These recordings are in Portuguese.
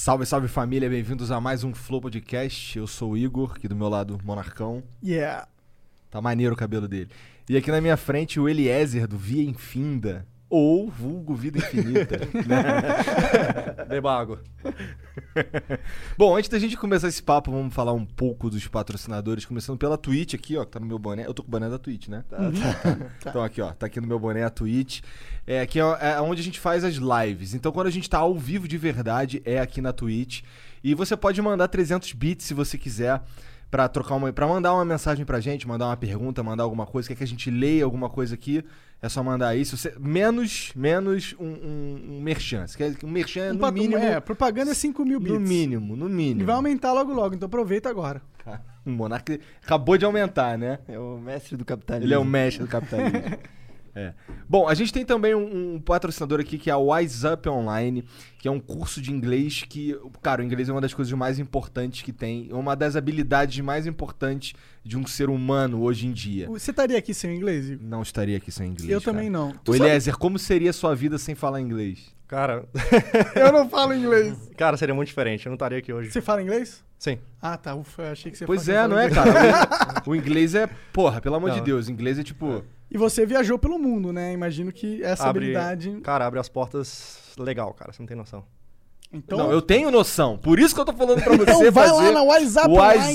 Salve, salve família, bem-vindos a mais um Flow Podcast. Eu sou o Igor, aqui do meu lado, Monarcão. Yeah. Tá maneiro o cabelo dele. E aqui na minha frente, o Eliezer, do Via Infinda, ou vulgo Vida Infinita. Beba água. Bom, antes da gente começar esse papo, vamos falar um pouco dos patrocinadores, começando pela Twitch aqui, ó, que tá no meu boné. Eu tô com o boné da Twitch, né? Tá. Então aqui, ó, tá aqui no meu boné a Twitch. Aqui é onde a gente faz as lives. Então quando a gente tá ao vivo de verdade, é aqui na Twitch. E você pode mandar 300 bits se você quiser, pra mandar uma mensagem pra gente, mandar uma pergunta, mandar alguma coisa, quer que a gente leia alguma coisa aqui, é só mandar isso. Menos um merchan. Você quer um merchan no mínimo... propaganda é 5 mil bits. No mínimo. E vai aumentar logo, então aproveita agora. O Monark acabou de aumentar, né? É o mestre do capitalismo. Ele é o mestre do capitalismo. Bom, a gente tem também um patrocinador aqui que é a Wise Up Online, que é um curso de inglês que, cara, o inglês é uma das coisas mais importantes que tem, é uma das habilidades mais importantes de um ser humano hoje em dia. Você estaria aqui sem inglês, Igor? Não estaria aqui sem inglês, Eu cara. também não. Ô, Eliezer, como seria a sua vida sem falar inglês? Cara, Eu não falo inglês. cara, seria muito diferente. Eu não estaria aqui hoje. Você fala inglês? Sim. Ah, tá. Ufa, eu achei que você Pois falava não é, inglês. cara? O inglês é, porra, pelo amor de Não. Deus, o inglês é tipo... E você viajou pelo mundo, né? Imagino que essa habilidade... Cara, abre as portas legal, cara. Você não tem noção. Então, Não, eu tenho noção. Por isso que eu tô falando pra você então vai fazer lá na WhatsApp Online.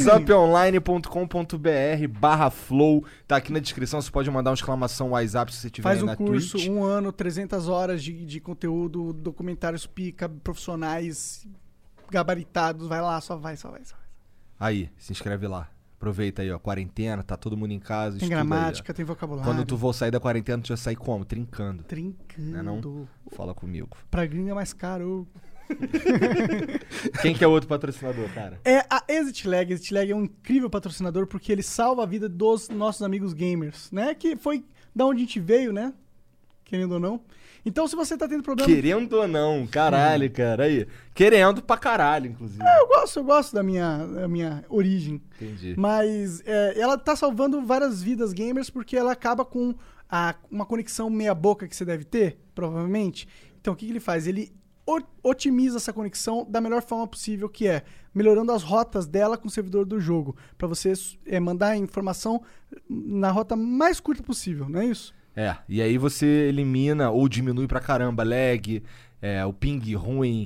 wiseuponline.com.br/flow. Tá aqui na descrição, você pode mandar uma exclamação WhatsApp se você tiver Faz aí um na curso, Twitch. 1 ano, 300 horas de conteúdo, documentários pica, profissionais, gabaritados. Vai lá, só vai. Aí, se inscreve lá. Aproveita aí, ó, quarentena, tá todo mundo em casa. Tem estuda gramática, tem aí, ó. vocabulário. Quando tu for sair da quarentena, tu já sai como? Trincando. Trincando. Não? Fala comigo. Pra gringa é mais caro. Quem que é o outro patrocinador, cara? É a ExitLag. ExitLag é um incrível patrocinador porque ele salva a vida dos nossos amigos gamers, né? Que foi da onde a gente veio, né? Querendo ou não. Então, se você tá tendo problema... Querendo ou não, caralho, cara. Aí, querendo pra caralho, inclusive. Eu gosto da minha origem. Entendi. Mas ela tá salvando várias vidas gamers porque ela acaba com uma conexão meia boca que você deve ter, provavelmente. Então, o que ele faz? Ele otimiza essa conexão da melhor forma possível, que é melhorando as rotas dela com o servidor do jogo, para você mandar a informação na rota mais curta possível, não é isso? E aí você elimina ou diminui pra caramba lag, o ping ruim,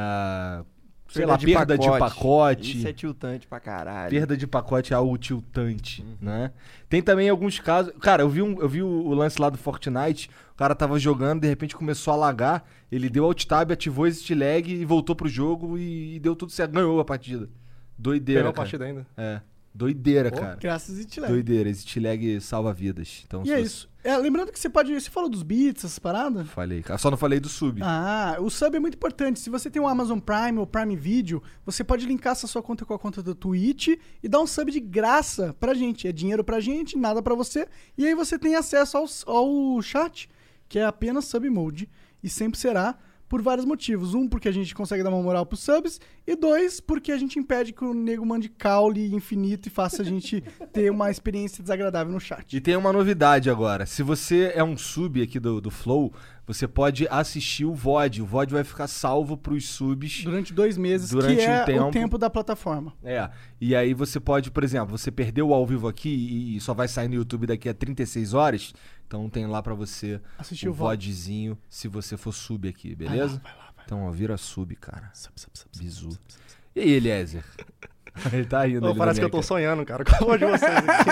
sei lá, perda de pacote. Isso é tiltante pra caralho. Perda de pacote é algo tiltante, né? Tem também alguns casos... Cara, eu vi o lance lá do Fortnite, o cara tava jogando, de repente começou a lagar, ele deu alt tab, ativou esse lag e voltou pro jogo e deu tudo certo, ganhou a partida. Doideira, Ganhou a cara. partida ainda. Doideira, cara. Graças a ExitLag. Doideira, ExitLag salva vidas. Então, E é isso. Lembrando que você falou dos bits, essas paradas? Falei, cara. Só não falei do sub. O sub é muito importante. Se você tem um Amazon Prime ou Prime Video, você pode linkar essa sua conta com a conta do Twitch e dar um sub de graça pra gente. É dinheiro pra gente, nada pra você. E aí você tem acesso ao chat, que é apenas sub mode. E sempre será por vários motivos. 1, porque a gente consegue dar uma moral pros subs. E 2, porque a gente impede que o nego mande caule infinito e faça a gente ter uma experiência desagradável no chat. E tem uma novidade agora. Se você é um sub aqui do Flow, você pode assistir o VOD. O VOD vai ficar salvo pros subs. Durante 2 meses, Durante que é um tempo. o tempo da plataforma. E aí você pode, por exemplo, você perdeu o ao vivo aqui e só vai sair no YouTube daqui a 36 horas. Então tem lá pra você Assistir o o VOD. VODzinho se você for sub aqui, beleza? Vai lá. Então, ó, vira sub, cara. Sub. Bizu. E aí, Eliezer? Ele tá rindo ali Parece da que eu tô minha sonhando, cara, com a voz de vocês aqui.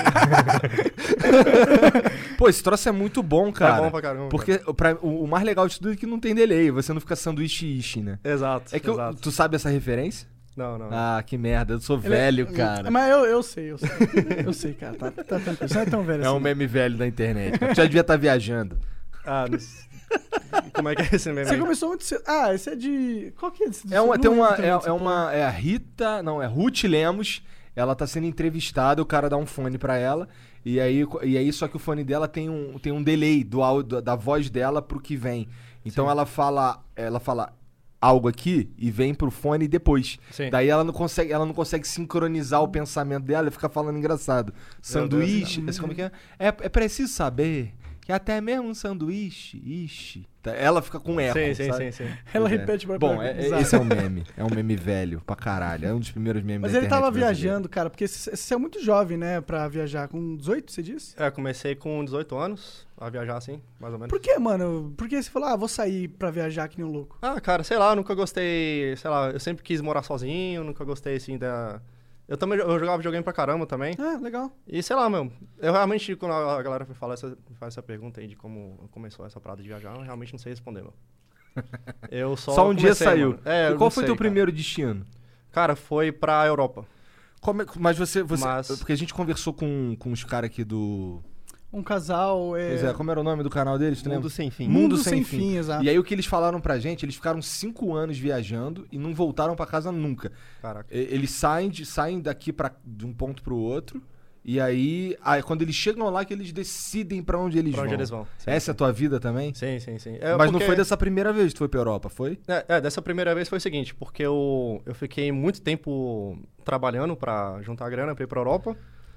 cara. Pô, esse troço é muito bom, cara. É bom pra caramba. Porque o mais legal de tudo é que não tem delay. Você não fica sanduíche, né? Exato. É que tu sabe essa referência? Não. Ah, que merda. Eu sou velho, cara. Mas eu sei. Eu sei, cara. Tá tranquilo. Você não é tão velho É assim. um meme velho da internet. Tu já devia estar viajando. Como é que é esse meme Você aí? começou muito cedo. Esse é de... Qual que é esse? É a Rita... Não, é Ruth Lemos. Ela tá sendo entrevistada, o cara dá um fone pra ela. E aí só que o fone dela tem um delay do áudio, da voz dela pro que vem. Então ela fala algo aqui e vem pro fone depois. Sim. Daí ela não consegue sincronizar o pensamento dela e fica falando engraçado. Sanduíche, como é que é? É preciso saber Que até mesmo um sanduíche, ixi. Ela fica com eco, sabe? Sim. Ela Pois é. repete pra Bom, bizarro. esse é um meme. É um meme velho pra caralho. É um dos primeiros memes Mas da ele internet tava brasileira. viajando, cara, porque você é muito jovem, né, pra viajar. Com 18, você disse? Comecei com 18 anos a viajar assim, mais ou menos. Por que, mano? Por que você falou, vou sair pra viajar que nem um louco? Ah, cara, sei lá, eu nunca gostei, sei lá, eu sempre quis morar sozinho, nunca gostei assim da... Eu jogava videogame pra caramba também. Ah, legal. E sei lá, meu, eu realmente, quando a galera me faz essa pergunta aí de como começou essa parada de viajar, eu realmente não sei responder, meu. Eu Só um dia comecei, saiu. mano. E eu qual não foi sei, teu cara. primeiro destino? Cara, foi pra Europa. Mas você... Mas- Porque a gente conversou com os caras aqui do... Um casal Pois é, como era o nome do canal deles, tu lembra? Mundo sem fim. Mundo Sem Fim, exato. E aí o que eles falaram pra gente, eles ficaram 5 anos viajando e não voltaram pra casa nunca. Caraca. Eles saem daqui de um ponto pro outro, e aí quando eles chegam lá que eles decidem pra onde eles Pra vão. onde eles vão. Sim, Essa é a tua vida também? Sim. Mas não foi dessa primeira vez que tu foi pra Europa, foi? Dessa primeira vez foi o seguinte, porque eu fiquei muito tempo trabalhando pra juntar grana pra ir pra Europa.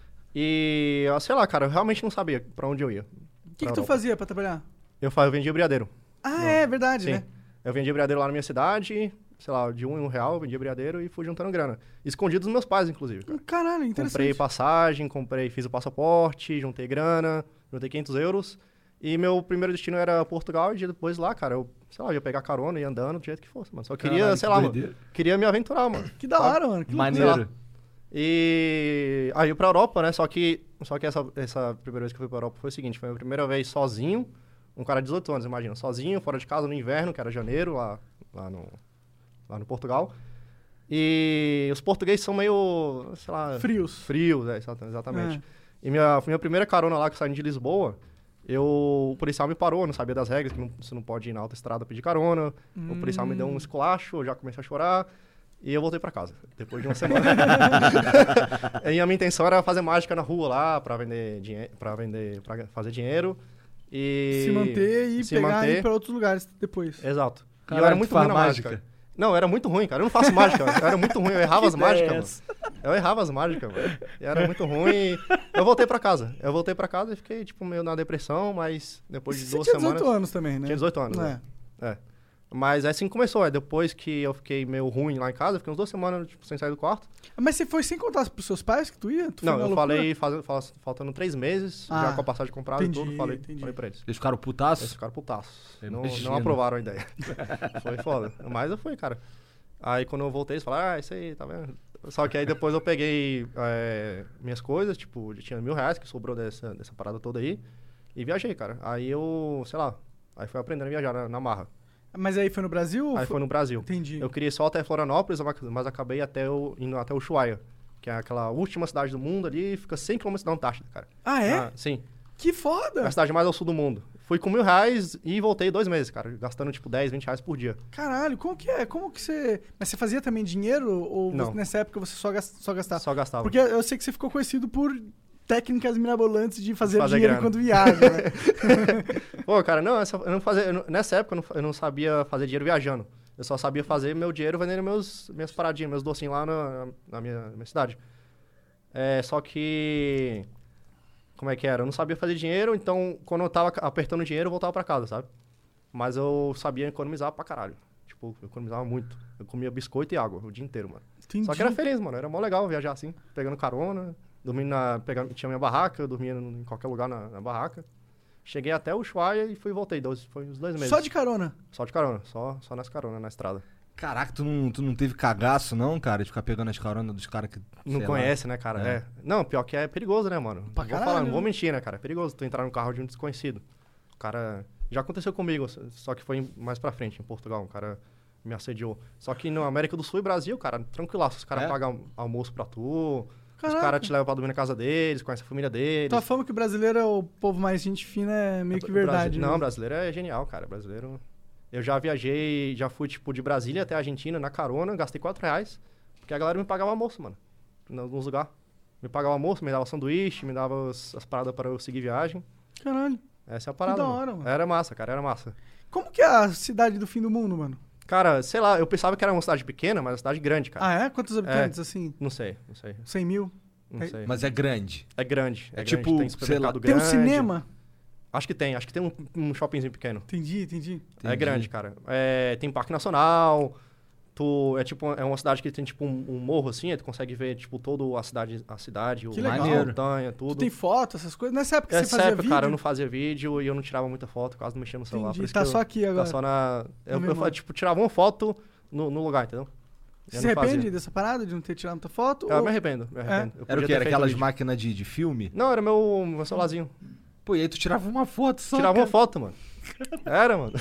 E, sei lá, cara, eu realmente não sabia pra onde eu ia. O que tu fazia pra trabalhar? Eu vendia briadeiro. Ah, é verdade, Sim. né? Eu vendia briadeiro lá na minha cidade, sei lá, de um em R$1 eu vendia briadeiro e fui juntando grana. Escondido dos meus pais, inclusive. Cara. Caralho, interessante. Comprei passagem, fiz o passaporte, juntei grana, juntei €500. E meu primeiro destino era Portugal, e depois lá, cara, eu, sei lá, ia pegar carona e ia andando do jeito que fosse, mano. Só queria, Caralho, sei que lá, doideira. mano, queria me aventurar, mano. Que da hora, mano. Que Maneiro. Sei lá. E aí eu pra Europa, né? Só que essa primeira vez que eu fui pra Europa foi o seguinte, foi a primeira vez sozinho, um cara de 18 anos, imagina, sozinho, fora de casa no inverno, que era janeiro, lá no Portugal. E os portugueses são meio, sei lá... Frios. Frios, exatamente. E minha primeira carona lá, que saindo de Lisboa, o policial me parou, não sabia das regras, que você não pode ir na autoestrada pedir carona. O policial me deu um esculacho, eu já comecei a chorar. E eu voltei pra casa, depois de uma semana. E a minha intenção era fazer mágica na rua lá, pra fazer dinheiro. E Se manter e pegar e ir pra outros lugares depois. Exato. Caralho, e eu era muito tu ruim faz na mágica? mágica. Não, eu era muito ruim, cara. Eu não faço mágica. Eu era muito ruim, eu errava as mágicas, ideia é mano. Eu errava as mágicas, mano. Eu era muito ruim. Eu voltei pra casa. E fiquei, tipo, meio na depressão, mas depois de Você 2 tinha semanas... 18 anos também, né? Tinha 18 anos, né? Mas assim começou, depois que eu fiquei meio ruim lá em casa, fiquei uns 2 semanas tipo, sem sair do quarto. Mas você foi sem contar pros seus pais que tu ia? Tu foi Não, na eu loucura? falei faltando 3 meses, já com a passagem comprada e tudo, falei pra eles. Eles ficaram Eles putaços? ficaram putaços. Imagina. Não aprovaram a ideia. Foi foda. Mas eu fui, cara. Aí quando eu voltei, eles falaram, isso aí, tá vendo? Só que aí depois eu peguei minhas coisas, tipo, já tinha R$1.000 que sobrou dessa parada toda aí, e viajei, cara. Aí eu, sei lá, aí fui aprendendo a viajar na marra. Mas aí foi no Brasil? Aí foi no Brasil. Entendi. Eu queria ir só até Florianópolis, mas acabei indo até Ushuaia, que é aquela última cidade do mundo ali, fica 100 km da Antártida, cara. Ah, é? Sim. Que É foda! a cidade mais ao sul do mundo. Fui com R$1.000 e voltei 2 meses, cara, gastando tipo R$10, R$20 por dia. Caralho, como que é? Como que você... Mas você fazia também dinheiro? Ou Não. nessa época você só gastava? Só gastava. Porque eu sei que você ficou conhecido por técnicas mirabolantes de fazer Fazer dinheiro grana. enquanto viaja, né? Pô, cara, não, nessa época eu não sabia fazer dinheiro viajando. Eu só sabia fazer meu dinheiro vendendo minhas paradinhas, meus docinhos lá na minha cidade. Só que... Como é que era? Eu não sabia fazer dinheiro, então quando eu tava apertando dinheiro, eu voltava pra casa, sabe? Mas eu sabia economizar pra caralho. Tipo, eu economizava muito. Eu comia biscoito e água o dia inteiro, mano. Entendi. Só que era feliz, mano. Era mó legal viajar assim, pegando carona, dormindo tinha minha barraca, eu dormia em qualquer lugar na barraca. Cheguei até o Ushuaia e voltei. Foi uns 2 meses. Só de carona? Só de carona. Só nas caronas, na estrada. Caraca, tu não teve cagaço não, cara, de ficar pegando as caronas dos caras que... Não sei conhece, né, cara? É. Não, pior que é perigoso, né, mano? Pra Vou caralho, falar, não vou né? mentir, né, cara? É perigoso tu entrar no carro de um desconhecido. O cara... Já aconteceu comigo, só que foi mais pra frente, em Portugal. Um cara me assediou. Só que na América do Sul e Brasil, cara, tranquilaço. Os caras pagam almoço pra tu. Caraca. Os caras te levam pra dormir na casa deles, conhece a família deles. Tua fama que o brasileiro é o povo mais gente fina é meio que verdade. Não, né? brasileiro é genial, cara. Brasileiro... Eu já viajei, já fui, tipo, de Brasília até a Argentina, na carona, gastei R$4, porque a galera me pagava almoço, mano, em alguns lugares. Me pagava almoço, me dava sanduíche, me dava as paradas para eu seguir viagem. Caralho. Essa é a parada, da hora, mano. Era massa, cara, era massa. Como que é a cidade do fim do mundo, mano? Cara, sei lá, eu pensava que era uma cidade pequena, mas é uma cidade grande, cara. Ah, é? Quantos habitantes, assim? Não sei. 100 mil? Não sei. Mas é grande. É grande. É grande, tipo, tem sei lá, supermercado Tem um grande. cinema? Acho que tem um shoppingzinho pequeno. Entendi. É grande, cara. Tem Parque Nacional, é uma cidade que tem, tipo, um morro, assim, aí tu consegue ver, tipo, toda a cidade, Que a legal. montanha, tudo. Tu tem foto, essas coisas? Nessa época você Nessa fazia época, vídeo? cara, eu não fazia vídeo e eu não tirava muita foto, quase não mexia no celular. Entendi. Por isso Tá que só aqui agora. Tá só na... Eu, memória. tipo, tirava uma foto no lugar, entendeu? Você Eu se não fazia. arrepende dessa parada de não ter tirado muita foto? Eu ou- me arrependo. Eu Era o podia quê? ter Era feito aquelas vídeo. máquinas de filme? Não, era meu celularzinho. Pô, e aí tu tirava uma foto só, Tirava cara. uma foto, mano. Era, mano.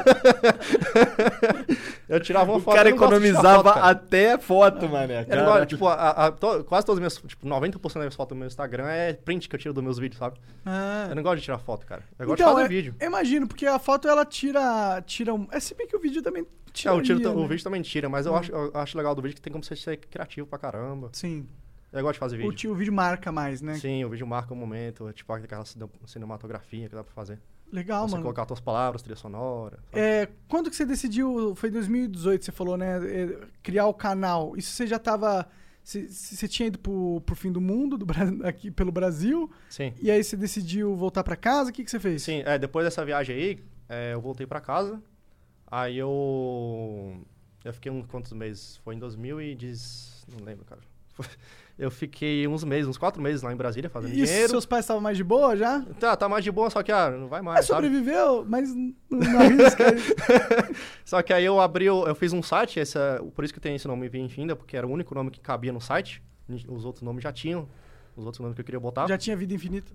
Eu tirava uma O foto. cara eu não gosto de tirar economizava foto, cara. até foto, mané. Eu não Cara. gosto, tipo, quase todas as minhas, tipo, 90% das minhas fotos no meu Instagram é print que eu tiro dos meus vídeos, sabe? Ah. Eu não gosto de tirar foto, cara. Eu gosto Então, de fazer vídeo. eu imagino, porque a foto ela tira se bem que o vídeo também tira. O vídeo também tira, mas eu acho legal do vídeo que tem como você ser criativo pra caramba. Sim. Eu gosto de fazer vídeo. O vídeo marca mais, né? Sim, o vídeo marca um momento, tipo aquela cinematografia que dá pra fazer. Legal, Você mano. colocar as tuas palavras, trilha sonora. sabe? Quando que você decidiu, foi em 2018, você falou, né? Criar o canal. Isso você já tava. Você tinha ido pro fim do mundo, aqui pelo Brasil, Sim. e aí você decidiu voltar pra casa? O que você fez? Sim, depois dessa viagem aí, eu voltei pra casa. Aí eu fiquei quantos meses? Foi em 2010... Não lembro, cara. Eu fiquei uns 4 meses lá em Brasília fazendo E dinheiro. seus pais estavam mais de boa já? Tá mais de boa, só que não vai mais, sabe? Sobreviveu, mas não arrisca. Só que aí eu fiz um site, por isso que tem esse nome Vinfinda, porque era o único nome que cabia no site. Os outros nomes já tinham. Os outros nomes que eu queria botar. Já tinha vida infinita.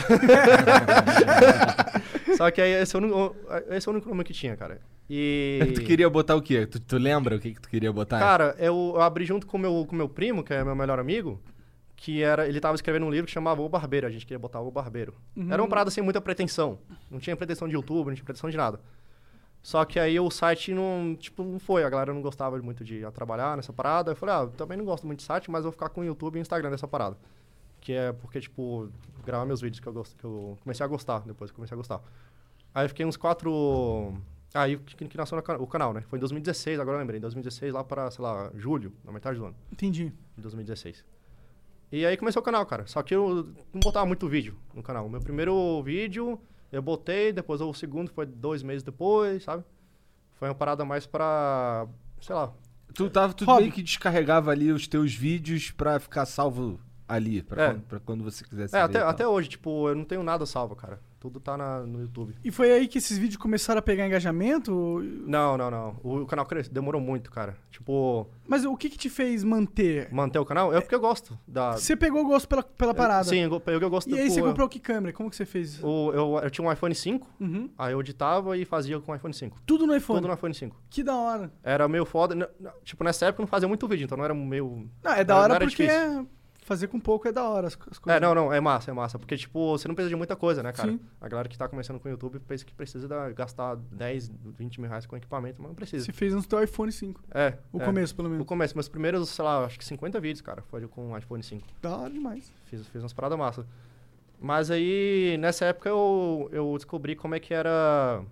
Só que aí esse é o único nome que tinha, cara. E... Tu queria botar o quê? Tu lembra o que tu queria botar? Cara, eu abri junto com o meu primo, que é meu melhor amigo, ele tava escrevendo um livro que chamava O Barbeiro, a gente queria botar O Barbeiro. Era uma parada sem muita pretensão. Não tinha pretensão de YouTube, não tinha pretensão de nada. Só que aí o site não foi, a galera não gostava muito de trabalhar nessa parada. Eu falei, eu também não gosto muito de site, mas vou ficar com o YouTube e o Instagram dessa parada. Que é porque, tipo, gravar meus vídeos que eu comecei a gostar, depois que eu comecei a gostar. Aí eu fiquei uns 4... Aí que nasceu o canal, né? Foi em 2016, agora eu lembrei. Em 2016, lá para, sei lá, julho, na metade do ano. Entendi. Em 2016. E aí começou o canal, cara. Só que eu não botava muito vídeo no canal. O meu primeiro vídeo eu botei, depois o segundo foi 2 meses depois, sabe? Foi uma parada mais pra, sei lá. Tu meio que descarregava ali os teus vídeos pra ficar salvo ali, pra quando você quisesse ver. Até hoje, tipo, eu não tenho nada salvo, cara. Tudo tá no YouTube. E foi aí que esses vídeos começaram a pegar engajamento? Não. O canal demorou muito, cara. Tipo... Mas o que te fez manter? Manter o canal? Porque eu gosto da... Você pegou gosto pela parada? Sim, eu gosto... E aí você comprou que câmera? Como que você fez? Eu tinha um iPhone 5, Uhum. aí eu editava e fazia com o iPhone 5. Tudo no iPhone? Tudo no iPhone 5. Que da hora. Era meio foda. Tipo, nessa época eu não fazia muito vídeo, então não era meio... Não, é da hora não era porque difícil. fazer com pouco é da hora as coisas. Não, é massa. Porque, tipo, você não precisa de muita coisa, né, cara? Sim. A galera que tá começando com o YouTube pensa que precisa gastar 10, 20 mil reais com equipamento, mas não precisa. Você fez no teu iPhone 5. O começo, pelo menos. O começo. Meus primeiros, sei lá, acho que 50 vídeos, cara, foi com o iPhone 5. Da hora demais. Fiz umas paradas massas. Mas aí, nessa época, eu descobri como é que era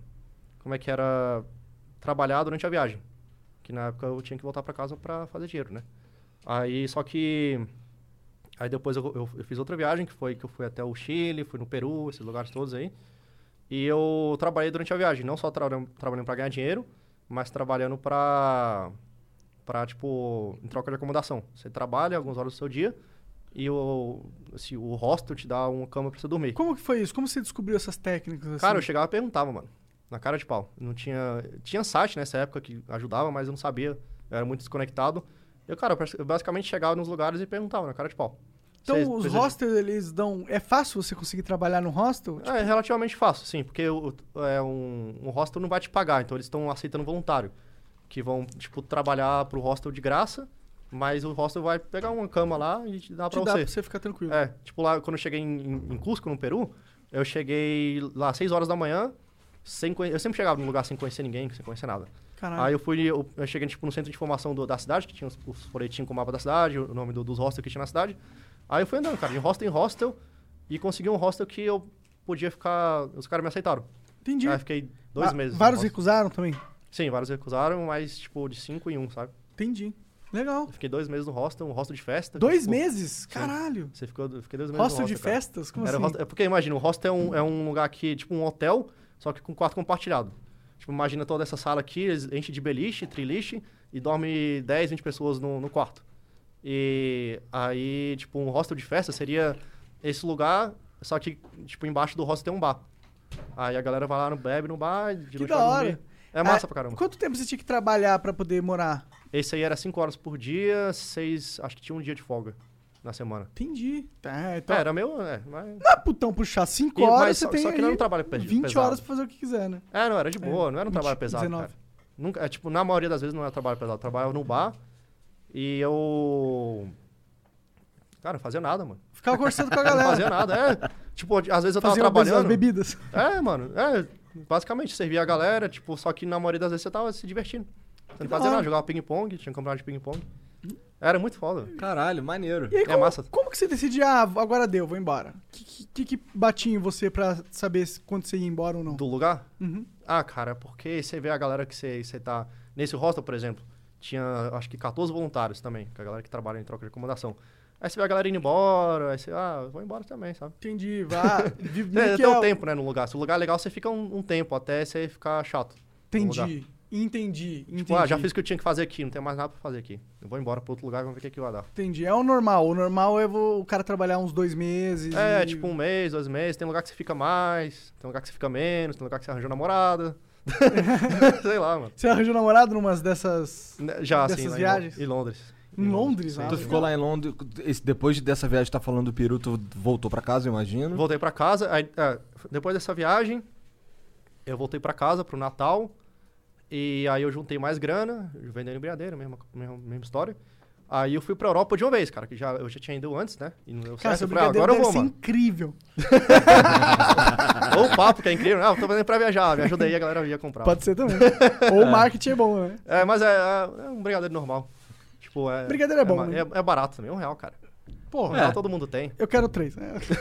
trabalhar durante a viagem. Que na época eu tinha que voltar pra casa pra fazer dinheiro, né? Aí, só que... Aí depois eu fiz outra viagem, que eu fui até o Chile, fui no Peru, esses lugares todos aí. E eu trabalhei durante a viagem, não só trabalhando pra ganhar dinheiro, mas trabalhando pra, tipo, em troca de acomodação. Você trabalha algumas horas do seu dia e o hostel te dá uma cama pra você dormir. Como que foi isso? Como você descobriu essas técnicas assim? Cara, eu chegava e perguntava, mano, na cara de pau. Não tinha site nessa época que ajudava, mas eu não sabia, eu era muito desconectado. Eu basicamente chegava nos lugares e perguntava na cara de pau. Então, os hostels, eles dão... É fácil você conseguir trabalhar no hostel? É relativamente fácil, sim. Porque um hostel não vai te pagar. Então, eles estão aceitando voluntário. Que vão, tipo, trabalhar pro hostel de graça. Mas o hostel vai pegar uma cama lá e te dá pra Dá você. pra você ficar tranquilo. Tipo, lá, quando eu cheguei em Cusco, no Peru, eu cheguei lá às 6 horas da manhã. Eu sempre chegava num lugar sem conhecer ninguém, sem conhecer nada. Caralho. Aí eu cheguei, tipo, no centro de informação da cidade, que tinha os folhetinhos com o mapa da cidade, o nome dos hostels que tinha na cidade. Aí eu fui andando, cara, de hostel em hostel, e consegui um hostel que eu podia ficar... Os caras me aceitaram. Entendi. Aí eu fiquei 2 meses. Vários recusaram também? Sim, vários recusaram, mas, tipo, de 5 em 1, sabe? Entendi. Legal. Eu fiquei 2 meses no hostel, um hostel de festa. 2 tipo, meses? Caralho. eu fiquei 2 meses Hostel no de hostel, cara. festas? Como Era assim? hostel, é porque imagina, o hostel é um lugar que, tipo um hotel, só que com quarto compartilhado. Tipo, imagina toda essa sala aqui, eles enchem de beliche, triliche, e dorme 10, 20 pessoas no quarto. E aí, tipo, um hostel de festa seria esse lugar, só que, tipo, embaixo do hostel tem um bar. Aí a galera vai lá, bebe no bar, de Que noite da vai hora. dormir. É massa pra caramba. Quanto tempo você tinha que trabalhar pra poder morar? Esse aí era 5 horas por dia, 6, acho que tinha um dia de folga na semana. Entendi. Tá, então... Era meio, mas... Não é putão puxar 5 E- horas, mas você só- tem só que não aí era um trabalho 20 pesado. horas pra fazer o que quiser, né? Não, era de boa, não era um trabalho 20, pesado, 19. cara. Nunca, tipo, na maioria das vezes não era trabalho pesado. Eu trabalhava no bar e eu... Cara, não fazia nada, mano. Ficava conversando com a Não galera. fazia nada, Tipo, às vezes eu tava Fazia as trabalhando... bebidas. Mano, basicamente, servia a galera, tipo, só que na maioria das vezes você tava se divertindo. Você não da fazia hora. nada, jogava ping-pong, tinha campeonato de ping-pong. Era muito foda. Caralho, maneiro. E aí, É massa. como que você decidiu, agora deu, vou embora? O que batia em você pra saber quando você ia embora ou não? Do lugar? Uhum. Ah, cara, porque você vê a galera que você tá... Nesse hostel, por exemplo, tinha, acho que 14 voluntários também, que é a galera que trabalha em troca de acomodação. Aí você vê a galera indo embora, aí você, vou embora também, sabe? Entendi, vá. Tem um tempo, né, no lugar. Se o lugar é legal, você fica um tempo, até você ficar chato. no lugar. Entendi. Tipo, já fiz o que eu tinha que fazer aqui, não tem mais nada pra fazer aqui. Eu vou embora pra outro lugar e vamos ver o que vai dar. Entendi. É o normal. O normal é o cara trabalhar uns 2 meses. Tipo 1 mês, 2 meses. Tem lugar que você fica mais, tem lugar que você fica menos, tem lugar que você arranjou namorada. Sei lá, mano. Você arranjou namorado numas dessas... Já, Dessas assim, lá viagens? em Londres. Em Londres? Sim. Ah, Tu ficou lá em Londres, depois dessa viagem que tá falando do Peru, tu voltou pra casa, eu imagino. Voltei pra casa, aí, depois dessa viagem, eu voltei pra casa pro Natal, e aí eu juntei mais grana, vendendo embriadeira, mesma história. Aí eu fui pra Europa de uma vez, cara, que eu já tinha ido antes, né? E não deu Cara, certo. essa Eu falei, brincadeira agora eu deve vou, ser mano. incrível. Ou o papo, que é incrível. Eu tô fazendo pra viajar, me ajuda aí, a galera ia comprar. Pode ser também. Ou o marketing é bom, né? Mas é um brigadeiro normal. Tipo, Brigadeiro é bom, né? É barato também, R$1, cara. Porra, R$1 todo mundo tem. eu quero 3.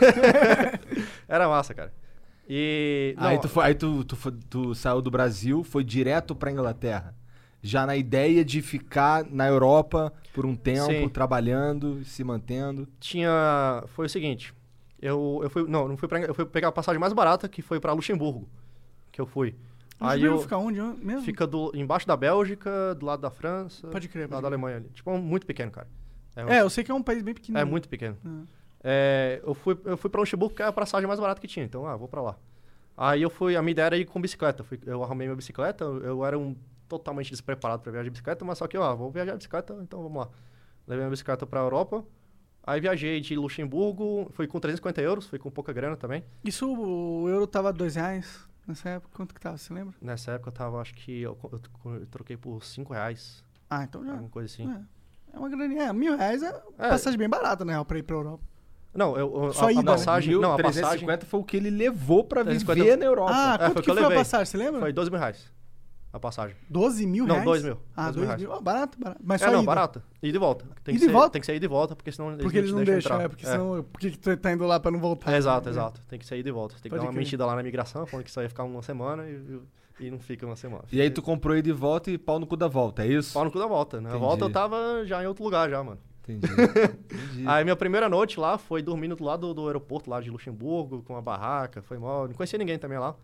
Era massa, cara. E... não, Aí tu saiu do Brasil, foi direto pra Inglaterra. Já na ideia de ficar na Europa por um tempo, Sim. trabalhando, se mantendo. Foi o seguinte, eu fui... Não fui pra... Eu fui pegar a passagem mais barata, que foi pra Luxemburgo, que eu fui. Aí eu... Fica onde mesmo? Fica embaixo da Bélgica, do lado da França, Pode crer, do pode lado da crer. Alemanha ali. Tipo, muito pequeno, cara. Eu sei que é um país bem pequenininho. É muito pequeno. Ah. Eu fui pra Luxemburgo, que é a passagem mais barata que tinha. Então, vou pra lá. Aí a minha ideia era ir com bicicleta. Eu arrumei minha bicicleta, eu era totalmente despreparado pra viajar de bicicleta, mas só que, vou viajar de bicicleta, então vamos lá. Levei minha bicicleta pra Europa, aí viajei de Luxemburgo, fui com 350 euros, fui com pouca grana também. Isso, o euro tava R$2 nessa época. Quanto que tava, você lembra? Nessa época eu tava, acho que eu troquei por R$5, Ah, então já. alguma coisa assim. É uma graninha. R$1.000 é passagem bem barata, na real, pra ir pra Europa. Não, Só a ida, né? passagem... Não, a passagem 350 foi o que ele levou pra 350 viver na Europa. Ah, foi quanto o que que eu foi a levei. passagem, você lembra? foi R$12.000, a passagem. 12 mil Não, reais? 2 mil. Ah, 2 2 mil mil. Ah, barato. Mas só não, ida. barata. Ida e volta. Tem Ida e volta? Tem que ser ida e volta, porque senão Porque eles não deixam, entrar. porque senão... Por que tu tá indo lá pra não voltar? Exato. Tem que ser ida e volta. Tem que Pode dar uma crer. mentira lá na imigração, falando que só ia ficar uma semana e não fica uma semana. E aí tu comprou ida e volta e pau no cu da volta, é isso? Pau no cu da volta. Na Entendi. volta eu tava já em outro lugar já, mano. Entendi. Entendi. Aí minha primeira noite lá foi dormindo do lado do aeroporto lá de Luxemburgo, com uma barraca, foi mal. Não conhecia ninguém também lá.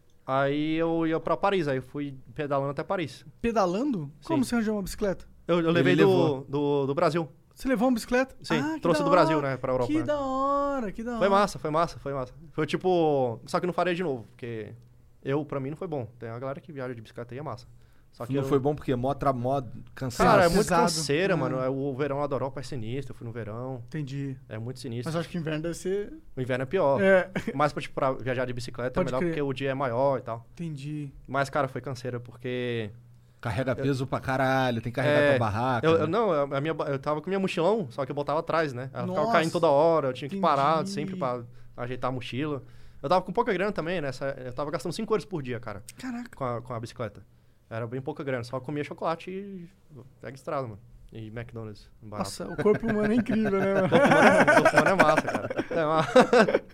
Aí eu ia pra Paris, aí eu fui pedalando até Paris. Pedalando? Como Sim. você arranjou uma bicicleta? Eu levei levou. do Brasil. Você levou uma bicicleta? Sim, Ah, que trouxe da do Brasil, hora. né, pra Europa. Que né? da hora, que da hora. Foi massa. Foi tipo... Só que eu não farei de novo, porque pra mim não foi bom. Tem uma galera que viaja de bicicleta aí, é massa. Só que Não foi bom porque mó cansado. Cara, é muito Pesado. canseira, Ah. mano. O verão lá da Europa é sinistro. Eu fui no verão. Entendi. É muito sinistro. Mas eu acho que inverno deve ser... O inverno é pior. É, Mas pra viajar de bicicleta Pode é melhor crer. porque o dia é maior e tal. entendi. Mas, cara, foi canseira porque... Carrega peso pra caralho, tem que carregar tua barraca. Eu tava com minha mochilão, só que eu botava atrás, né? Ela ficava Nossa. caindo toda hora, eu tinha que parar Entendi. sempre pra ajeitar a mochila. Eu tava com pouca grana também, né? Eu tava gastando 5 euros por dia, cara, Caraca. com a bicicleta. Era bem pouca grana, só comia chocolate e pega estrada, mano. E McDonald's, barato. Nossa, o corpo humano é incrível, né? mano? O corpo humano é massa, cara. É massa.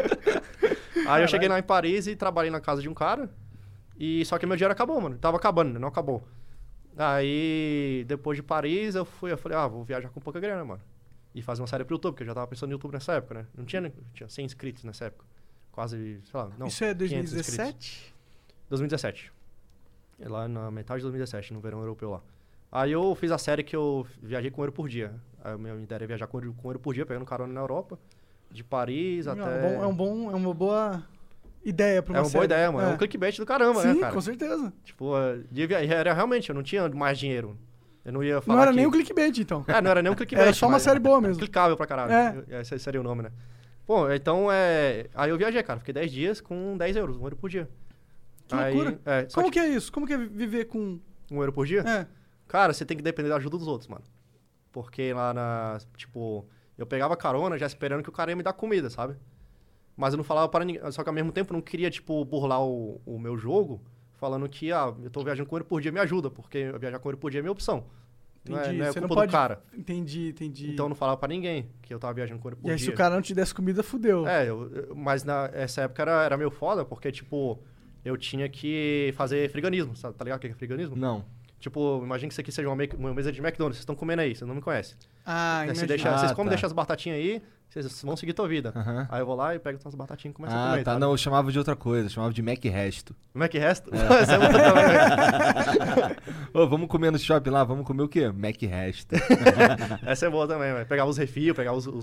Aí eu cheguei lá em Paris e trabalhei na casa de um cara. Só que meu dinheiro acabou, mano. Tava acabando, não acabou. Aí, depois de Paris, eu falei, vou viajar com pouca grana, mano. E fazer uma série pro YouTube, porque eu já tava pensando no YouTube nessa época, né? Não tinha 100 inscritos nessa época. Quase, sei lá, não. Isso é 500 inscritos. 2017? 2017. É lá na metade de 2017, no verão europeu lá. Aí eu fiz a série que eu viajei com euro por dia. A minha ideia era viajar com euro por dia, pegando carona na Europa. De Paris até... É uma boa ideia pra você. É uma boa ideia, mano. É um clickbait do caramba, Sim, né, cara? com certeza. Tipo, era realmente, eu não tinha mais dinheiro. Eu não ia falar Não era que... nem um clickbait, então. Não era nem um clickbait. Era só uma mas série boa mesmo. Clicável pra caralho. É. Esse seria o nome, né? Pô, então Aí eu viajei, cara. Fiquei 10 dias com 10 euros, 1 euro por dia. Que loucura. Só Como que é isso? Como que é viver com... 1 euro por dia? É. Cara, você tem que depender da ajuda dos outros, mano. Porque lá tipo, eu pegava carona já esperando que o cara ia me dar comida, sabe? Mas eu não falava para ninguém. Só que ao mesmo tempo eu não queria, tipo, burlar o meu jogo, falando que, eu tô viajando com ele por dia, me ajuda, porque viajar com ele por dia é minha opção. Entendi. Não é Você culpa não pode... do cara. Entendi. Então eu não falava pra ninguém que eu tava viajando com ele por E aí, dia. se o cara não te desse comida, fudeu. Mas nessa época era meio foda, porque, tipo, eu tinha que fazer friganismo, sabe? Tá ligado o que é friganismo? Não. Tipo, imagina que isso aqui seja uma mesa de McDonald's, vocês estão comendo aí, vocês não me conhecem. Vocês comem, deixam as batatinhas aí, vocês vão seguir tua vida. Aham. Aí eu vou lá e pego umas batatinhas e começo a comer. Tá. sabe? Não, eu chamava de outra coisa. Eu chamava de Mac Resto. Como é que resta? Essa é boa também. Ô, vamos comer no shopping lá? Vamos comer o quê? Mac Resto. Essa é boa também, velho. Pegava os refis, pegava os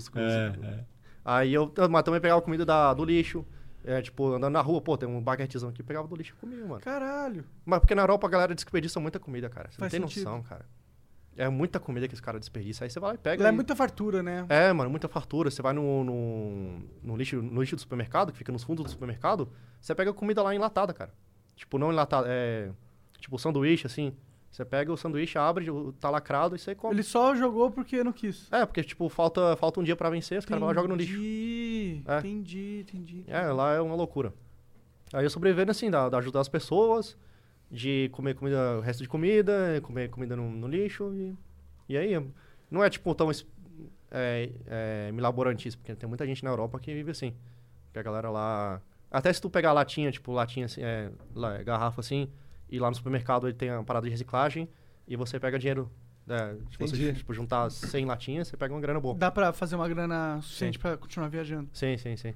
Aí mas também pegava comida do lixo. Tipo, andando na rua, pô, tem um baguetezão aqui, pegava do lixo e comia, mano. Caralho. Mas porque na Europa a galera desperdiça muita comida, cara. Você Faz não tem sentido. noção, cara. É muita comida que os caras desperdiçam. Aí você vai lá e pega. Ela é muita fartura, né? Mano, muita fartura. Você vai no lixo do supermercado, que fica nos fundos do supermercado, você pega comida lá enlatada, cara. Tipo, não enlatada, tipo sanduíche, assim. Você pega o sanduíche, abre, tá lacrado e você come. Ele só jogou porque não quis. Porque, tipo, falta um dia pra vencer, os caras vão lá e jogam no lixo. Entendi. Lá é uma loucura. Aí eu sobrevivendo, assim, da ajudar as pessoas, de comer comida, o resto de comida, comer comida no lixo e aí, não é, tipo, tão milaborante isso, porque tem muita gente na Europa que vive assim. Que a galera lá... Até se tu pegar latinha, assim, garrafa assim, e lá no supermercado ele tem a parada de reciclagem e você pega dinheiro. Se você juntar 100 latinhas, você pega uma grana boa. Dá pra fazer uma grana suficiente pra continuar viajando. Sim.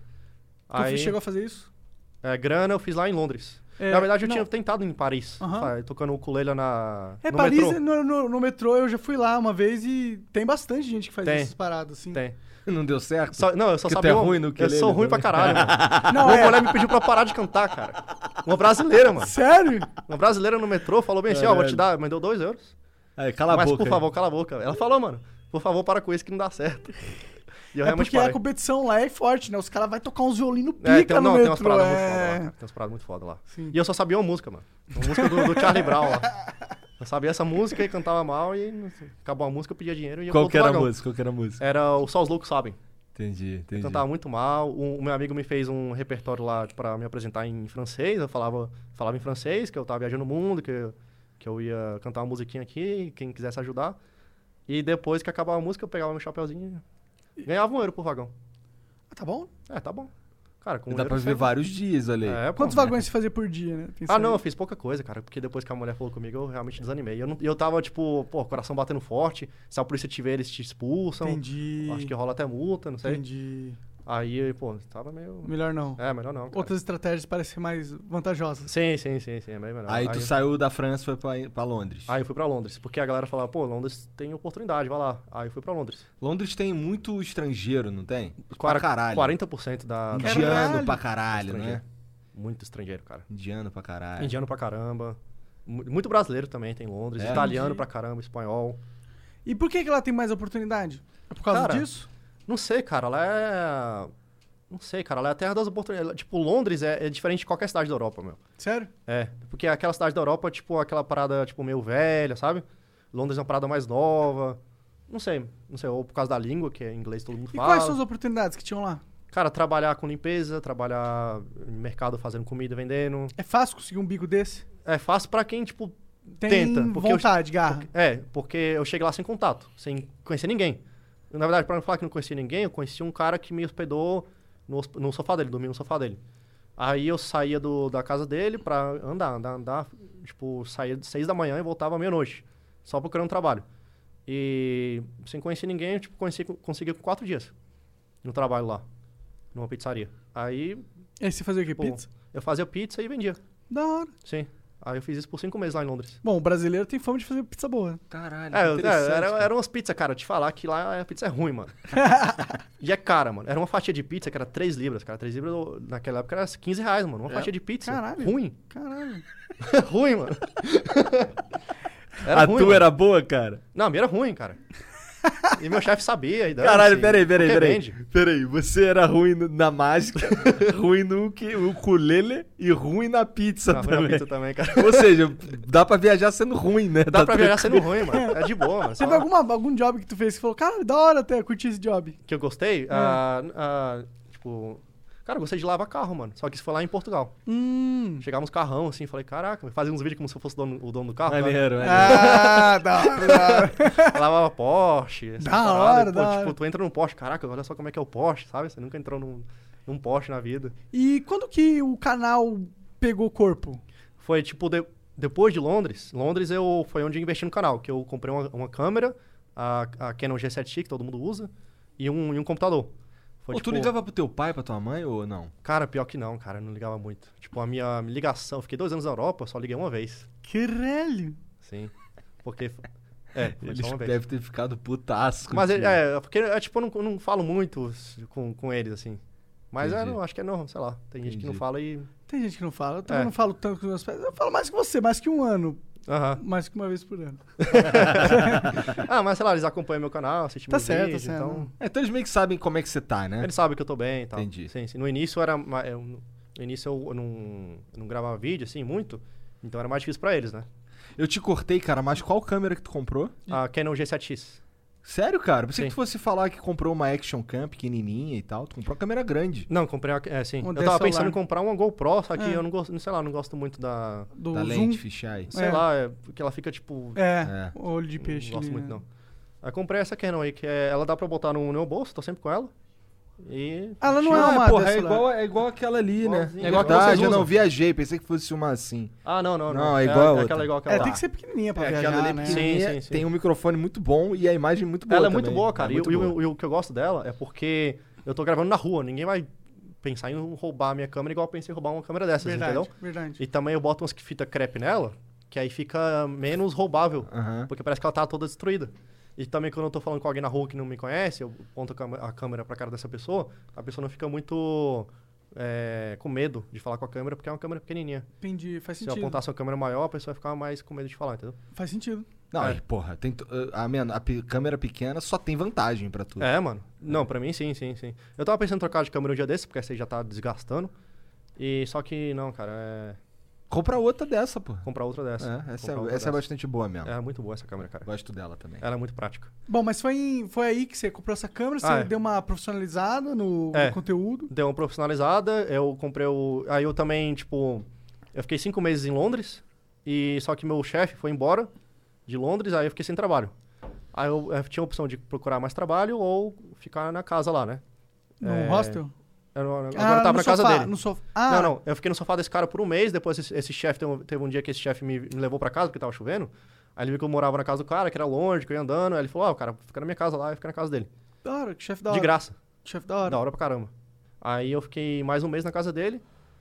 Tu chegou a fazer isso? Grana eu fiz lá em Londres. Na verdade, eu tinha tentado em Paris, tocando o ukulele no Paris, metrô. No metrô eu já fui lá uma vez e tem bastante gente que faz essas paradas, assim. Tem. Não deu certo? Eu só Porque sabia... tu é ruim no ukulele eu sou ruim pra também. caralho, mano. Uma mulher me pediu pra parar de cantar, cara. Uma brasileira, mano. Sério? Uma brasileira no metrô falou bem assim, vou te dar... Me deu 2 euros. Aí, cala a Mas, boca. por favor, cala a boca. Ela falou, mano, por favor, para com isso que não dá certo. E eu realmente porque parei. a competição lá é forte, né? Os caras vão tocar uns violinos pica tem no metrô. umas paradas muito foda lá, cara. Tem umas paradas muito foda lá. Sim. E eu só sabia uma música, mano. Uma música do Charlie Brown lá. Eu sabia essa música e cantava mal e acabou a música, eu pedia dinheiro e ia Qual pro que era a vagão. música? Qual que era a música? Era o Só os Loucos Sabem. Entendi. Eu cantava muito mal. O meu amigo me fez um repertório lá pra me apresentar em francês. Eu falava em francês, que eu tava viajando no mundo, que eu ia cantar uma musiquinha aqui, quem quisesse ajudar. E depois que acabava a música, eu pegava meu chapeuzinho e ganhava 1 euro por vagão. Tá bom? Tá bom. Cara, com 1 Dá euro pra viver vários dias ali. Quantos vagões você fazia por dia, né? Não, eu fiz pouca coisa, cara. Porque depois que a mulher falou comigo, eu realmente desanimei. Eu tava, tipo, coração batendo forte. Se a polícia te ver, eles te expulsam. Entendi. Acho que rola até multa, não sei. Entendi. Aí, tava meio... Melhor não. Melhor não, cara. Outras estratégias parecem mais vantajosas. Sim, é bem melhor. Aí tu saiu da França e foi pra Londres. Aí eu fui pra Londres, porque a galera falava, Londres tem oportunidade, vai lá. Aí eu fui pra Londres. Londres tem muito estrangeiro, não tem? Pra caralho. 40% da... Indiano pra caralho, estrangeiro. né? Muito estrangeiro, cara. Indiano pra caralho. Indiano pra caramba. Muito brasileiro também tem em Londres. Italiano pra caramba, espanhol. E por que ela tem mais oportunidade? É por causa disso? Não sei, cara. Ela é... Não sei, cara. Ela é a terra das oportunidades. Tipo, Londres é diferente de qualquer cidade da Europa, meu. Sério? Porque aquela cidade da Europa, tipo, aquela parada, tipo, meio velha, sabe? Londres é uma parada mais nova. Não sei. Ou por causa da língua, que é inglês todo mundo fala. E quais são as oportunidades que tinham lá? Cara, trabalhar com limpeza, trabalhar em mercado fazendo comida, vendendo. É fácil conseguir um bico desse? É fácil pra quem, tipo, Tem tenta. Porque vontade, garra. Porque eu cheguei lá sem contato, sem conhecer ninguém. Na verdade, pra não falar que não conhecia ninguém, eu conheci um cara que me hospedou no sofá dele, dormia no sofá dele. Aí eu saía da casa dele pra andar tipo, saía de 6 da manhã e voltava meia-noite. Só procurando trabalho. E sem conhecer ninguém, tipo, consegui com 4 dias no trabalho lá, numa pizzaria. Aí, E aí você fazia o quê? pô, Pizza? eu fazia pizza e vendia. Da hora. Sim. Aí eu fiz isso por 5 meses lá em Londres. Bom, o brasileiro tem fama de fazer pizza boa. Caralho, Eram umas pizzas, cara. Te falar que lá a pizza é ruim, mano. E é cara, mano. Era uma fatia de pizza que era 3 libras, cara. 3 libras naquela época era 15 reais, mano. Uma fatia de pizza. Caralho. Ruim. Caralho. Ruim, mano. A ruim, tua mano. era boa, cara? Não, a minha era ruim, cara. E meu chefe sabia. E Caralho, assim, peraí. vende. Peraí, você era ruim na mágica, ruim no ukulele e ruim na pizza Não, ruim também. na pizza também, cara. Ou seja, dá pra viajar sendo ruim, né? Dá Tá pra viajar sendo ruim, mano. É de boa, mano. Teve Só algum job que tu fez que falou, cara, da hora até, curti esse job. que eu gostei, tipo... Cara, eu gostei de lavar carro, mano. Só que isso foi lá em Portugal. Chegava uns carrão, assim, falei, caraca, fazia uns vídeos como se eu fosse o dono do carro. Maneiro, maneiro. Ah, da hora, da hora. Lavava Porsche, essas Da paradas. hora, Pô, da tipo, hora. tu entra num Porsche, caraca, olha só como é que é o Porsche, sabe? Você nunca entrou num Porsche na vida. E quando que o canal pegou corpo? Foi, tipo, depois de Londres. Foi onde eu investi no canal, que eu comprei uma câmera, a Canon G7X, que todo mundo usa, e um computador. Foi, Pô, tu tipo, ligava pro teu pai, pra tua mãe ou não? Cara, pior que não, cara, eu não ligava muito. Tipo, a minha ligação, eu fiquei 2 anos na Europa, eu só liguei uma vez. Caralho. Sim. Porque... foi Eles só uma vez. devem ter ficado putaço Mas, contigo. porque, tipo, eu não falo muito com eles, assim. Mas Entendi. acho que é normal, sei lá. Tem gente que não Entendi. fala e... Tem gente que não fala. Eu também É. não falo tanto com os meus pais. Eu falo mais que você, mais que um ano. Aham. Mais que uma vez por ano. Mas sei lá, eles acompanham meu canal, assistem Tá meus certo, vídeos, tá certo. então... Então eles meio que sabem como é que você tá, né? Eles sabem que eu tô bem e tal. Entendi. Sim, sim. No início eu não gravava vídeo, assim, muito. Então era mais difícil pra eles, né? Eu te cortei, cara, mas qual câmera que tu comprou? A Canon G7X. Sério, cara? Pensei Sim. que tu fosse falar que comprou uma Action Cam pequenininha e tal. Tu comprou uma câmera grande. Não, comprei sim. Um Eu tava DSLR. pensando em comprar uma GoPro, só que É. eu não gosto, sei lá, não gosto muito da... Do Da Zoom. lente fisheye. Sei É. lá, porque ela fica, tipo... É, olho de peixe. Não gosto ali, muito, né? não. Aí comprei essa Canon aí, que ela dá pra botar no meu bolso, tô sempre com ela. E... Ela não é Ah, uma porra, DSLR. é igual aquela ali, né? Igualzinho. É Igual a que verdade, vocês eu não usam. viajei, pensei que fosse uma assim. Ah, não. Não, é igual a outra. aquela igual aquela É, lá. tem que ser pequenininha pra aquela viajar, ali né? pequenininha, Sim, sim. tem um microfone muito bom e a imagem muito boa Ela é também. muito boa, cara. É muito E boa. o que eu gosto dela é porque eu tô gravando na rua. Ninguém vai pensar em roubar a minha câmera igual eu pensei em roubar uma câmera dessas, Verdade, entendeu? verdade. E também eu boto umas fita crepe nela, que aí fica menos roubável. Aham. Porque parece que ela tá toda destruída. E também quando eu tô falando com alguém na rua que não me conhece, eu aponto a câmera pra cara dessa pessoa, a pessoa não fica muito com medo de falar com a câmera, porque é uma câmera pequenininha. Entendi, faz Se eu sentido. apontasse uma câmera maior, a pessoa vai ficar mais com medo de falar, entendeu? Faz sentido. Não, É. e, porra, tem câmera pequena só tem vantagem pra tudo. É, mano. Não, pra mim sim. Eu tava pensando em trocar de câmera um dia desse, porque essa aí já tá desgastando. E só que não, cara, Compra outra dessa, pô. comprar outra dessa. É, Comprar essa é outra dessa. bastante boa mesmo. É muito boa essa câmera, cara. Gosto dela também. Ela é muito prática. Bom, mas foi aí que você comprou essa câmera, você Ah, é. deu uma profissionalizada no É. conteúdo. Deu uma profissionalizada, eu comprei o... Aí eu também, tipo... Eu fiquei 5 meses em Londres, e só que meu chefe foi embora de Londres, aí eu fiquei sem trabalho. Aí eu tinha a opção de procurar mais trabalho ou ficar na casa lá, né? No hostel? Agora eu tava no na casa sofá, dele. No sofá. Ah, Não. Eu fiquei no sofá desse cara por um mês, depois esse chefe... Teve um dia que esse chefe me levou pra casa, porque tava chovendo. Aí ele viu que eu morava na casa do cara, que era longe, que eu ia andando. Aí ele falou, o cara fica na minha casa lá, eu fiquei na casa dele. Da hora, que chefe da hora. De graça. Chefe da hora. Da hora pra caramba. Aí eu fiquei mais um mês na casa dele.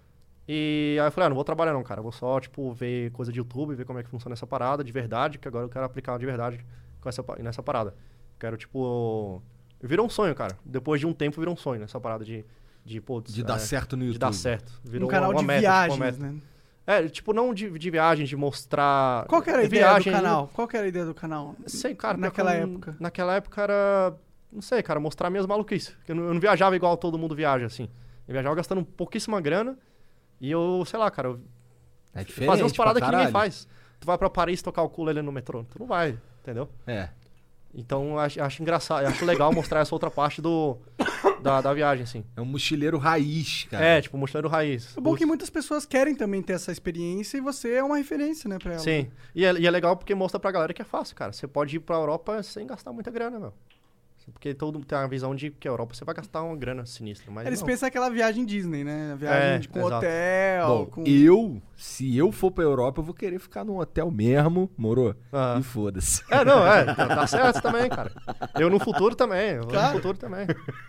E aí eu falei, não vou trabalhar não, cara. Eu vou só, tipo, ver coisa de YouTube, ver como é que funciona essa parada de verdade, que agora eu quero aplicar de verdade nessa parada. Quero, tipo... Virou um sonho, cara. Depois de um tempo virou um sonho nessa parada de Dar certo no YouTube. De dar certo. Virou Um canal uma de meta, viagens, uma meta. né? Tipo, não de viagem, de mostrar... Qual que era a ideia viagem, do canal? Qual que era a ideia do canal? Sei, cara. Naquela pior que eu época. Naquela época era... Não sei, cara, mostrar minhas maluquices. Porque eu não viajava igual todo mundo viaja, assim. Eu viajava gastando pouquíssima grana. E eu, sei lá, cara, eu É diferente fazia umas paradas pra que ninguém caralho. faz. Tu vai pra Paris tocar o ukulele no metrô. Tu não vai, entendeu? É. Então eu acho engraçado, eu acho legal mostrar essa outra parte da viagem, assim. É um mochileiro raiz, cara. Tipo, mochileiro raiz. É bom que muitas pessoas querem também ter essa experiência e você é uma referência, né, pra elas. Sim. E é legal porque mostra pra galera que é fácil, cara. Você pode ir pra Europa sem gastar muita grana, meu. Porque todo mundo tem a visão de que a Europa você vai gastar uma grana sinistra. Mas Eles não. pensam aquela viagem Disney, né? A viagem com exato. hotel, Bom, com... se eu for pra Europa, eu vou querer ficar num hotel mesmo, moro? Aham. E foda-se. Tá certo também, cara. Eu no futuro também. Claro. No futuro também.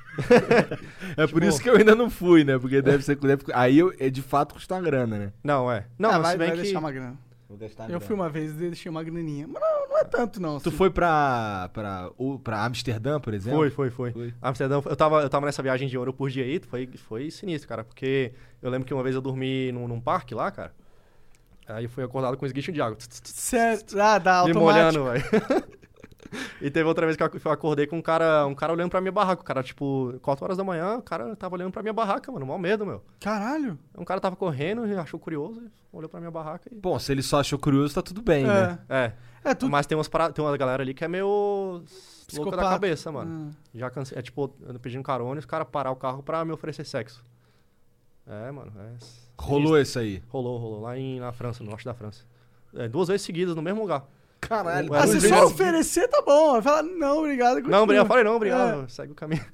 É por isso que eu ainda não fui, né? Porque deve ser. Aí de fato custa uma grana, né? Não, Não, mas vai, se bem vai que... deixar uma grana. Vou gastar Eu fui uma vez e deixei uma graninha. Mas não é tanto, não. Tu assim. foi pra Amsterdã, por exemplo? Foi. Amsterdã, eu tava nessa viagem de ouro por dia aí, foi sinistro, cara. Porque eu lembro que uma vez eu dormi num parque lá, cara. Aí eu fui acordado com esguicho de água. Sério? Ah, dá Me automático. molhando, velho. E teve outra vez que eu acordei com um cara olhando pra minha barraca. O cara, tipo, 4 horas da manhã, o cara tava olhando pra minha barraca, mano. Mal medo, meu. Caralho. Um cara tava correndo e achou curioso, olhou pra minha barraca e... Bom, se ele só achou curioso, tá tudo bem, né? Tu... Mas tem uma galera ali que é meio louca Psicopata. da cabeça, mano. Já cansei. É tipo, eu pedindo carona e os caras parar o carro pra me oferecer sexo. Mano. Rolou isso aí. Rolou. Lá na França, no norte da França. 2 vezes seguidas no mesmo lugar. Caralho. Ah, se só oferecer, tá bom. Vai falar, não, obrigado. Não, obrigado. Eu falei, não, É. obrigado. Segue o caminho.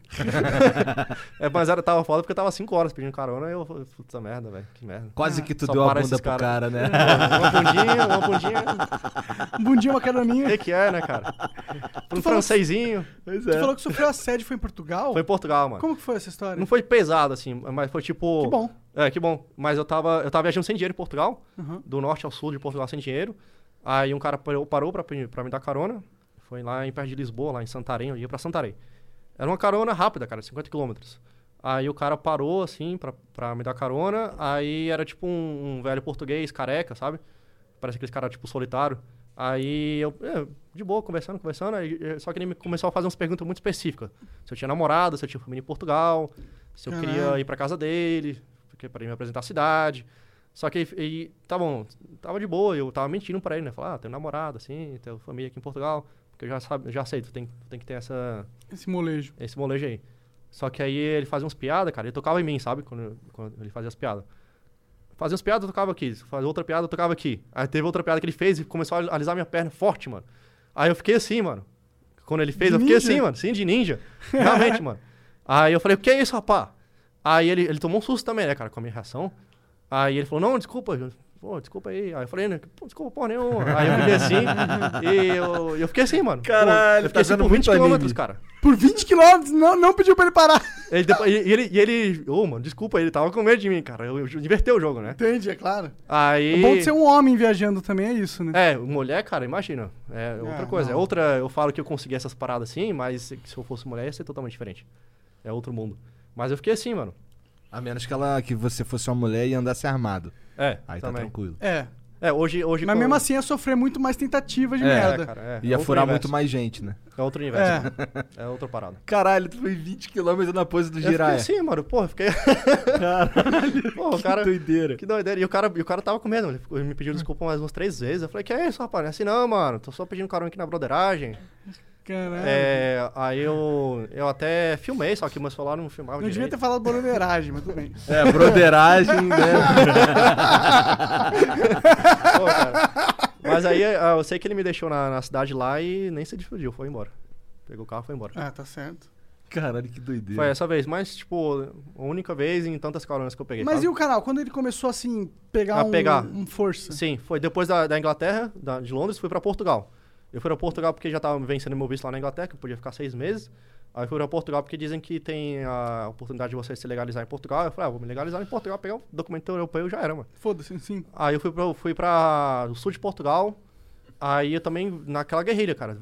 Mas tava foda porque eu tava 5 horas pedindo carona e eu falei, puta merda, velho. Que merda. Quase que tu Só deu a para bunda esses pro cara. cara, né? Uma bundinha. Um bundinho, uma caroninha. O que é, né, cara? Um francesinho. Pois Tu falou que sofreu assédio, foi em Portugal? Foi em Portugal, mano. Como que foi essa história? Não foi pesado, assim, mas foi tipo... Que bom. Que bom. Mas eu tava viajando sem dinheiro em Portugal, Uhum. do norte ao sul de Portugal sem dinheiro. Aí um cara parou pra me dar carona. Foi lá em perto de Lisboa, lá em Santarém, eu ia pra Santarém. Era uma carona rápida, cara, 50 km. Aí o cara parou, assim, pra me dar carona. Aí era tipo um velho português, careca, sabe? Parece aqueles caras, tipo, solitário. Aí eu, de boa, conversando. Aí, só que ele começou a fazer umas perguntas muito específicas. Se eu tinha namorado, se eu tinha família em Portugal, se eu queria ir pra casa dele, pra ir me apresentar a cidade. Só que, tá bom, tava de boa, eu tava mentindo pra ele, né? Falar, tenho namorado, assim, tenho família aqui em Portugal. Porque eu já sei, tu tem que ter Esse molejo. esse molejo aí. Só que aí ele fazia uns piadas, cara, ele tocava em mim, sabe? Quando ele fazia as piadas. Fazia umas piadas, eu tocava aqui. Fazia outra piada, eu tocava aqui. Aí teve outra piada que ele fez e começou a alisar minha perna forte, mano. Aí eu fiquei assim, mano. Quando ele fez, De eu fiquei ninja? assim, mano. Sim, de ninja. Realmente, mano. Aí eu falei, o que é isso, rapá? Aí ele tomou um susto também, né, cara, com a minha reação. Aí ele falou, não, desculpa. Pô, desculpa aí. Aí eu falei, pô, desculpa porra nenhuma. Aí eu fiquei assim e eu fiquei assim, mano. Caralho, eu fiquei assim tá por vendo 20 muito km, anime. cara. Por 20 quilômetros, não pediu pra ele parar. Ele mano, desculpa, ele tava com medo de mim, cara. Eu invertei o jogo, né? Entendi, é claro. Aí... É bom de ser um homem viajando também, é isso, né? Mulher, cara, imagina. É outra coisa. não. Eu falo que eu consegui essas paradas assim, mas se eu fosse mulher ia ser totalmente diferente. É outro mundo. Mas eu fiquei assim, mano. A menos que você fosse uma mulher e andasse armado. Aí tá também. tranquilo. Hoje Mas mesmo assim é sofrer muito mais tentativa de É, merda. cara, Ia outro furar universo. muito mais gente, né? É outro universo. É outra parada. Caralho, tu foi 20 km na pose do Eu fiquei Jiraiya. assim, mano. Porra, fiquei... Caralho, Pô, o cara... que doideira. Que doideira. E o cara tava com medo. Ele me pediu desculpa mais umas 3 vezes. Eu falei, que é isso, rapaz? Não é assim não, mano. Tô só pedindo carona aqui na broderagem. Caralho. Aí eu até filmei, só que o meu celular não filmava Não devia direito. ter falado broderagem, mas tudo bem. Broderagem, né? Pô, cara. Mas aí eu sei que ele me deixou na cidade lá e nem se despediu, foi embora. Pegou o carro e foi embora. Tá certo. Caralho, que doideira. Foi essa vez, mas tipo, a única vez em tantas caronas que eu peguei. Mas sabe? e o canal? Quando ele começou, assim, A pegar. um força? Sim, foi depois da Inglaterra, de Londres, fui pra Portugal. Eu fui pra Portugal porque já tava vencendo meu visto lá na Inglaterra, que eu podia ficar 6 meses. Aí fui pra Portugal porque dizem que tem a oportunidade de você se legalizar em Portugal. Eu falei, vou me legalizar em Portugal, pegar um documento europeu já era, mano. Foda-se, sim. Aí eu fui pra o sul de Portugal. Aí eu também, naquela guerrilha, cara,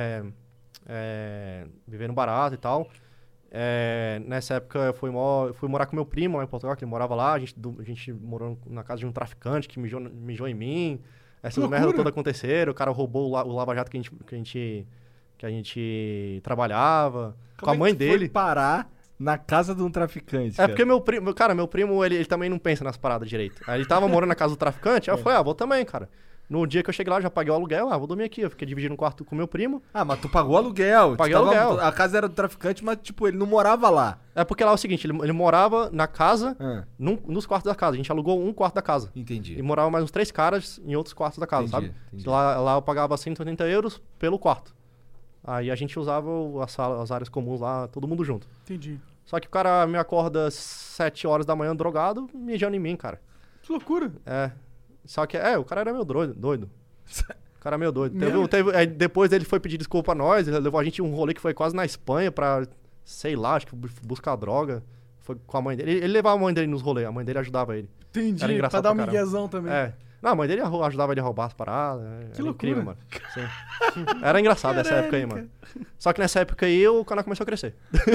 vivendo barato e tal. Nessa época eu fui morar com meu primo lá em Portugal, que ele morava lá. A gente morou na casa de um traficante que mijou em mim. Essas merdas todas aconteceram. O cara roubou o Lava Jato que a gente trabalhava. Com a mãe dele. Foi parar na casa de um traficante. Porque meu primo, ele também não pensa nas paradas direito. Aí ele tava morando na casa do traficante, aí eu falei, vou também, cara. No dia que eu cheguei lá, eu já paguei o aluguel, vou dormir aqui. Eu fiquei dividindo um quarto com meu primo. Mas tu pagou aluguel. Paguei aluguel. A casa era do traficante, mas, tipo, ele não morava lá. É porque lá é o seguinte, ele morava na casa, nos quartos da casa. A gente alugou um quarto da casa. Entendi. E morava mais uns 3 caras em outros quartos da casa, Entendi, sabe? entendi. Lá eu pagava 180 euros pelo quarto. Aí a gente usava as áreas comuns lá, todo mundo junto. Entendi. Só que o cara me acorda 7 horas da manhã, drogado, mijando em mim, cara. Que loucura. Só que, o cara era meio doido. O cara é meio doido. Mesmo? Aí depois ele foi pedir desculpa a nós, ele levou a gente um rolê que foi quase na Espanha pra, sei lá, acho que buscar droga. Foi com a mãe dele. Ele levava a mãe dele nos rolês, a mãe dele ajudava ele. Entendi. Era Pra engraçado dar um pra caramba. miguezão também. Não, a mãe dele ajudava ele a roubar as paradas. Que Era loucura. incrível, mano. Sim. Era engraçado essa época aí, mano. Só que nessa época aí o canal começou a crescer.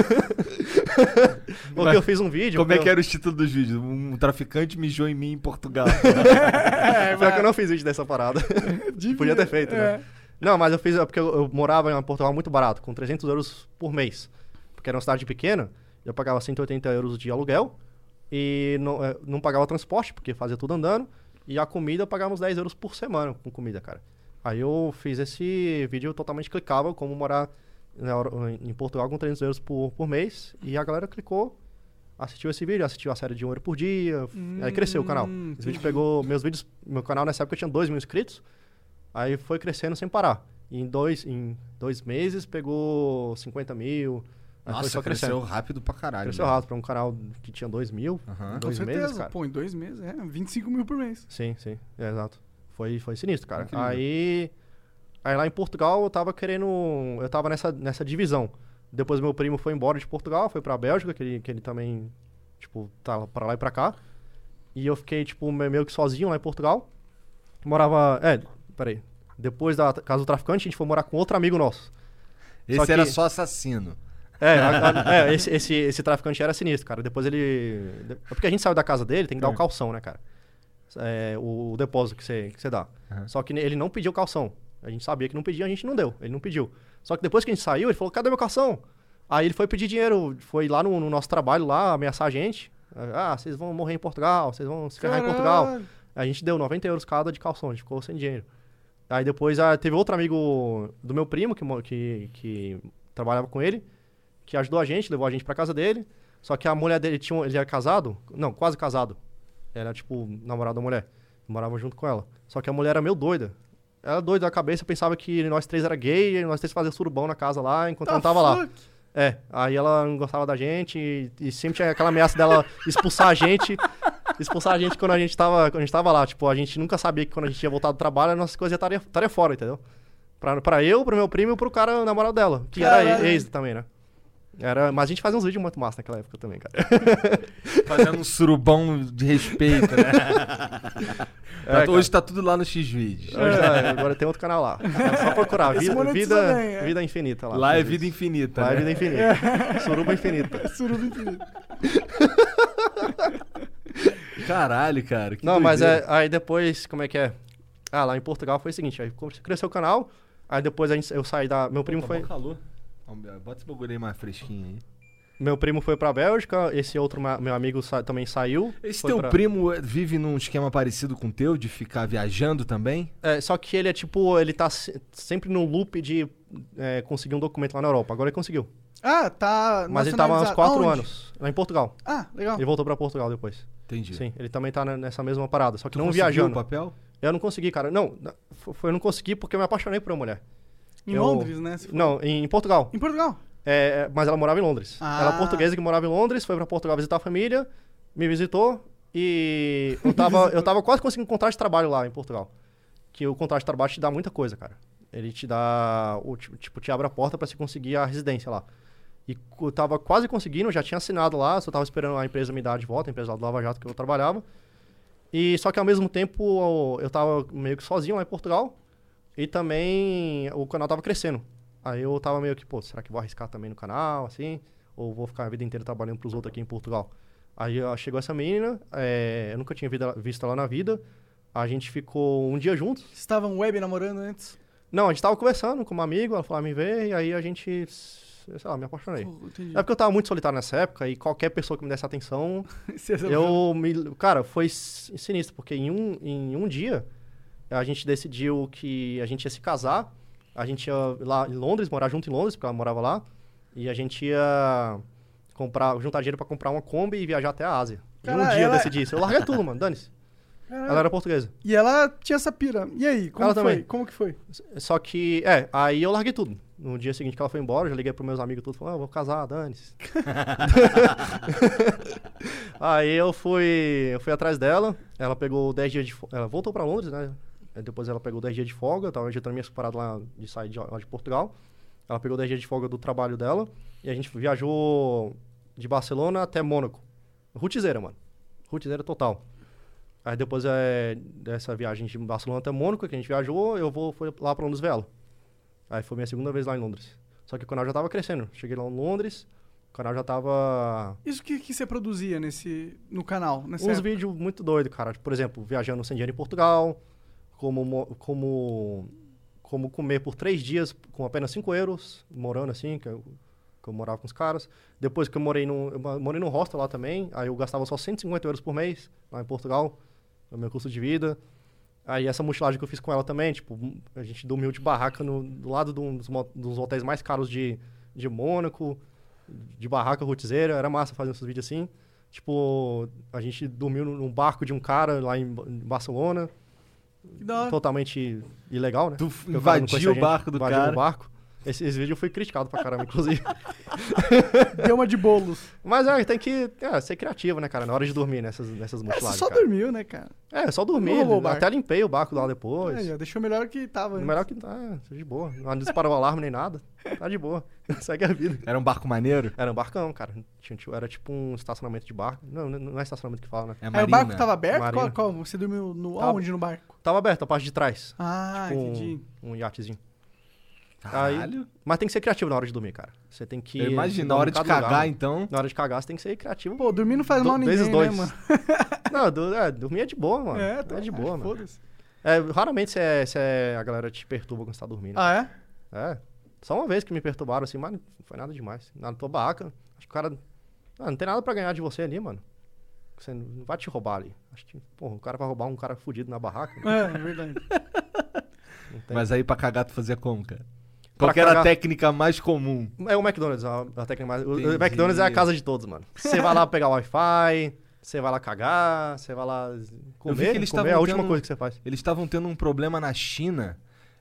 Porque eu fiz um vídeo. Como é que era os títulos dos vídeos? Um traficante mijou em mim em Portugal. Pior que eu não fiz vídeo dessa parada. Podia ter feito, né? Não, mas eu fiz porque eu morava em Portugal muito barato, com 300 euros por mês. Porque era uma cidade pequena, eu pagava 180 euros de aluguel e não pagava transporte, porque fazia tudo andando. E a comida eu pagava uns 10 euros por semana com comida, cara. Aí eu fiz esse vídeo totalmente clicável, como morar em Portugal com 300 euros por mês. E a galera clicou, assistiu esse vídeo, assistiu a série de 1 euro por dia. Aí cresceu o canal. Esse vídeo pegou meu canal nessa época tinha 2 mil inscritos. Aí foi crescendo sem parar. E em dois meses pegou 50 mil. Aí foi Nossa, só cresceu crescendo. rápido pra caralho. Cresceu né? rápido pra um canal que tinha 2 mil. Aham. Em Com 2 certeza. meses, cara. Pô, em 2 meses, 25 mil por mês. Sim, exato. Foi sinistro, cara. Incrível. Aí lá em Portugal eu tava querendo. Eu tava nessa divisão. Depois meu primo foi embora de Portugal, foi pra Bélgica, que ele também, tipo, tá pra lá e pra cá. E eu fiquei, tipo, meio que sozinho lá em Portugal. Morava. Peraí. Depois da casa do traficante, a gente foi morar com outro amigo nosso. Esse Só era que- só assassino. Esse traficante era sinistro, cara. Depois ele. Porque a gente saiu da casa dele, tem que dar o calção, né, cara? O depósito que você dá. Uhum. Só que ele não pediu calção. A gente sabia que não pedia, a gente não deu. Ele não pediu. Só que depois que a gente saiu, ele falou: cadê meu calção? Aí ele foi pedir dinheiro, foi lá no nosso trabalho lá, ameaçar a gente. Vocês vão morrer em Portugal, vocês vão se ferrar em Portugal. Caralho. A gente deu 90 euros cada de calção, a gente ficou sem dinheiro. Aí depois teve outro amigo do meu primo que trabalhava com ele, que ajudou a gente, levou a gente pra casa dele. Só que a mulher dele ele era casado, não, quase casado. Era tipo namorado da mulher, morava junto com ela. Só que a mulher era meio doida. Ela doida da cabeça, pensava que nós três era gay, e nós três fazíamos surubão na casa lá, enquanto ela não tava lá. Aí ela não gostava da gente e sempre tinha aquela ameaça dela expulsar a gente. Expulsar a gente quando a gente tava lá. Tipo, a gente nunca sabia que quando a gente ia voltar do trabalho, a nossa coisa ia estar fora, entendeu? Pra eu, pro meu primo e pro cara, o namorado dela. Que Caralho. era ex também, né? Mas a gente fazia uns vídeos muito massa naquela época também, cara. Fazendo um surubão de respeito, né? Hoje tá tudo lá no X-Vídeos. Agora tem outro canal lá. É só procurar. Esse monetiza bem, é. Vida Infinita lá. Lá é vida infinita. Lá é né? vida infinita. Suruba infinita. Suruba infinito. Caralho, cara. Que Não, mas doideira. aí depois, como é que é? Lá em Portugal foi o seguinte, aí cresceu o canal, aí depois eu saí da... Meu primo Tá foi... bom calor. Bota esse bagulho aí mais fresquinho aí. Meu primo foi pra Bélgica, esse outro meu amigo também saiu. Esse foi teu pra- primo vive num esquema parecido com o teu, de ficar viajando também? Só que ele é tipo, ele tá sempre no loop de conseguir um documento lá na Europa. Agora ele conseguiu. Tá. Mas ele tava há uns 4 Aonde? anos, lá em Portugal. Legal. Ele voltou pra Portugal depois. Entendi. Sim, ele também tá nessa mesma parada, só que Tu não conseguiu viajando. o papel? Eu não consegui, cara. Não, eu não consegui porque eu me apaixonei por uma mulher. Em Londres, né? Você falou. Não, em Portugal. Em Portugal. Mas ela morava em Londres. Ah. Ela é portuguesa que morava em Londres, foi pra Portugal visitar a família, me visitou e eu tava quase conseguindo um contrato de trabalho lá em Portugal. Que o contrato de trabalho te dá muita coisa, cara. Ele te dá, te abre a porta pra você conseguir a residência lá. E eu tava quase conseguindo, já tinha assinado lá, só tava esperando a empresa me dar de volta, a empresa lá do Lava Jato que eu trabalhava. E só que ao mesmo tempo eu tava meio que sozinho lá em Portugal e também o canal tava crescendo. Aí eu tava meio que, será que vou arriscar também no canal, assim? Ou vou ficar a vida inteira trabalhando pros outros aqui em Portugal? Aí chegou essa menina, eu nunca tinha visto ela na vida. A gente ficou um dia juntos. Vocês estavam web namorando antes? Não, a gente tava conversando com uma amiga, ela falou, me ver, e aí a gente, sei lá, me apaixonei. Entendi. É porque eu tava muito solitário nessa época e qualquer pessoa que me desse atenção, Você resolveu. Cara, foi sinistro, porque em um dia a gente decidiu que a gente ia se casar, a gente ia lá em Londres, morar junto em Londres, porque ela morava lá, e a gente ia juntar dinheiro pra comprar uma Kombi e viajar até a Ásia. Em um Cara, dia eu ela- decidi isso. Eu larguei tudo, mano, dane-se. Ela era portuguesa. E ela tinha essa pira. E aí, como Ela foi? também. Como que foi? Só que, aí eu larguei tudo. No dia seguinte que ela foi embora, já liguei pros meus amigos tudo, falei, vou casar, dane-se. Aí eu fui atrás dela, ela pegou 10 dias de folga, ela voltou pra Londres, né? Aí depois ela pegou 10 dias de folga, eu tava agitando minhas paradas lá de sair lá de Portugal. Ela pegou 10 dias de folga do trabalho dela e a gente viajou de Barcelona até Mônaco. Routizeira, mano. Routizeira total. Aí depois dessa viagem de Barcelona até Mônaco, que a gente viajou, fui lá pra Londres ver ela. Aí foi minha segunda vez lá em Londres. Só que o canal já tava crescendo. Cheguei lá em Londres, o canal já tava... Isso que você produzia no canal? Uns vídeos muito doidos, cara. Por exemplo, viajando sem dinheiro em Portugal, como comer por 3 dias com apenas 5 euros, morando assim, que eu morava com os caras. Depois que eu morei num hostel lá também, aí eu gastava só 150 euros por mês, lá em Portugal, no meu custo de vida. Aí essa mochilagem que eu fiz com ela também, tipo, a gente dormiu de barraca do lado dos hotéis mais caros de Mônaco, de barraca routizeira, era massa fazer esses vídeos assim. Tipo, a gente dormiu num barco de um cara lá em Barcelona, totalmente ilegal, né? Tu invadiu o barco do cara. Invadiu o barco. Esse vídeo eu fui criticado pra caramba, inclusive. Deu uma de bolos. Mas tem que ser criativo, né, cara? Na hora de dormir nessas mochilagens, Você só cara. dormiu, né, cara? Só dormi. Não roubou o barco. Até limpei o barco lá depois. Já deixou melhor que tava. Melhor que tá, de boa. Não disparou o alarme nem nada. Tá de boa. Segue a vida. Era um barco maneiro? Era um barcão, cara. Era tipo um estacionamento de barco. Não é estacionamento que fala, né? É Aí marina. o barco tava aberto? Marina. Qual? Você dormiu Tava. aonde no barco? Tava aberto, a parte de trás. Ah, Tipo entendi. um iatezinho. Caralho. Mas tem que ser criativo na hora de dormir, cara. Você tem que... Eu imagino, na hora de cada cagar, lugar, então... Na hora de cagar, você tem que ser criativo. Pô, dormir não faz mal a ninguém, vezes né, 2. mano? Não, dormir é de boa, mano. Tá de boa, mano. Foda-se. Raramente a galera te perturba quando você tá dormindo. Ah, é? É. Só uma vez que me perturbaram assim, mas não foi nada demais. Na tua barraca. Acho que o cara... não tem nada pra ganhar de você ali, mano. Você não vai te roubar ali. Acho que, porra, o cara vai roubar um cara fudido na barraca. É verdade. Não tem. Mas aí pra cagar tu fazia como, cara? Pra Qual que era a cagar- técnica mais comum? É o McDonald's, a técnica mais... O Entendi. McDonald's é a casa de todos, mano. Você vai lá pegar o Wi-Fi, você vai lá cagar, você vai lá Eu vi comer. que eles Comer é a estavam última tendo- coisa que você faz. Eles estavam tendo um problema na China.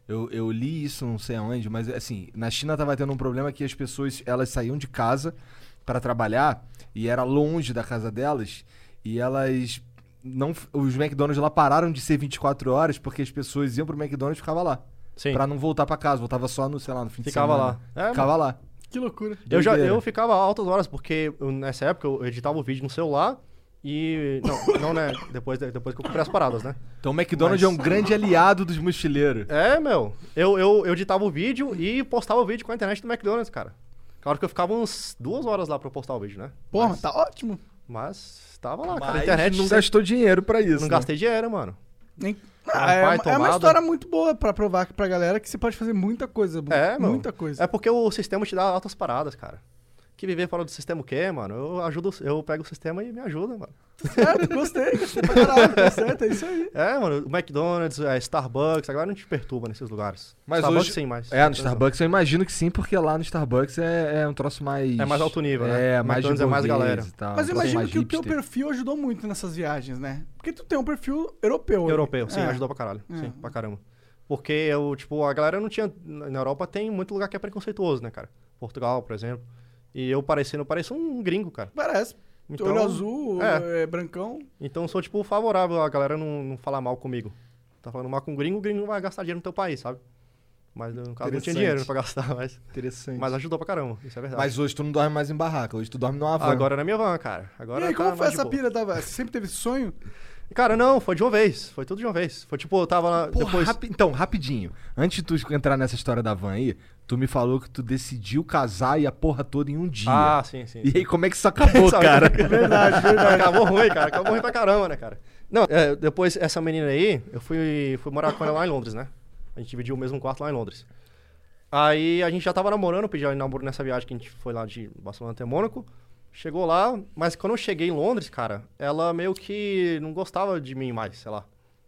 Eu li isso, não sei aonde, mas assim, na China tava tendo um problema que as pessoas, elas saíam de casa para trabalhar e era longe da casa delas e elas não, os McDonald's lá pararam de ser 24 horas porque as pessoas iam pro McDonald's e ficavam lá. Sim. Pra não voltar pra casa, voltava só no, sei lá, no fim Ficava de semana. lá. Ficava lá. Que loucura. Doideira. Eu ficava altas horas, porque nessa época eu editava o vídeo no celular e... Não, né? Depois que eu comprei as paradas, né? Então o McDonald's é um grande aliado dos mochileiros. Meu. Eu editava o vídeo e postava o vídeo com a internet do McDonald's, cara. Claro que eu ficava uns 2 horas lá pra postar o vídeo, né? Porra, Mas- tá ótimo. Mas tava lá, cara. Mas A internet não gastou dinheiro pra isso. não né? gastei dinheiro, mano. Nem... Wi-Fi é uma tomada. história muito boa pra provar pra galera que você pode fazer muita coisa. Meu. Muita coisa. É porque o sistema te dá altas paradas, cara. Que viver fora do sistema o quê, mano? Eu pego o sistema e me ajuda, mano. Certo, gostei pra caralho, tá certo, é isso aí. Mano, o McDonald's, Starbucks, a galera não te perturba nesses lugares. Mas Starbucks hoje- sim, mas... É, no Starbucks eu imagino que sim, porque lá no Starbucks é um troço mais... É mais alto nível, né? É, mais de McDonald's é mais burguês galera. e tal, Mas eu um troço imagino mais que o teu hipster. perfil ajudou muito nessas viagens, né? Porque tu tem um perfil europeu. né? Europeu, sim, É. ajudou pra caralho. É. Sim, pra caramba. Porque a galera não tinha... Na Europa tem muito lugar que é preconceituoso, né, cara? Portugal, por exemplo. E eu pareço um gringo, cara. Parece. Então, Olho azul, é. brancão. Então eu sou, tipo, favorável a galera não falar mal comigo. Tá falando mal com o gringo não vai gastar dinheiro no teu país, sabe? Mas no caso não tinha Interessante. dinheiro pra gastar, Interessante. mas ajudou pra caramba, isso é verdade. Mas hoje tu não dorme mais em barraca, hoje tu dorme numa van. Agora é na minha van, cara. Agora E aí, tá como foi mais de essa boa. pira? Você sempre teve esse sonho? Cara, não, foi de uma vez. Foi tudo de uma vez. Foi tipo, eu tava lá Porra, depois... Então, rapidinho. Antes de tu entrar nessa história da van aí, tu me falou que tu decidiu casar e a porra toda em um dia. Ah, sim, sim. E aí, como é que isso acabou, Sabe? cara? Verdade. Acabou ruim, cara. Acabou ruim pra caramba, né, cara? Não, depois, essa menina aí, eu fui morar com ela lá em Londres, né? A gente dividiu o mesmo quarto lá em Londres. Aí a gente já tava namorando, eu pedi ela em namoro nessa viagem que a gente foi lá de Barcelona até Mônaco. Chegou lá, mas quando eu cheguei em Londres, cara, ela meio que não gostava de mim mais, sei lá.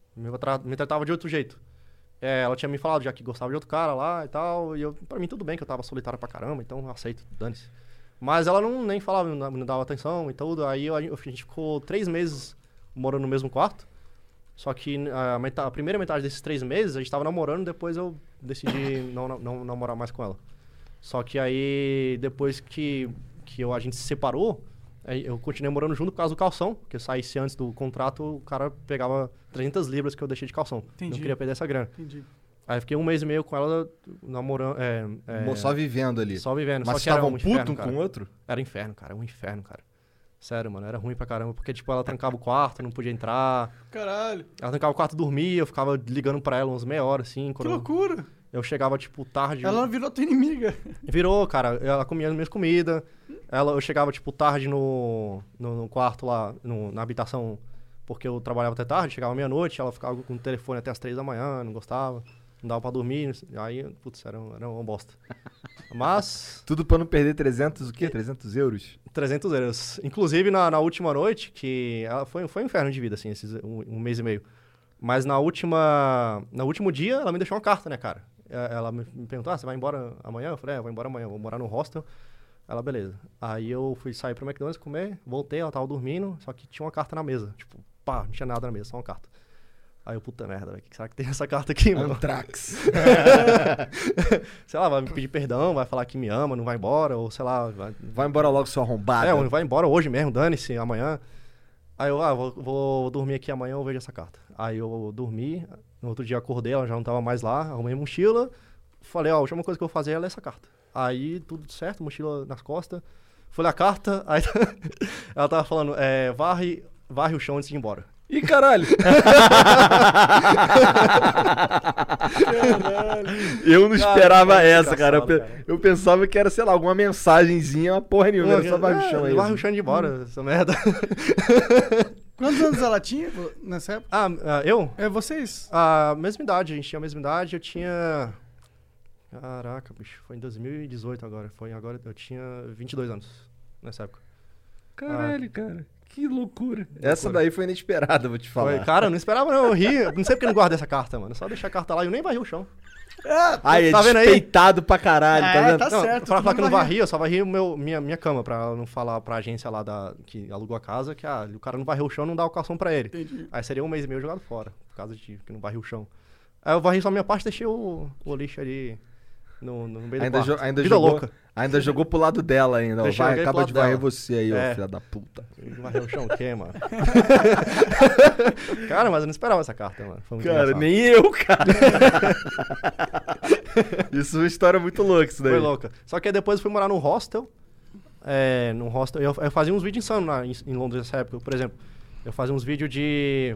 Me tratava de outro jeito. Ela tinha me falado já que gostava de outro cara lá e tal, e pra mim tudo bem que eu tava solitário pra caramba, então eu aceito, dane-se. Mas ela nem falava, não dava atenção e tudo, aí a gente ficou 3 meses morando no mesmo quarto. Só que a primeira metade desses 3 meses, a gente tava namorando, depois eu decidi não namorar mais com ela. Só que aí, depois que a gente se separou, aí eu continuei morando junto por causa do calção, porque eu saísse antes do contrato, o cara pegava 300 libras que eu deixei de calção. Entendi. Não queria perder essa grana. Entendi. Aí eu fiquei 1 mês e meio com ela namorando. Só vivendo ali. Só vivendo. Mas só que era estavam inferno, puto um cara. com o outro? Era inferno, cara. Um inferno, cara. Sério, mano. Era ruim pra caramba. Porque, tipo, ela trancava o quarto, não podia entrar. Caralho. Ela trancava o quarto e dormia. Eu ficava ligando pra ela uns meia hora, assim. Que Quando loucura. eu chegava, tipo, tarde. Ela virou tua inimiga. Virou, cara. Ela comia as minhas comidas. Eu chegava, tipo, tarde no quarto lá, na habitação, porque eu trabalhava até tarde. Chegava meia-noite, ela ficava com o telefone até as 3 da manhã, não gostava. Não dava pra dormir. Aí, putz, era uma bosta. Mas... Tudo pra não perder 300, o quê? 300 euros? 300 euros. Inclusive, na última noite, que ela foi um inferno de vida, assim, esses 1 mês e meio. Mas no último dia, ela me deixou uma carta, né, cara? Ela me perguntou, você vai embora amanhã? Eu falei, eu vou embora amanhã, vou morar no hostel. Ela, beleza. Aí eu fui sair pro McDonald's comer, voltei, ela tava dormindo, só que tinha uma carta na mesa. Tipo, pá, não tinha nada na mesa, só uma carta. Aí eu, puta merda, velho, o que será que tem essa carta aqui, mano? Antrax. Sei lá, vai me pedir perdão, vai falar que me ama, não vai embora, ou sei lá... Vai embora logo, seu arrombado. Vai embora hoje mesmo, dane-se, amanhã. Aí eu, vou dormir aqui amanhã, eu vejo essa carta. Aí eu dormi, no outro dia acordei, ela já não tava mais lá, arrumei a mochila, falei, a última coisa que eu vou fazer é ler essa carta. Aí tudo certo, mochila nas costas, fui ler a carta, aí ela tava falando, varre o chão antes de ir embora. Ih, caralho! Eu não esperava essa, cara. Eu pensava que era, sei lá, alguma mensagenzinha, uma porra nenhuma, era só varre o chão aí. Varre o chão de ir embora, essa merda. Quantos anos ela tinha nessa época? Eu? É vocês? A mesma idade, a gente tinha a mesma idade, eu tinha... Caraca, bicho, foi em 2018 agora. Eu tinha 22 anos nessa época. Caralho, cara. Que loucura. Essa daí foi inesperada, vou te falar. Cara, eu não esperava não, eu ri. Não sei porque eu não guardei essa carta, mano. Só deixei a carta lá e eu nem varri o chão. Ai, tá vendo aí? despeitado pra caralho, tá vendo? Tá Não, certo. pra falar que eu não varri, eu só varri minha cama, pra ela não falar pra agência lá que alugou a casa que o cara não varreu o chão, não dá o calção pra ele. Entendi. Aí seria 1 mês e meio jogado fora, por causa de que não varri o chão. Aí eu varri só a minha parte e deixei o lixo ali no meio do quarto. Ainda jogou pro lado dela ainda. Ó. Vai, acaba de varrer dela. você aí, ó, filha da puta. Varreu o chão o quê, mano? Cara, mas eu não esperava essa carta, mano. Foi muito Cara, engraçado. nem eu, cara. Isso é uma história muito louca, isso daí. Foi louca. Só que aí depois eu fui morar num hostel. Num hostel. Eu fazia uns vídeos insanos em Londres nessa época. Por exemplo, eu fazia uns vídeos de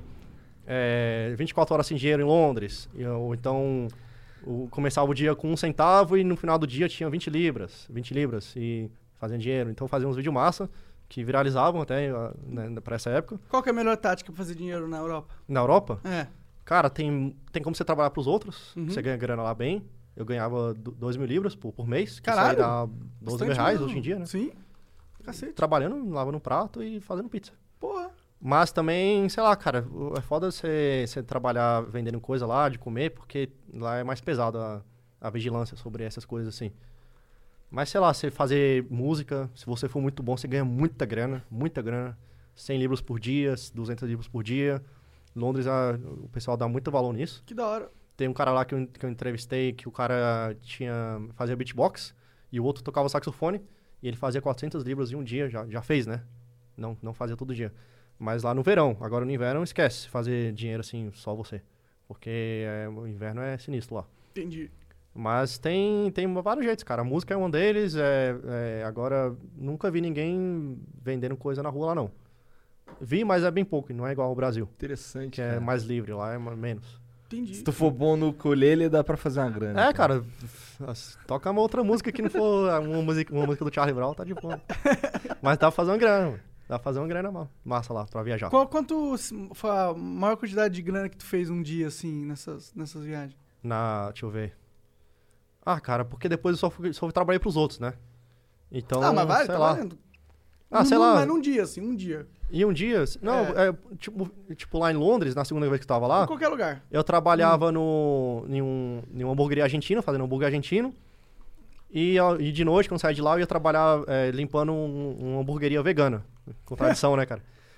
24 horas sem dinheiro em Londres. Ou então, começava o dia com 1 centavo e no final do dia tinha 20 libras e fazendo dinheiro. Então eu fazia uns vídeos massa que viralizavam até pra essa época. Qual que é a melhor tática pra fazer dinheiro na Europa? Na Europa? É. Cara, tem como você trabalhar pros outros. Você ganha grana lá bem. Eu ganhava 2 mil libras por mês. Caralho. Que isso aí dá 12 mil reais hoje em dia, né? Sim. Cacete. Trabalhando, lavando prato e fazendo pizza. Porra. Mas também, sei lá, cara, é foda você trabalhar vendendo coisa lá, de comer, porque lá é mais pesado a vigilância sobre essas coisas assim. Mas, sei lá, você fazer música, se você for muito bom, você ganha muita grana. 100 libras por dia, 200 libras por dia. Londres, o pessoal dá muito valor nisso. Que da hora. Tem um cara lá que eu entrevistei, que o cara fazia beatbox, e o outro tocava saxofone, e ele fazia 400 libras em um dia, já fez, né? Não fazia todo dia. Mas lá no verão, agora no inverno, esquece fazer dinheiro assim, só você. Porque o inverno é sinistro lá. Entendi. Mas tem vários jeitos, cara. A música é um deles. Agora, nunca vi ninguém vendendo coisa na rua lá, não. Vi, mas é bem pouco, não é igual ao Brasil. Interessante, Que é mais livre, lá é menos. Entendi. Se tu for bom no ukulele, dá pra fazer uma grana. Cara, toca uma outra música que não for uma música do Charlie Brown, tá de boa. Mas dá pra fazer uma grana, mano. Dá pra fazer uma grana massa lá, pra viajar. Quanto foi a maior quantidade de grana que tu fez um dia, assim, nessas viagens? Deixa eu ver. Cara, porque depois eu só trabalhei pros outros, né? Então, mas vai, sei tá lá. valendo. Sei lá. Mas num dia, assim, um dia. E um dia... Não, tipo lá em Londres, na segunda vez que eu tava lá... Em qualquer lugar. Eu trabalhava em uma hamburgueria argentina, fazendo hambúrguer argentino. E de noite, quando eu saía de lá, eu ia trabalhar limpando uma hamburgueria vegana. Com tradição, né, cara?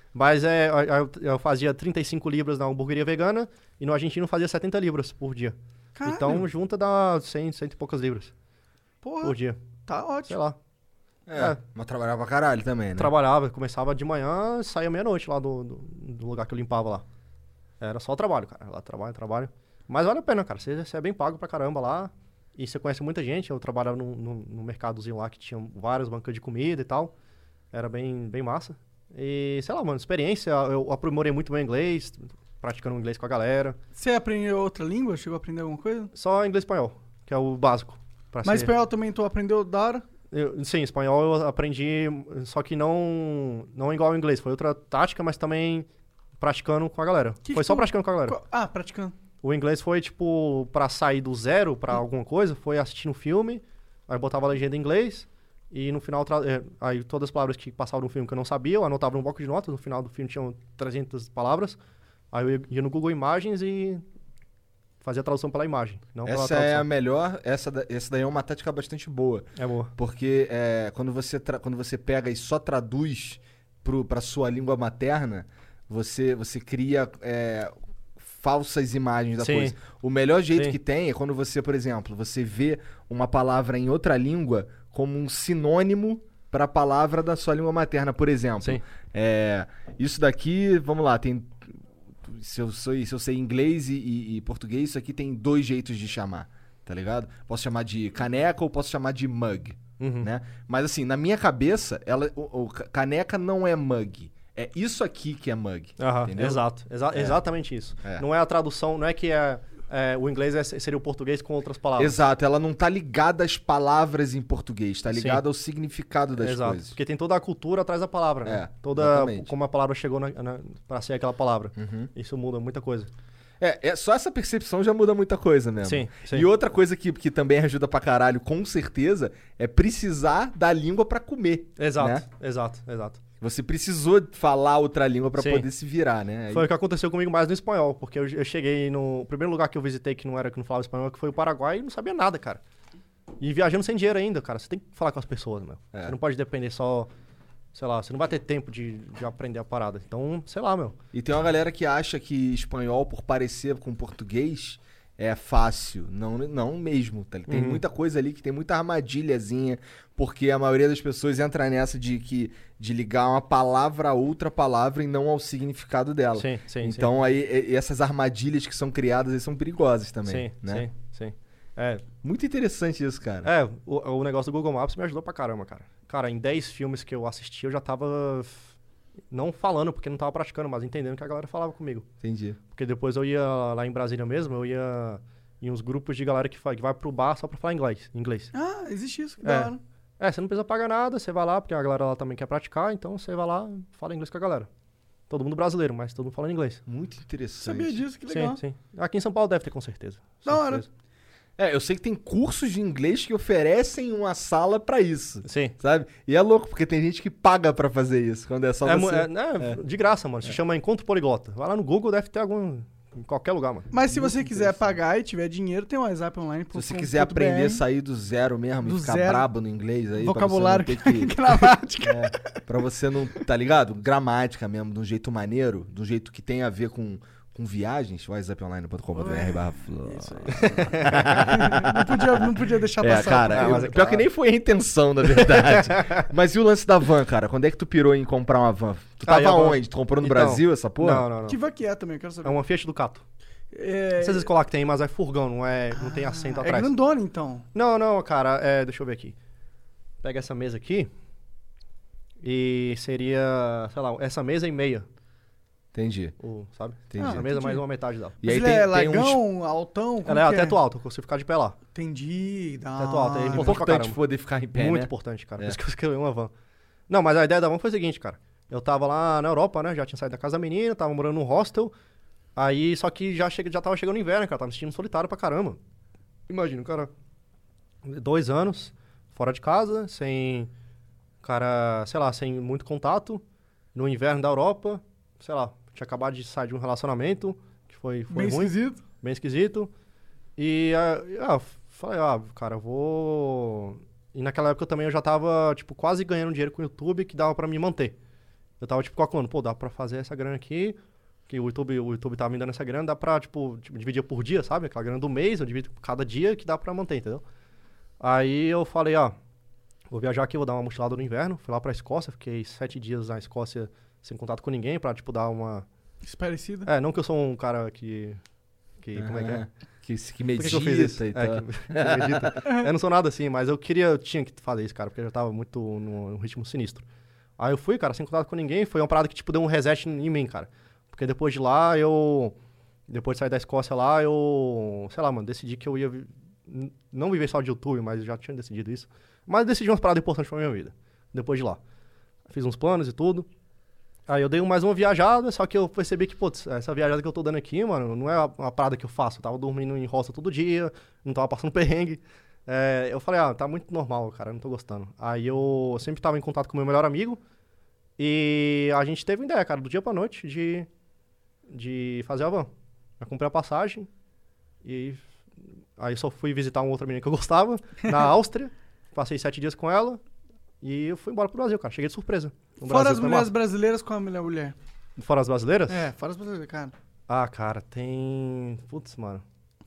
Mas eu fazia 35 libras na hamburgueria vegana e no argentino fazia 70 libras por dia. Caralho. Então, junta dá 100 e poucas libras Porra, por dia. tá Sei ótimo. lá. Mas trabalhava pra caralho também, né? Trabalhava, começava de manhã, saía meia-noite lá do lugar que eu limpava lá. Era só trabalho, cara. Lá trabalho. Mas vale a pena, cara. Você é bem pago pra caramba lá. E você conhece muita gente. Eu trabalhava no mercadozinho lá que tinha várias bancas de comida e tal. Era bem massa. E, sei lá, mano, experiência. Eu aprimorei muito meu inglês, praticando inglês com a galera. Você aprendeu outra língua? Chegou a aprender alguma coisa? Só inglês e espanhol, que é o básico. Mas espanhol também tu aprendeu da hora? Sim, espanhol eu aprendi, só que não igual ao inglês. Foi outra tática, mas também praticando com a galera. Foi só praticando com a galera. Praticando. O inglês foi, tipo, pra sair do zero pra alguma coisa, foi assistindo um filme, aí botava a legenda em inglês, e no final, aí todas as palavras que passavam no filme que eu não sabia, eu anotava num bloco de notas, no final do filme tinham 300 palavras, aí eu ia no Google Imagens e fazia a tradução pela imagem, não pela Essa tradução. é a melhor, essa daí é uma tática bastante boa. É boa. Porque quando você pega e só traduz pra sua língua materna, você cria falsas imagens da Sim. coisa. O melhor jeito Sim. que tem é quando você, por exemplo, você vê uma palavra em outra língua como um sinônimo para a palavra da sua língua materna. Por exemplo, Sim. Isso daqui, vamos lá, tem... Se eu sei inglês e português, isso aqui tem 2 jeitos de chamar, tá ligado? Posso chamar de caneca ou posso chamar de mug, né? Mas assim, na minha cabeça, caneca não é mug. É isso aqui que é mug, entendeu? Exato, exatamente isso. É. Não é a tradução, não é que o inglês seria o português com outras palavras. Exato, ela não tá ligada às palavras em português, tá ligada ao significado das Exato, coisas. porque tem toda a cultura atrás da palavra, né? Exatamente. Como a palavra chegou pra ser aquela palavra. Isso muda muita coisa. Só essa percepção já muda muita coisa mesmo. Sim, sim. E outra coisa que também ajuda pra caralho, com certeza, é precisar da língua pra comer. Exato, né? exato. Você precisou falar outra língua pra Sim. poder se virar, né? Foi o que aconteceu comigo mais no espanhol, porque eu cheguei no primeiro lugar que eu visitei que não falava espanhol, que foi o Paraguai, e não sabia nada, cara. E viajando sem dinheiro ainda, cara. Você tem que falar com as pessoas, meu. Você não pode depender só... Sei lá, você não vai ter tempo de aprender a parada. Então, sei lá, meu. E tem uma galera que acha que espanhol, por parecer com português, é fácil. Não mesmo. Tá? Tem muita coisa ali que tem muita armadilhazinha, porque a maioria das pessoas entra nessa de ligar uma palavra a outra palavra e não ao significado dela. Sim. Então, aí, essas armadilhas que são criadas aí são perigosas também, né? Sim. Muito interessante isso, cara. O negócio do Google Maps me ajudou pra caramba, cara. Cara, em 10 filmes que eu assisti, eu já tava... Não falando, porque não tava praticando, mas entendendo que a galera falava comigo. Entendi. Porque depois eu ia lá em Brasília mesmo, eu ia em uns grupos de galera que vai pro bar só pra falar inglês. Ah, existe isso, que da hora. Você não precisa pagar nada, você vai lá, porque a galera lá também quer praticar, então você vai lá e fala inglês com a galera. Todo mundo brasileiro, mas todo mundo falando inglês. Muito interessante. Sabia disso, que legal. Sim. Aqui em São Paulo deve ter, com certeza. Da hora. Certeza. Eu sei que tem cursos de inglês que oferecem uma sala pra isso. Sim. Sabe? E é louco, porque tem gente que paga pra fazer isso, quando é só você... De graça, mano. Se chama Encontro Poliglota. Vai lá no Google, deve ter algum... Em qualquer lugar, mano. Mas se você quiser pagar e tiver dinheiro, tem um WhatsApp online. Se você quiser aprender a sair do zero mesmo e ficar brabo no inglês aí... Vocabulário, pra você não ter que... gramática. Pra você não... Tá ligado? Gramática mesmo, de um jeito maneiro, de um jeito que tem a ver com viagens, whatsapponline.com.br/flow. Isso aí. Não podia deixar passar. Cara, mas pior que nem foi a intenção, na verdade. Mas e o lance da van, cara? Quando é que tu pirou em comprar uma van? Tu tava onde? Tu comprou no Brasil essa porra? Não. Que van que é também, eu quero saber. É uma Fiat Ducato. Vocês escolar que tem, mas é furgão, não tem assento atrás. É grandona, então. Não, cara, deixa eu ver aqui. Pega essa mesa aqui e seria, sei lá, essa mesa e meia. Entendi. Sabe? Entendi. Essa mesa mais uma metade dela. E aí Mas ele é largão, altão? Ela é teto alto, eu consigo ficar de pé lá. Entendi. Teto alto, é É importante pra importante caramba. poder ficar em pé, Muito né? importante, cara. Por isso que eu escolhi uma van. Não, mas a ideia da van foi a seguinte, cara. Eu tava lá na Europa, né? Já tinha saído da casa da menina, tava morando num hostel. Aí, só que já tava chegando o inverno, cara. Tava me sentindo solitário pra caramba. Imagina, cara. 2 anos, fora de casa, sem... Cara, sei lá, sem muito contato. No inverno da Europa, sei lá. Tinha acabado de sair de um relacionamento, que foi Bem ruim. esquisito. Bem esquisito. E falei, cara, eu vou... E naquela época também eu já tava, tipo, quase ganhando dinheiro com o YouTube que dava pra me manter. Eu tava, tipo, calculando, pô, dá pra fazer essa grana aqui, que o YouTube tava me dando essa grana, dá pra, tipo, dividir por dia, sabe? Aquela grana do mês, eu divido cada dia que dá pra manter, entendeu? Aí eu falei, ó, vou viajar aqui, vou dar uma mochilada no inverno. Fui lá pra Escócia, fiquei 7 dias na Escócia sem contato com ninguém pra, tipo, dar uma... Parecido? Não que eu sou um cara que como é que é? Que medita Por que eu fiz isso? e tal. Que medita. Eu não sou nada assim, mas eu tinha que fazer isso, cara, porque eu já tava muito num ritmo sinistro. Aí eu fui, cara, sem contato com ninguém, foi uma parada que, tipo, deu um reset em mim, cara. Porque depois de lá, depois de sair da Escócia lá, sei lá, mano, decidi que eu ia não viver só de YouTube, mas eu já tinha decidido isso. Mas decidi umas paradas importantes pra minha vida, depois de lá. Fiz uns planos e tudo. Aí eu dei mais uma viajada, só que eu percebi que, putz, essa viajada que eu tô dando aqui, mano, não é uma parada que eu faço. Eu tava dormindo em roça todo dia, não tava passando perrengue. Eu falei, tá muito normal, cara, eu não tô gostando. Aí eu sempre tava em contato com o meu melhor amigo e a gente teve uma ideia, cara, do dia pra noite de fazer a van. Eu comprei a passagem e aí só fui visitar uma outra menina que eu gostava, na Áustria. Passei 7 dias com ela e eu fui embora pro Brasil, cara. Cheguei de surpresa. Fora as mulheres brasileiras, qual a melhor mulher? Fora as brasileiras? Fora as brasileiras, cara. Ah, cara, tem... Putz, mano.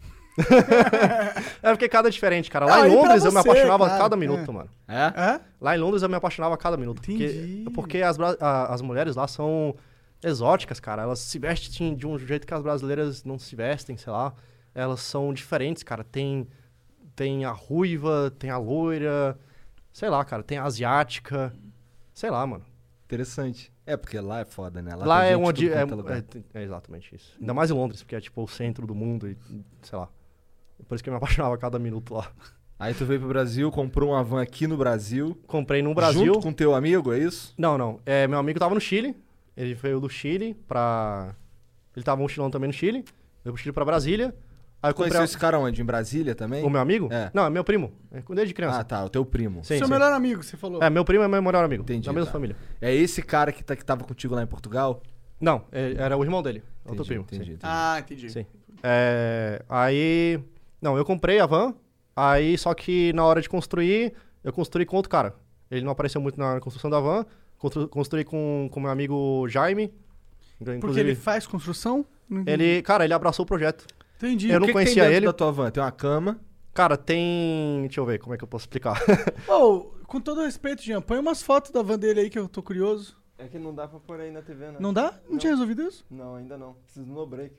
Porque cada é diferente, cara. Lá em Londres eu me apaixonava a cada minuto, mano. Lá em Londres eu me apaixonava a cada minuto. Porque as mulheres lá são exóticas, cara. Elas se vestem de um jeito que as brasileiras não se vestem, sei lá. Elas são diferentes, cara. Tem a ruiva, tem a loira, sei lá, cara. Tem a asiática, sei lá, mano. Interessante. Porque lá é foda, né? Lá é onde... É exatamente isso. Ainda mais em Londres, porque é tipo o centro do mundo e, sei lá. Por isso que eu me apaixonava a cada minuto lá. Aí tu veio pro Brasil, comprou uma van aqui no Brasil. Comprei no Brasil. Junto com teu amigo, é isso? Não. Meu amigo tava no Chile. Ele veio do Chile pra... Ele tava mochilando também no Chile. Veio pro Chile pra Brasília. Aí eu conheceu esse cara onde? Em Brasília também? O meu amigo? É. Não, é meu primo. Desde criança. Ah, tá. O teu primo. Sim, Seu melhor amigo, você falou. Meu primo é meu melhor amigo. Entendi. Da mesma família. É esse cara que tava contigo lá em Portugal? Não, era o irmão dele. Outro primo. Entendi. Ah, entendi. Sim. Aí... Não, eu comprei a van. Aí, só que na hora de construir, eu construí com outro cara. Ele não apareceu muito na construção da van. Construí com meu amigo Jaime. Porque ele faz construção? Ele abraçou o projeto. Entendi. Eu não conhecia ele. Da tua van? Tem uma cama? Cara, tem... Deixa eu ver como é que eu posso explicar. Com todo respeito, Jean, põe umas fotos da van dele aí que eu tô curioso. É que não dá pra pôr aí na TV, né? Não dá? Não tinha resolvido isso? Não, ainda não. Preciso do no break.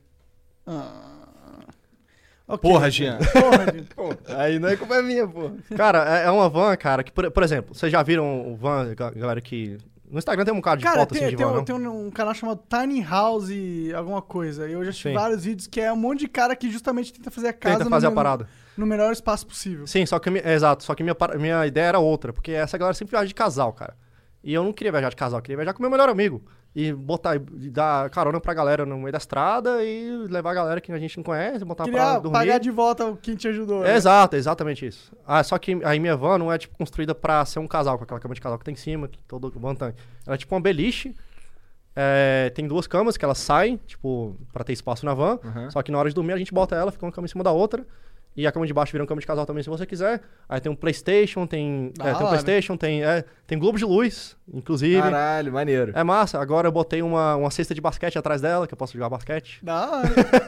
Okay. Porra, Jean. Pô, aí não é culpa minha, pô. Cara, é uma van, cara, que, por exemplo, vocês já viram o van, galera, que... No Instagram tem um bocado de foto assim de van, não? Tem um canal chamado Tiny House alguma coisa. E eu já assisti vários vídeos que é um monte de cara que justamente tenta fazer a casa a parada. No melhor espaço possível. Sim, só que exato, só que minha ideia era outra, porque essa galera sempre viaja de casal, cara. E eu não queria viajar de casal, eu queria viajar com meu melhor amigo. E dar carona pra galera no meio da estrada e levar a galera que a gente não conhece, botar pra dormir. Pagar de volta quem te ajudou. Né? Exato, exatamente isso. Só que aí minha van não é tipo construída pra ser um casal, com aquela cama de casal que tem em cima, que todo van tem. Ela é tipo uma beliche. Tem 2 camas que elas saem, tipo, pra ter espaço na van. Uhum. Só que na hora de dormir a gente bota ela, fica uma cama em cima da outra. E a cama de baixo vira uma cama de casal também, se você quiser. Aí tem um PlayStation, tem um PlayStation, tem globo de luz, inclusive. Caralho, maneiro. É massa. Agora eu botei uma cesta de basquete atrás dela, que eu posso jogar basquete. Da hora.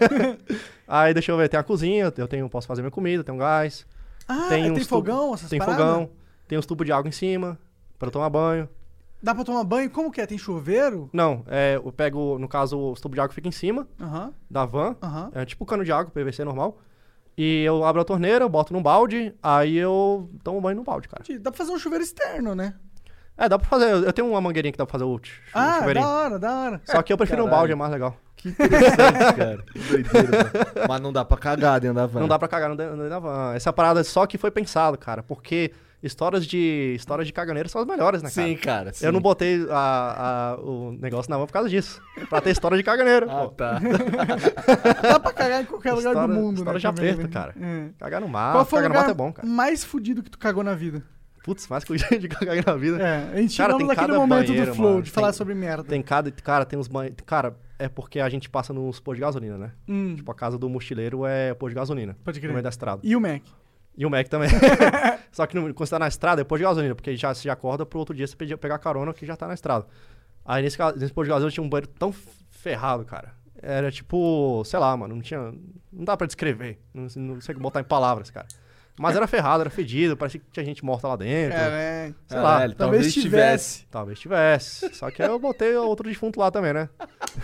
Aí deixa eu ver, tem a cozinha, posso fazer minha comida, tem um gás. Tem fogão, essas tem paradas? fogão, tem uns tubos de água em cima, pra eu tomar banho. Dá pra tomar banho? Como que é? Tem chuveiro? Não, eu pego, no caso, os tubos de água ficam em cima da van. É tipo cano de água, PVC normal. E eu abro a torneira, eu boto num balde, aí eu tomo banho no balde, cara. Dá pra fazer um chuveiro externo, né? Dá pra fazer. Eu tenho uma mangueirinha que dá pra fazer o chuveirinho. Da hora. Só que eu prefiro um balde, é mais legal. Que interessante, cara. Que doideira, mano. Mas não dá pra cagar dentro da van. Não dá pra cagar dentro da van. Essa parada só que foi pensado, cara, porque histórias de caganeiro são as melhores, né, cara? Sim, cara. Sim. Eu não botei o negócio na van por causa disso. Pra ter história de caganeiro. Pô. Tá. Dá pra cagar em qualquer lugar do mundo, história né? de aperto, cara. Cagar no mar, Qual foi cagar o no mato lugar é bom, cara. mais fudido que tu cagou na vida? Putz, mais que o de cagar na vida. A gente Cara, chegamos tem naquele cada momento banheiro, do flow, mano. de falar sobre merda. Cara, tem uns banheiros... Cara, é porque a gente passa nos postos de gasolina, né? Tipo, a casa do mochileiro é posto de gasolina. Pode crer. No meio da estrada. E o Mac? E o Mac também. Só que quando você tá na estrada, é posto de gasolina, porque já se acorda pro outro dia você pegar carona que já tá na estrada. Aí nesse posto de gasolina tinha um banheiro tão ferrado, cara. Era tipo, sei lá, mano, não dá pra descrever. Não sei botar em palavras, cara. Mas era ferrado, era fedido, parecia que tinha gente morta lá dentro. Sei lá. Talvez tivesse. Talvez tivesse. Só que eu botei outro defunto lá também, né?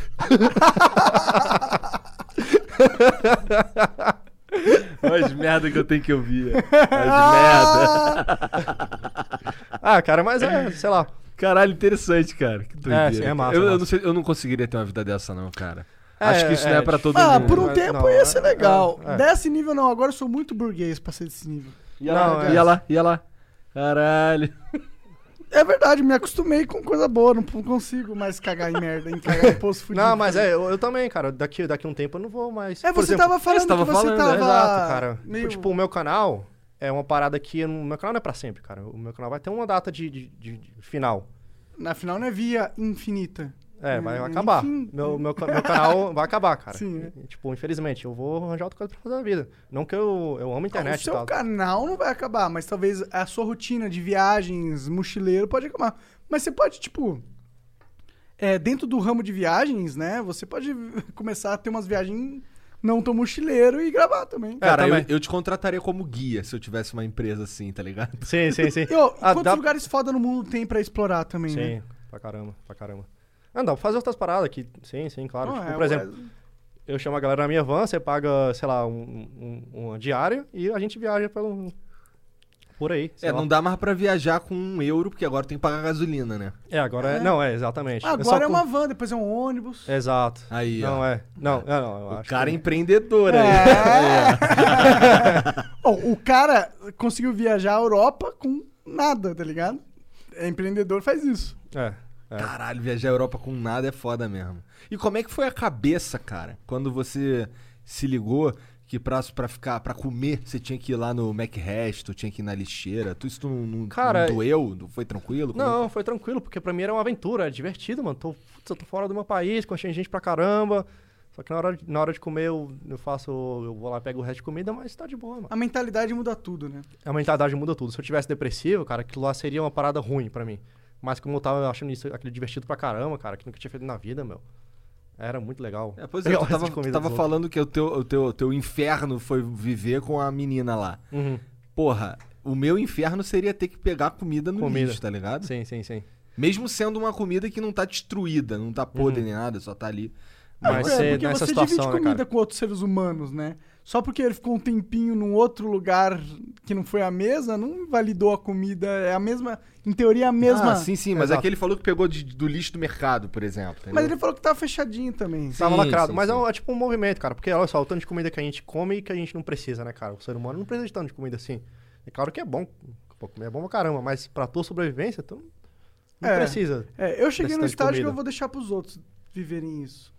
Olha as merda que eu tenho que ouvir. As merda. Cara, mas sei lá. Caralho, interessante, cara. Que doideira. Sim, é massa. Eu é massa. não sei, eu não conseguiria ter uma vida dessa, não, cara. Acho que isso não é pra todo Ah, mundo. por um tempo Não, ia ser legal. é. Desse nível não, agora eu sou muito burguês pra ser desse nível. Ia lá. Caralho. É verdade, me acostumei com coisa boa, não consigo mais cagar em merda, em cagar em poço fudido. Não, mas eu também, cara. Daqui um tempo eu não vou mais. Por Por você exemplo, tava falando tava que você falando, tava... Exato, cara. meio- Tipo, o meu canal é uma parada que... O meu canal não é pra sempre, cara. O meu canal vai ter uma data de final. Na final não é via infinita. Vai acabar. Enfim. Meu canal vai acabar, cara. Sim, Tipo, infelizmente, eu vou arranjar outra coisa pra fazer na vida. Não que eu amo a internet O e seu tal. canal não vai acabar, mas talvez a sua rotina de viagens, mochileiro, pode acabar. Mas você pode, tipo... dentro do ramo de viagens, né? Você pode começar a ter umas viagens não tão mochileiro e gravar também. Cara, também. eu te contrataria como guia se eu tivesse uma empresa assim, tá ligado? Sim. E, quantos lugares foda no mundo tem pra explorar também, né? Sim, pra caramba. Dá pra fazer outras paradas aqui. Sim, claro. Tipo, por exemplo, eu chamo a galera na minha van, você paga, sei lá, uma diária e a gente viaja por aí. sei lá. Não dá mais pra viajar com €1, porque agora tem que pagar gasolina, né? Agora Não, exatamente. Agora é uma van, depois é um ônibus. Exato. Aí, ó. Não, eu O acho cara é que... empreendedor aí. O cara conseguiu viajar a Europa com nada, tá ligado? Empreendedor faz isso. Caralho, viajar a Europa com nada é foda mesmo. E como é que foi a cabeça, cara, quando você se ligou que pra comer você tinha que ir lá no McResto, tinha que ir na lixeira? Tudo isso não doeu? Não foi tranquilo? Não, foi tranquilo, porque pra mim era uma aventura, era divertido, mano. Eu tô fora do meu país, conheci gente pra caramba. Só que na hora de comer eu vou lá, pego o resto de comida, mas tá de boa, mano. A mentalidade muda tudo, né? A mentalidade muda tudo. Se eu tivesse depressivo, cara, aquilo lá seria uma parada ruim pra mim. Mas como eu tava achando aquele divertido pra caramba, cara, que nunca tinha feito na vida, meu. Era muito legal. Pois é, tu tava falando que o teu inferno foi viver com a menina lá. Uhum. Porra, o meu inferno seria ter que pegar comida no lixo, tá ligado? Sim. Mesmo sendo uma comida que não tá destruída, não tá podre nem nada, só tá ali. Mas porque nessa você situação, divide né, comida cara? com outros seres humanos, né? Só porque ele ficou um tempinho num outro lugar que não foi a mesa, não invalidou a comida. É a mesma... Em teoria, é a mesma... Sim, mas Exato. aqui ele falou que pegou do lixo do mercado, por exemplo. Entendeu? Mas ele falou que tava fechadinho também. Tava Sim, lacrado. sim, Mas sim. é tipo um movimento, cara. Porque olha só, o tanto de comida que a gente come e que a gente não precisa, né, cara? O ser humano não precisa de tanto de comida assim. É claro que é bom. Pô, comer é bom pra caramba, mas pra tua sobrevivência, tu não precisa. Eu cheguei no Desse tanto de estágio que comida. eu vou deixar pros outros viverem isso.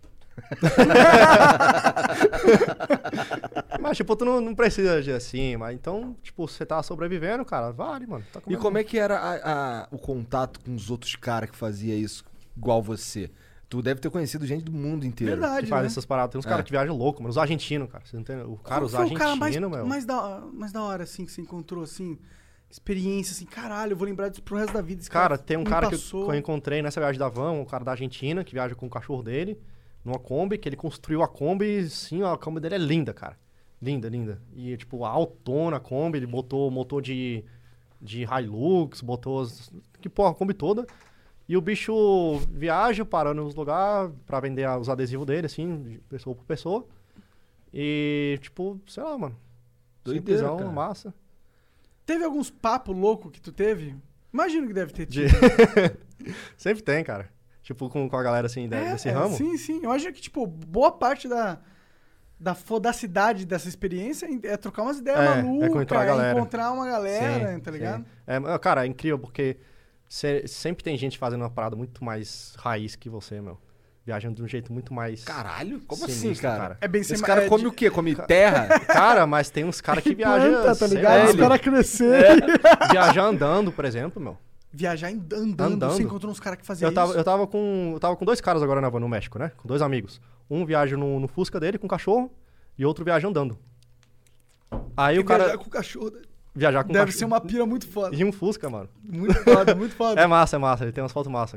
Mas, tipo, tu não precisa de assim, mas então, tipo, você tá sobrevivendo, cara, vale, mano. Tá E comendo. como é que era o contato com os outros caras que fazia isso igual você? Tu deve ter conhecido gente do mundo inteiro. Verdade, que faz né? essas paradas? Tem uns caras que viajam louco, mano. Os argentinos, cara. Você não tem... O cara, Qual os foi o cara argentinos, meu. mais da hora, assim, que você encontrou, assim? Experiência, assim, caralho, eu vou lembrar disso pro resto da vida. Esse Cara, tem um me cara que passou. eu encontrei nessa viagem da van, um cara da Argentina, que viaja com o cachorro dele, numa Kombi, que ele construiu a Kombi, sim, ó, a Kombi dele é linda, cara. Linda. E, tipo, a autona a Kombi, ele botou motor de Hilux, botou que porra, a Kombi toda. E o bicho viaja, parando nos lugares pra vender os adesivos dele, assim, de pessoa por pessoa. E, tipo, sei lá, mano. Doideira, Simplesão, cara. massa. Teve alguns papos loucos que tu teve? Imagino que deve ter tido. Sempre tem, cara. Tipo, com a galera, assim, desse ramo. Sim. Eu acho que, tipo, boa parte da fodacidade dessa experiência é trocar umas ideias malucas, encontrar a galera. encontrar uma galera, Sim, tá ligado? sim. Cara, é incrível, porque sempre tem gente fazendo uma parada muito mais raiz que você, meu. Viajando de um jeito muito mais... Caralho, como sinistro, assim, cara? É bem Esse sema- cara é come de- o quê? Come terra? Cara, mas tem uns caras que viajam... Planta, tá sei ligado? lá, Espera crescer. viajar andando, por exemplo, meu. Viajar andando. Você encontrou uns caras que faziam Eu tava com dois caras agora na van no México, né? Com dois amigos. Um viaja no Fusca dele com o cachorro e outro viaja andando. Aí o cara... Viajar com o cachorro Viajar com o deve cachorro. ser uma pira muito foda. E um Fusca, mano. Muito foda, muito foda. É massa. Ele tem umas fotos massa, cara.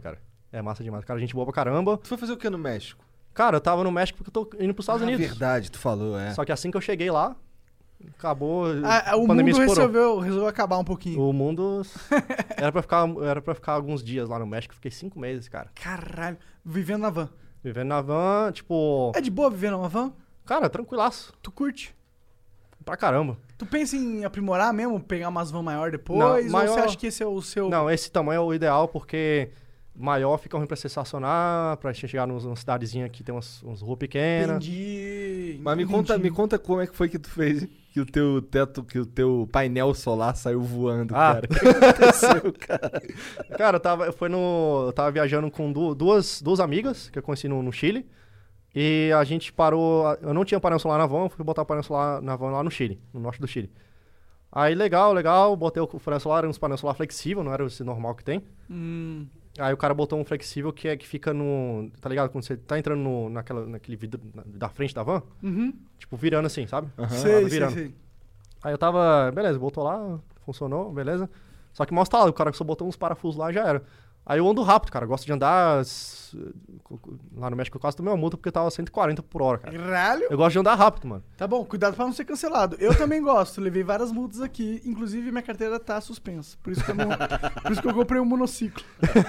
É massa demais. Cara, gente boa pra caramba. Tu foi fazer o que no México? Cara, eu tava no México porque eu tô indo pros Estados Unidos. Verdade, tu falou, é. Só que assim que eu cheguei lá, acabou. O a pandemia mundo estourou. resolveu acabar um pouquinho. O mundo. Era pra ficar alguns dias lá no México. Fiquei 5 meses, cara. Caralho. Vivendo na van. Vivendo na van, tipo. É de boa viver numa van? Cara, tranquilaço. Tu curte? Pra caramba. Tu pensa em aprimorar mesmo? Pegar umas van maior depois? Não, maior- Ou você acha que esse é o seu... Não, esse tamanho é o ideal porque maior fica ruim pra você estacionar, pra gente chegar numa cidadezinha que tem umas ruas pequenas. Entendi. Mas me conta como é que foi que tu fez que o teu teto, que o teu painel solar saiu voando, cara. O que aconteceu, cara? Cara, eu tava viajando com duas amigas que eu conheci no Chile. E a gente parou. Eu não tinha painel solar na van, eu fui botar o painel solar na van lá no Chile, no norte do Chile. Aí legal, botei o painel solar, uns painel solar flexível, não era esse normal que tem. Aí o cara botou um flexível que fica no. Tá ligado? Quando você tá entrando naquele vidro da frente da van, tipo, virando assim, sabe? Sei. Aí eu tava. Beleza, botou lá, funcionou, beleza. Só que mal instalado, o cara só botou uns parafusos lá e já era. Aí eu ando rápido, cara. Gosto de andar. Lá no México eu quase tomei uma multa porque eu tava 140 por hora, cara. Caralho. Eu gosto de andar rápido, mano. Tá bom, cuidado pra não ser cancelado. Eu também gosto, levei várias multas aqui. Inclusive, minha carteira tá suspensa. Por isso que eu comprei um monociclo.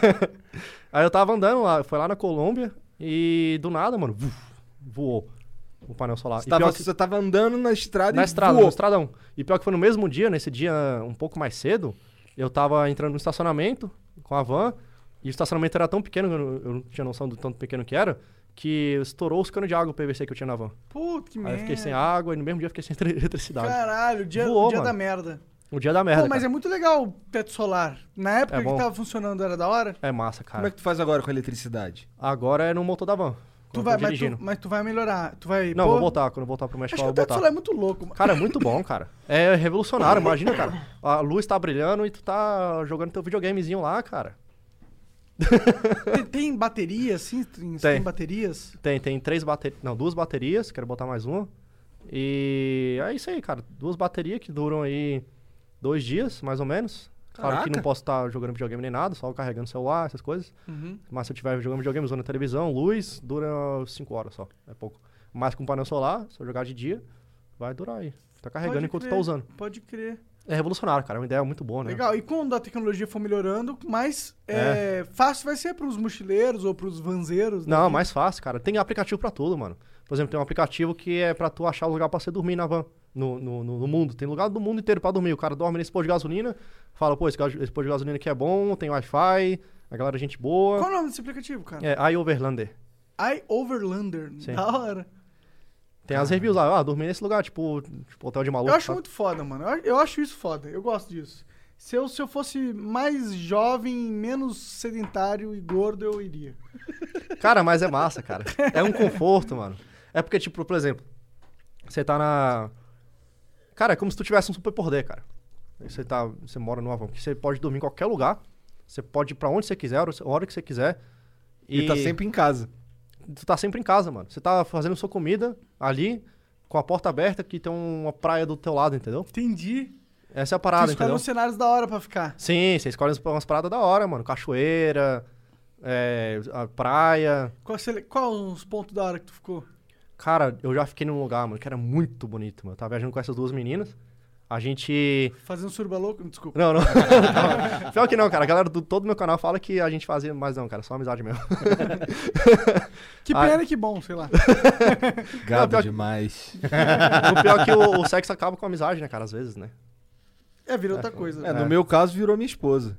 Aí eu tava andando lá, foi lá na Colômbia e do nada, mano, voou o painel solar. Você tava andando na estrada Na e estrada, voou. no estradão. E pior que foi no mesmo dia, nesse dia um pouco mais cedo, eu tava entrando no estacionamento com a van. E o estacionamento era tão pequeno, eu não tinha noção do tanto pequeno que era, que estourou os canos de água PVC que eu tinha na van. Puta que Aí merda. eu fiquei sem água e no mesmo dia eu fiquei sem eletricidade. Caralho, Voou, o dia mano. da merda. O dia da merda, Pô, mas cara. é muito legal o teto solar. Na época É que bom. tava funcionando era da hora? É massa, cara. Como é que tu faz agora com a eletricidade? Agora é no motor da van. Tu quando vai, eu tô dirigindo. mas tu vai melhorar. Tu vai. Não, pô, vou botar. Quando eu voltar pro México, Acho eu que vou o teto botar. solar é muito louco, mano. Cara, é muito bom, cara. É revolucionário, imagina, cara. A luz tá brilhando e tu tá jogando teu videogamezinho lá, cara. Tem bateria, assim? Tem baterias? Tem 3 baterias. Não, 2 baterias, quero botar mais uma. E é isso aí, cara. 2 baterias que duram aí 2 dias, mais ou menos. Claro que Caraca. não posso estar jogando videogame nem nada, só carregando celular, essas coisas. Uhum. Mas se eu estiver jogando videogame, usando a televisão, luz, dura 5 horas só. É pouco. Mas com painel solar, se eu jogar de dia, vai durar aí. Tá carregando Pode enquanto crer, tá usando. Pode crer. É revolucionário, cara. É uma ideia muito boa, né? Legal. E quando a tecnologia for melhorando, mais fácil vai ser pros mochileiros ou pros vanzeiros. né? Não, mais fácil, cara. Tem aplicativo pra tudo, mano. Por exemplo, tem um aplicativo que é pra tu achar o lugar pra você dormir na van. No mundo. Tem lugar do mundo inteiro pra dormir. O cara dorme nesse posto de gasolina, fala, pô, esse posto de gasolina aqui é bom, tem Wi-Fi, a galera é gente boa. Qual o nome desse aplicativo, cara? É iOverlander. iOverlander. Sim. Da hora. Tem as reviews lá, dormi nesse lugar, tipo hotel de maluco. Eu acho sabe? muito foda, mano. Eu acho isso foda. Eu gosto disso. Se eu fosse mais jovem, menos sedentário e gordo, eu iria. Cara, mas é massa, cara. É um conforto, mano. É porque, tipo, por exemplo, você tá na... Cara, é como se tu tivesse um superpoder, cara. Você mora numa van, que você pode dormir em qualquer lugar, você pode ir pra onde você quiser, a hora que você quiser. E tá sempre em casa. Tu tá sempre em casa, mano. Você tá fazendo sua comida ali, com a porta aberta, que tem uma praia do teu lado, entendeu? Entendi. Essa é a Tu parada, escolhe entendeu? uns cenários da hora pra ficar. Sim, você escolhe umas paradas da hora, mano. Cachoeira, a praia. Qual os pontos da hora que tu ficou? Cara, eu já fiquei num lugar, mano, que era muito bonito, mano. Eu tava viajando com essas 2 meninas. A gente... Fazendo suruba louco? Desculpa. Não. Não. Pior que não, cara. A galera do todo meu canal fala que a gente fazia, mas não, cara. Só amizade mesmo. Que pena e que bom, sei lá. Gado pior que- demais. O pior é que o sexo acaba com a amizade, né, cara? Às vezes, né? Vira outra coisa. No meu caso, virou minha esposa.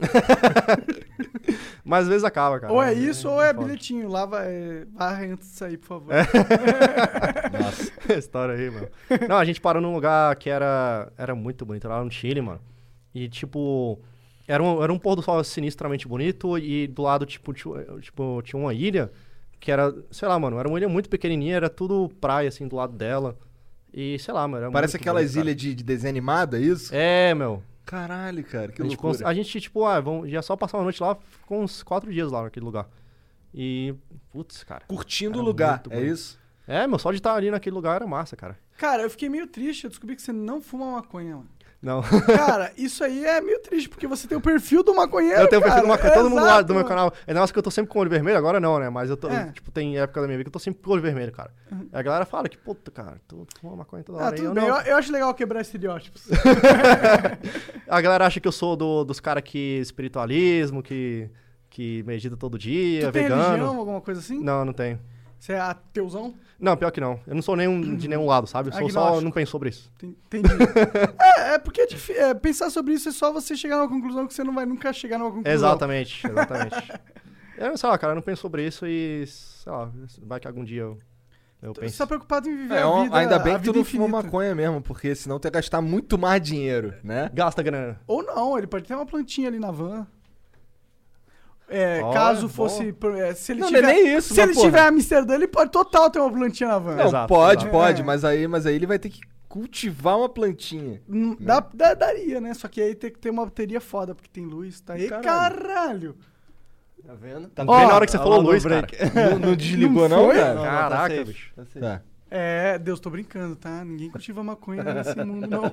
Mas às vezes acaba, cara. Ou é isso, ou é foda. bilhetinho. Varre antes de sair, por favor. Nossa. História aí, mano. Não, a gente parou num lugar que era muito bonito, lá no Chile, mano. E, tipo, era um pôr do sol sinistramente bonito e do lado, tinha uma ilha que era, sei lá, mano, era uma ilha muito pequenininha, era tudo praia, assim, do lado dela. E, sei lá, mano, era Parece muito aquelas bonito, cara. ilhas de desenho animado, é isso? É, meu. Caralho, cara, que A gente, loucura. a gente, tipo, ia só passar uma noite lá, ficou uns 4 dias lá naquele lugar. E, putz, cara. Curtindo o Era lugar, muito é bonito. isso? É, meu, só de estar ali naquele lugar era massa, cara. Cara, eu fiquei meio triste. Eu descobri que você não fuma maconha, mano. Não. Cara, isso aí é meio triste, porque você tem o perfil do maconheiro, Eu tenho o perfil do maconheiro, todo mundo lá do meu Exato. canal. É negócio que eu tô sempre com o olho vermelho, agora não, né? Mas eu tô, É. tipo, tem época da minha vida que eu tô sempre com o olho vermelho, cara. Aí a galera fala que, puta, cara, tu fuma maconha toda hora. Ah, aí tudo eu bem. não. Eu acho legal quebrar estereótipos. A galera acha que eu sou dos caras que espiritualismo, que medita todo dia, Tu tem vegano. religião, alguma coisa assim? Não tenho. Você é ateuzão? Não, pior que não. Eu não sou de nenhum lado, sabe? Eu sou só, Agnóstico. não penso sobre isso. Entendi. É porque é difícil. Pensar sobre isso é só você chegar numa conclusão que você não vai nunca chegar numa conclusão. Exatamente. Eu, sei lá, cara, eu não penso sobre isso e, sei lá, vai que algum dia eu Você penso. tá preocupado em viver a vida. Ainda bem a que tu vida não fuma infinita. maconha mesmo, porque senão tu ia gastar muito mais dinheiro, né? Gasta grana. Ou não, ele pode ter uma plantinha ali na van. É, Olha, caso boa. fosse. Se ele Não, tiver, não é nem isso, se mas, ele porra. tiver Amsterdã, ele pode total ter uma plantinha na van. Não, Exato, pode, exato. mas aí ele vai ter que cultivar uma plantinha. Daria, né? Só que aí tem que ter uma bateria foda, porque tem luz. Tá aí, caralho. Tá vendo? Tá bem na hora que você falou luz, cara. Não desligou, Não não, foi? cara? Não, Caraca, tá safe, bicho. tá safe. Tá. É, Deus, tô brincando, tá? Ninguém cultiva maconha nesse mundo, não.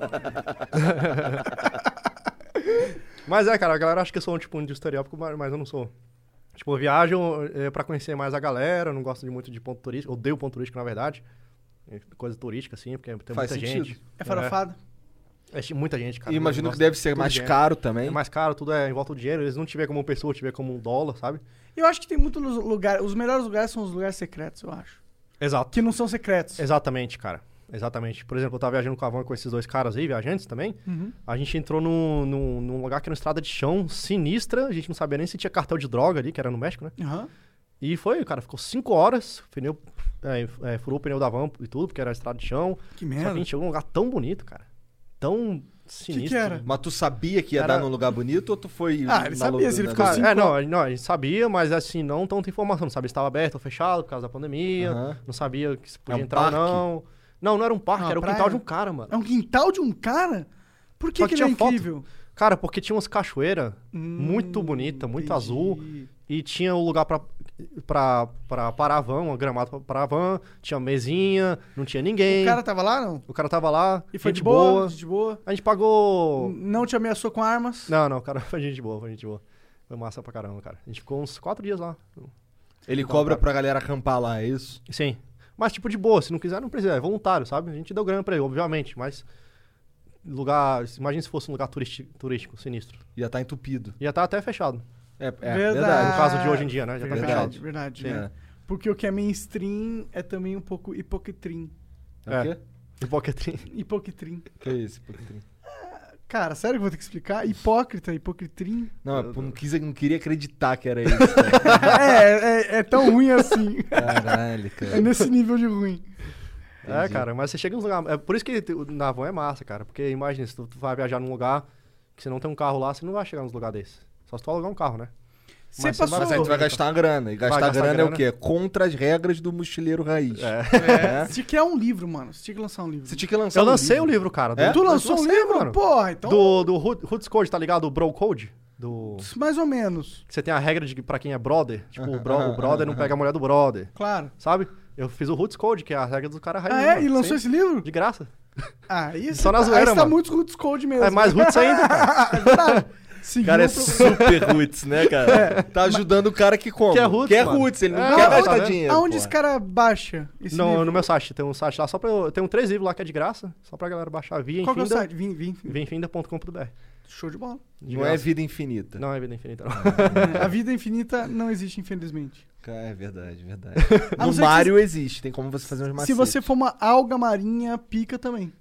Mas cara, a galera acha que eu sou tipo um de estereótipo, mas eu não sou. Tipo, eu viajo pra conhecer mais a galera, eu não gosto muito de ponto turístico, odeio ponto turístico, na verdade. Coisa turística, assim, porque tem Faz muita sentido. gente. É farofada. É muita gente, cara. E imagino Nossa, que deve ser tudo mais dinheiro. caro também. É mais caro, tudo é em volta do dinheiro. Eles não te veem como pessoa, te veem como um dólar, sabe? Eu acho que tem muitos lugares. Os melhores lugares são os lugares secretos, eu acho. Exato. Que não são secretos. Exatamente, cara. Exatamente. Por exemplo, eu tava viajando com a van com esses dois caras aí, viajantes também. Uhum. A gente entrou num lugar que era uma estrada de chão sinistra. A gente não sabia nem se tinha cartel de droga ali, que era no México, né? Aham. E foi, cara, ficou 5 horas. O pneu, furou o pneu da van e tudo, porque era estrada de chão. Que Só que a merda. gente chegou num lugar tão bonito, cara. Tão sinistro. Que era? Mas tu sabia que ia Era- dar num lugar bonito ou tu foi... Ah, ele sabia, se ele ficou Cara, cinco não, a gente sabia, mas assim, não tanta informação. Não sabia se estava aberto ou fechado por causa da pandemia. Aham. Não sabia se podia um entrar ou parque? não. Não era um parque, Uma era o praia? quintal de um cara, mano. É um quintal de um cara? Por que, Só que que ele é tinha foto. incrível? Cara, porque tinha umas cachoeiras muito bonita, muito entendi. azul. E tinha o lugar pra parar a van, uma gramada pra parar a van. Tinha uma mesinha, não tinha ninguém. O cara tava lá, não? O cara tava lá, E foi gente de boa? boa. De boa? A gente pagou... Não te ameaçou com armas? Não, o cara foi gente boa, Foi massa pra caramba, cara. A gente ficou uns 4 dias lá. Ele Então, cobra cara. pra galera acampar lá, é isso? Sim. Mas, tipo, de boa, se não quiser, não precisa. É voluntário, sabe? A gente deu grana pra ele, obviamente, mas... Lugar... Imagina se fosse um lugar turístico sinistro. Ia estar entupido. Ia estar até fechado. É Verdade. verdade. No caso de hoje em dia, né? Já tá Verdade, fechado. verdade. Sim. Né? Porque o que é mainstream é também um pouco hipocritrim. É. É. O quê? Hipoquetrim. Hipocritrim. Que é isso? Hipocritria? Cara, sério que eu vou ter que explicar? Hipócrita, hipocritrim. Não, eu não queria acreditar que era isso. Cara. é tão ruim assim. Caralho, É cara. nesse nível de ruim. É, cara, mas você chega nos lugares... É por isso que na van é massa, cara. Porque imagina, se tu vai viajar num lugar que você não tem um carro lá, você não vai chegar nos lugares desses. Só se tu alugar um carro, né? Você Mas passou... Mas aí tu vai gastar uma grana. E gastar gastar grana é o grana. quê? Contra as regras do mochileiro raiz. É. Você tinha que criar um livro, mano. Você tinha que lançar um livro. Você tinha que lançar Eu lancei o livro, cara. É? Tu lançou um lancei, livro? mano. Porra, então... Do Roots Code, tá ligado? O Bro Code? Mais ou menos. Que você tem a regra de que pra quem é brother, tipo, o aham, brother não aham. pega a mulher do brother, Claro. sabe? Eu fiz o Roots Code, que é a regra do cara raiz. Ah, é? mano. E lançou Sim. esse livro? De graça. Ah, isso. Só na Aí zoeira, você tá mano. muito roots code mesmo. É mais Roots ainda, cara. É verdade. O Seguiu cara é o pro- super roots, né, cara? Tá ajudando o cara que compra. Que é roots, Quer mano. roots, ele não É, quer tá gastar vendo? dinheiro. Aonde porra. esse cara baixa esse livro? No meu site, tem um site lá só pra eu... Tem 3 livros lá que é de graça, só pra galera baixar. Via Qual que é o Infinda, site? Vim. viainfinda.com.br. Show de bola. De Não é graça. vida infinita. Não é vida infinita, não. A vida infinita não existe, infelizmente. Cara, é verdade, verdade. A não No ser que Mario existe, tem como você fazer uns Se macetes. você for uma alga marinha, pica também.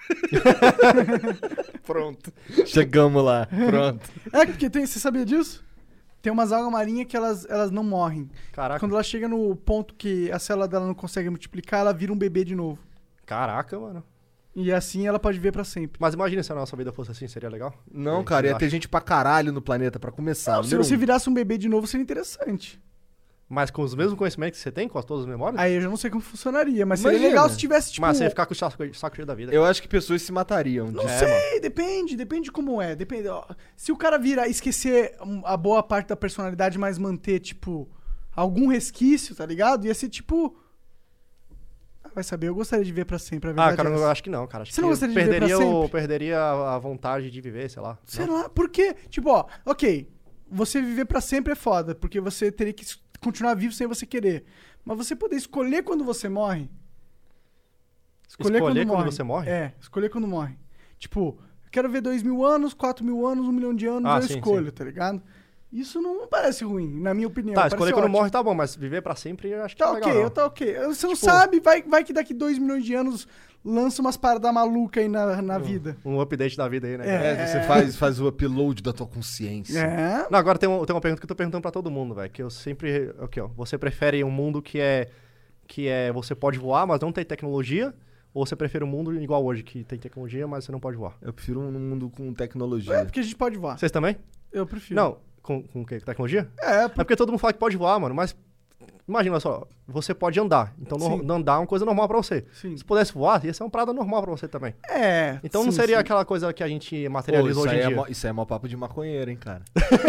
Pronto. Chegamos lá, pronto. É, porque você sabia disso? Tem umas algas marinhas que elas não morrem. Caraca, Quando ela chega no ponto que a célula dela não consegue multiplicar, ela vira um bebê de novo. caraca, mano. E assim ela pode viver pra sempre. Mas imagina se a nossa vida fosse assim, seria legal? Não, E cara, ia eu ter acho. gente pra caralho no planeta pra começar. Não, se número você um. virasse um bebê de novo, seria interessante. Mas com os mesmos conhecimentos que você tem, com todas as memórias? Aí eu já não sei como funcionaria, mas seria Imagina. legal se tivesse, tipo... Mas você ia ficar com o saco cheio da vida. Eu acho que pessoas se matariam. Não É, sei, depende de como é. Depende. Ó, se o cara esquecer a boa parte da personalidade, mas manter, tipo, algum resquício, tá ligado? Ia ser tipo. Vai saber, eu gostaria de viver pra sempre, a verdade Cara, é eu essa. acho que não, cara. Acho Você não que gostaria de viver pra sempre? perderia a vontade de viver, sei lá. Sei lá, porque, tipo, ó, ok, você viver pra sempre é foda, porque você teria que continuar vivo sem você querer. Mas você poder escolher quando você morre. Escolher quando você morre? É, escolher quando morre. Tipo, eu quero ver 2.000 anos, 4.000 anos, 1 milhão de anos, eu sim, escolho, sim. tá ligado? Isso não parece ruim, na minha opinião. Tá, parece escolher quando ótimo. morre tá bom, mas viver pra sempre eu acho que Tá não é ok, legal, não. tá ok. Você não Tipo- sabe, vai que daqui 2 milhões de anos lança umas paradas malucas aí na vida. Um update da vida aí, né? É. cara? Você faz o upload da tua consciência. É. Não, agora tem uma pergunta que eu tô perguntando pra todo mundo, velho. Que eu sempre... Aqui, ó. Você prefere um mundo que é você pode voar, mas não tem tecnologia? Ou você prefere um mundo igual hoje, que tem tecnologia, mas você não pode voar? Eu prefiro um mundo com tecnologia. É porque a gente pode voar. Vocês também? Eu prefiro. Não. Com o quê? Com tecnologia? É, É porque todo mundo fala que pode voar, mano, mas... Imagina só, você pode andar. Então Sim. andar é uma coisa normal pra você. Sim. Se pudesse voar, ia ser uma parada normal pra você também. É. Então não sim, seria sim. aquela coisa que a gente Pô, materializa hoje em dia. isso aí é mó papo de maconheiro, hein, cara.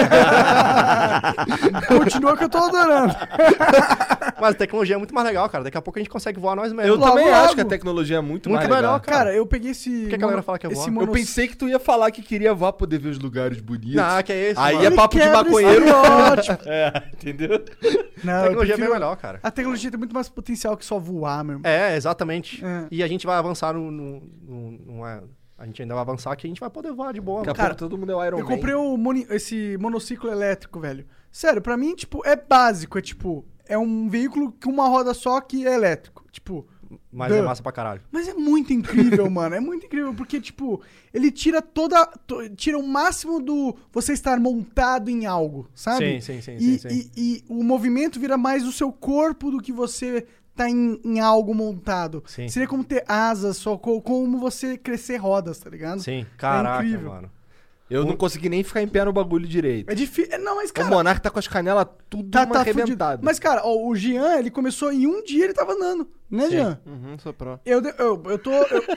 Continua que eu tô adorando. Mas a tecnologia é muito mais legal, cara. Daqui a pouco a gente consegue voar nós mesmos. Eu também logo. acho que a tecnologia é muito mais melhor, legal. cara. Cara, eu peguei esse... Por que a galera fala que é voar? Eu pensei que tu ia falar que queria voar, poder ver os lugares bonitos. Ah, que é isso, Aí mano. é papo de quebra maconheiro. estereótipo. É, entendeu? Não, A eu tecnologia é bem prefiro- melhor, cara. A tecnologia tem muito mais potencial que só voar, meu irmão. É, exatamente. É. E a gente vai avançar a gente ainda vai avançar que a gente vai poder voar de boa. Daqui a mano. Cara, pouco todo mundo é o Iron Eu Man. comprei esse monociclo elétrico, velho. Sério, pra mim, tipo, é básico. É tipo, é um veículo com uma roda só que é elétrico. Tipo, Mas é massa pra caralho. mas é muito incrível, mano. É muito incrível, porque, tipo, ele tira tira o máximo do você estar montado em algo, sabe? Sim. E o movimento vira mais o seu corpo do que você tá em algo montado. Sim. Seria como ter asas, só como você crescer rodas, tá ligado? Sim, caraca, incrível. mano. Eu não consegui nem ficar em pé no bagulho direito. É difícil. Não, mas, O cara. Monark tá com as canelas tudo Tá arrebentado. fudido. Mas, cara, ó, o Jean, ele começou em um dia ele tava andando, né, Sim. Jean? Sou pró. Eu tô.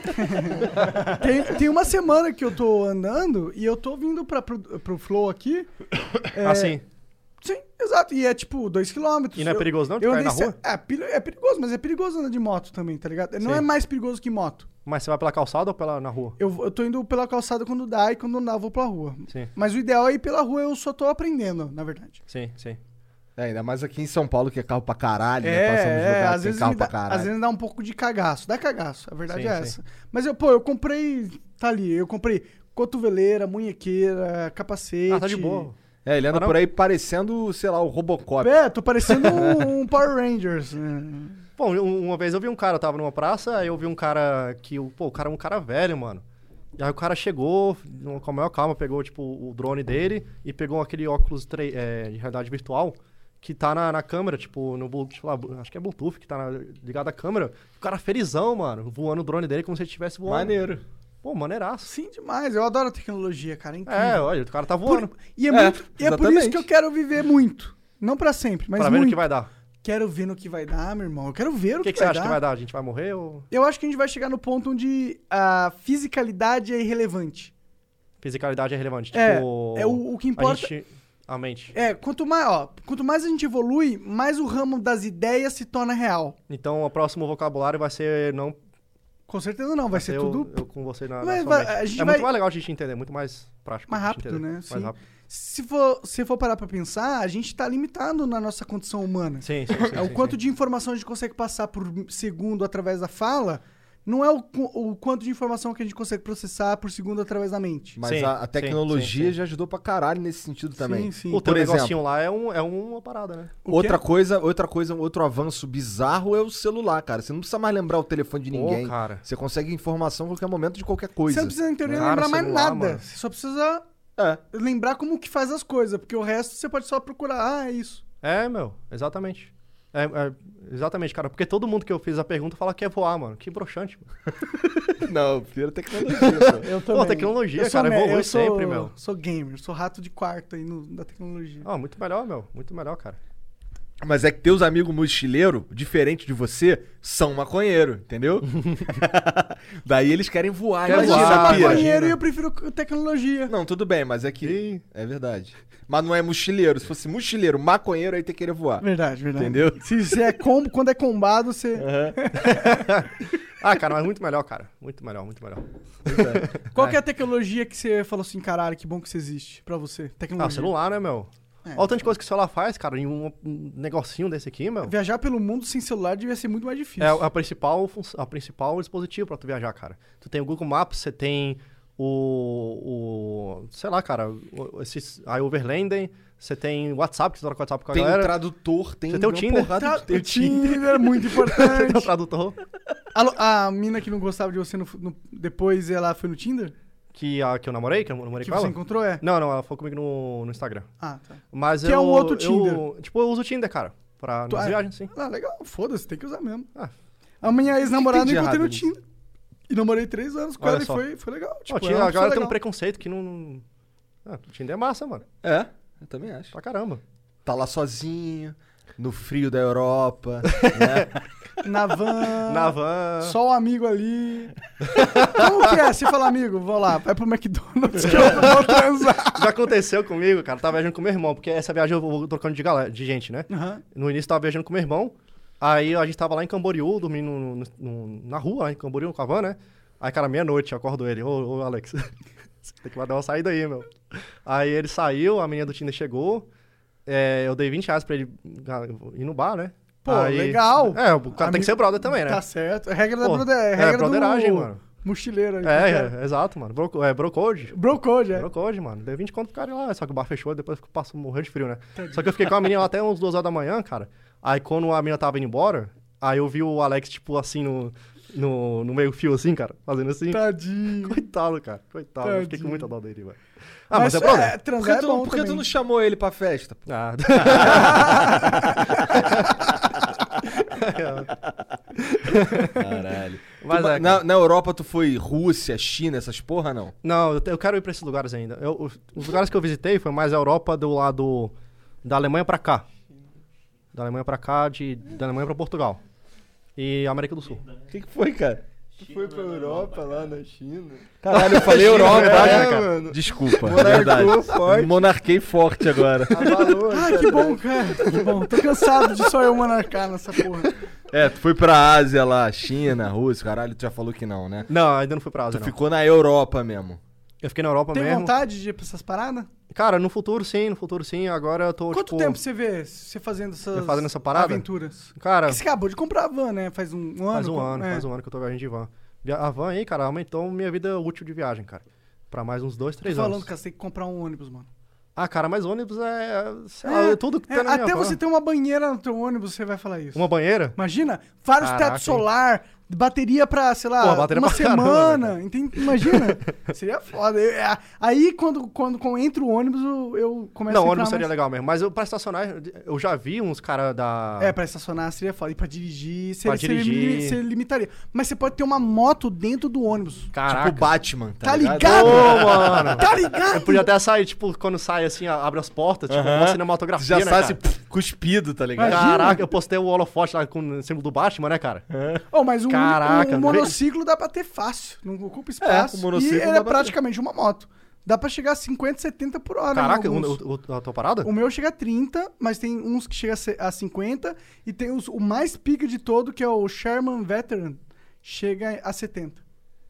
Tem uma semana que eu tô andando e eu tô vindo pro Flow aqui. Assim. Sim, exato. E é tipo 2km. E não é perigoso não de eu cair na andei rua? É perigoso, mas é perigoso andar de moto também, tá ligado? Não Sim. é mais perigoso que moto. Mas você vai pela calçada ou na rua? Eu tô indo pela calçada quando dá e quando não dá eu vou pela rua. Sim. Mas o ideal é ir pela rua, eu só tô aprendendo, na verdade. Sim. É, ainda mais aqui em São Paulo, que é carro pra caralho, né? Passamos lugares às que tem vezes, carro pra caralho. às vezes dá um pouco de cagaço. Dá cagaço, a verdade Sim, é sim. essa. Mas eu comprei, tá ali, eu comprei cotoveleira, munhequeira, capacete. Ah, tá de boa. É, ele anda Não? por aí parecendo, sei lá, o Robocop. É, tô parecendo um Power Rangers. né? Bom, uma vez eu vi um cara, eu tava numa praça, aí eu vi um cara o cara é um cara velho, mano. E aí o cara chegou, com a maior calma, pegou, tipo, o drone dele e pegou aquele óculos de realidade virtual que tá na câmera, tipo, no Bluetooth, acho que é Bluetooth, que tá ligado à câmera. O cara felizão, mano, voando o drone dele como se ele estivesse voando. Maneiro. Pô, maneiraço. Sim, demais. Eu adoro a tecnologia, cara. É incrível. É, olha, o cara tá voando. E é por isso exatamente. que eu quero viver muito. Não pra sempre, mas Pra ver muito. no que vai dar. Quero ver no que vai dar, meu irmão. Eu quero ver O o que que você vai acha dar. que vai dar? A gente vai morrer ou... Eu acho que a gente vai chegar no ponto onde a fisicalidade é irrelevante. Fisicalidade é relevante. É, Tipo, o que importa... A mente. Quanto mais a gente evolui, mais o ramo das ideias se torna real. Então, o próximo vocabulário vai ser não... Com certeza não, vai ser tudo Eu com você na Mas sua vai- mente. a gente É vai- muito mais legal de a gente entender, muito mais prático. mais de rápido, entender, né? Mais Sim. rápido. Se for parar pra pensar, a gente tá limitado na nossa condição humana. Sim. É o quanto de informação a gente consegue passar por segundo através da fala, não é o quanto de informação que a gente consegue processar por segundo através da mente. Mas Sim, a tecnologia sim. já ajudou pra caralho nesse sentido também. Sim. O teu Por exemplo, negocinho lá é uma parada, né? O outra coisa, outro avanço bizarro é o celular, cara. Você não precisa mais lembrar o telefone de ninguém. cara. Você consegue informação a qualquer momento de qualquer Você coisa. não precisa, em teoria, Cara, lembrar mais celular, nada. mano. Você só precisa É. lembrar como que faz as coisas, porque o resto você pode só procurar. Ah, é isso. É, meu, exatamente. Exatamente, cara. Porque todo mundo que eu fiz a pergunta fala que é voar, mano. Que broxante, mano. Não, primeiro tecnologia, pô. Eu Pô, tecnologia, Eu sou cara, me- evolui eu sou- sempre, meu. Sou gamer, sou rato de quarto aí da tecnologia. Ah, muito melhor, meu. Muito melhor, cara. Mas é que teus amigos mochileiros, diferente de você, são maconheiro, entendeu? Daí eles querem voar. Mas imagina isso é a pira. maconheiro e eu prefiro tecnologia. Não, tudo bem, mas é que... É verdade. Mas não é mochileiro. Se fosse mochileiro, maconheiro, aí tem que querer voar. Verdade. Entendeu? Se é quando é combado, você... Ah, cara, mas muito melhor, cara. Muito melhor. Qual que é a tecnologia que você falou assim, caralho, que bom que isso existe pra você? Ah, Tecnologia. celular, né, meu? Olha o tanto de coisa que o celular faz, cara, em um negocinho desse aqui, meu. Viajar pelo mundo sem celular devia ser muito mais difícil. É a principal dispositivo pra tu viajar, cara. Tu tem o Google Maps, você tem sei lá, cara, a Overlanding, você tem o WhatsApp, que você troca o WhatsApp com a Tem galera. o tradutor, tem Você tem o uma Tinder. porrada de- O Tinder é muito importante. Tem o tradutor. A mina que não gostava de você depois, ela foi no Tinder? Que eu namorei, que eu namorei Que com você ela. encontrou, é? Não, ela foi comigo no Instagram. Ah, tá. Mas Que é um outro Tinder. Eu uso o Tinder, cara, pra nas é? viagens, sim. Ah, legal. Foda-se, tem que usar mesmo. Ah. A minha ex-namorada tem eu de encontrei no errado nisso? Tinder. E namorei 3 anos com Olha ela e só. foi legal. Ó, Tipo, ela é a uma pessoa galera tem um legal. preconceito que não... Ah, o Tinder é massa, mano. É, eu também acho. Pra caramba. Tá lá sozinho, no frio da Europa, né? Na van. Na van. Só o amigo ali. Como que é? Você fala, amigo, vou lá, vai pro McDonald's que eu vou transar. Já aconteceu comigo, cara. Tava viajando com meu irmão, porque essa viagem eu vou trocando de gente, né? Aham. No início tava viajando com meu irmão. Aí a gente tava lá em Camboriú, dormindo na rua, lá em Camboriú, com a van, né? Aí, cara, meia-noite, eu acordo ele. Ô, Alex, você tem que dar uma saída aí, meu. Aí ele saiu, a menina do Tinder chegou. Eu dei R$20 pra ele ir no bar, né? Pô, Aí- legal. O cara tem que ser brother também, né? Tá certo. É regra da Pô, regra broderagem, do mano. mochileiro aí. Exato, mano. Brocode. Brocode, é. Brocode, mano. Dei 20 conto pro cara lá, só que o bar fechou, depois passou morrendo de frio, né? Só que eu fiquei com a menina lá até uns 2 horas da manhã, cara. Aí quando a menina tava indo embora, aí eu vi o Alex, tipo, assim, no meio fio, assim, cara, fazendo assim. Tadinho. Coitado, cara. Coitado. Eu fiquei com Tadinho. muita dó dele, velho. Ah, mas é brother. Transar é bom Por que tu também. não chamou ele pra festa? Ah. Caralho. Mas Tu- é, cara. na Europa tu foi Rússia, China, essas porra, não? Não, eu quero ir pra esses lugares ainda. Os lugares que eu visitei foi mais a Europa do lado da Alemanha pra cá. Da Alemanha pra cá, da Alemanha pra Portugal. E América do Sul. O que foi, cara? Tu foi pra Europa, lá na China. Caralho, eu falei Europa, É, cara. mano. Desculpa, Monarcou verdade. forte. Monarquei forte agora. Abalou, Ah, que bom, cara. Que bom. Tô cansado de só eu monarcar nessa porra. É, tu foi pra Ásia lá, China, Rússia, caralho, tu já falou que não, né? Não, ainda não fui pra Tu Ásia, não. ficou na Europa mesmo. Eu fiquei na Europa Tem mesmo. vontade de ir pra essas paradas? Cara, no futuro sim. Agora eu tô, Quanto tipo... tempo você vê você fazendo essas Eu fazendo essa parada? aventuras? Cara, Porque você acabou de comprar a van, né? Faz um ano. faz um ano. É. Faz um ano que eu tô viajando de van. A van aí, cara, aumentou minha vida útil de viagem, cara. Pra mais uns 2, Tô 3 falando, anos. cara, você tem que comprar um ônibus, mano. Ah, cara, mas ônibus sei lá, é tudo que tem na minha até van. você ter uma banheira no teu ônibus, você vai falar isso. Uma banheira? Imagina, vários Caraca, tetos solar, bateria pra, sei lá, Pô, bateria uma pra caramba, semana. Imagina. Seria foda. Aí, quando entra o ônibus, eu começo a Não, entrar ônibus seria mais... legal mesmo. Mas pra estacionar, eu já vi uns caras da... É, pra estacionar seria foda. E pra dirigir, Pra dirigir. Você limitaria. Mas você pode ter uma moto dentro do ônibus. Caraca. Tipo Batman, tá, Tá ligado? ligado? Ô, mano. Tá ligado? Eu podia até sair, tipo, quando sai assim, abre as portas, tipo, Aham. uma Tu cinematografia, já né, sai cara? assim, cuspido, tá ligado? Imagina. Caraca, eu postei o holofote lá com o símbolo do Batman, né, cara? Oh, mas Caraca, um monociclo dá pra ter fácil. Não ocupa espaço. o monociclo e ele dá é pra ter. praticamente uma moto. Dá pra chegar a 50, 70 por hora. em Caraca, alguns. a tua parada? O meu chega a 30, mas tem uns que chega a 50. E tem o mais pica de todo, que é o Sherman Veteran. Chega a 70.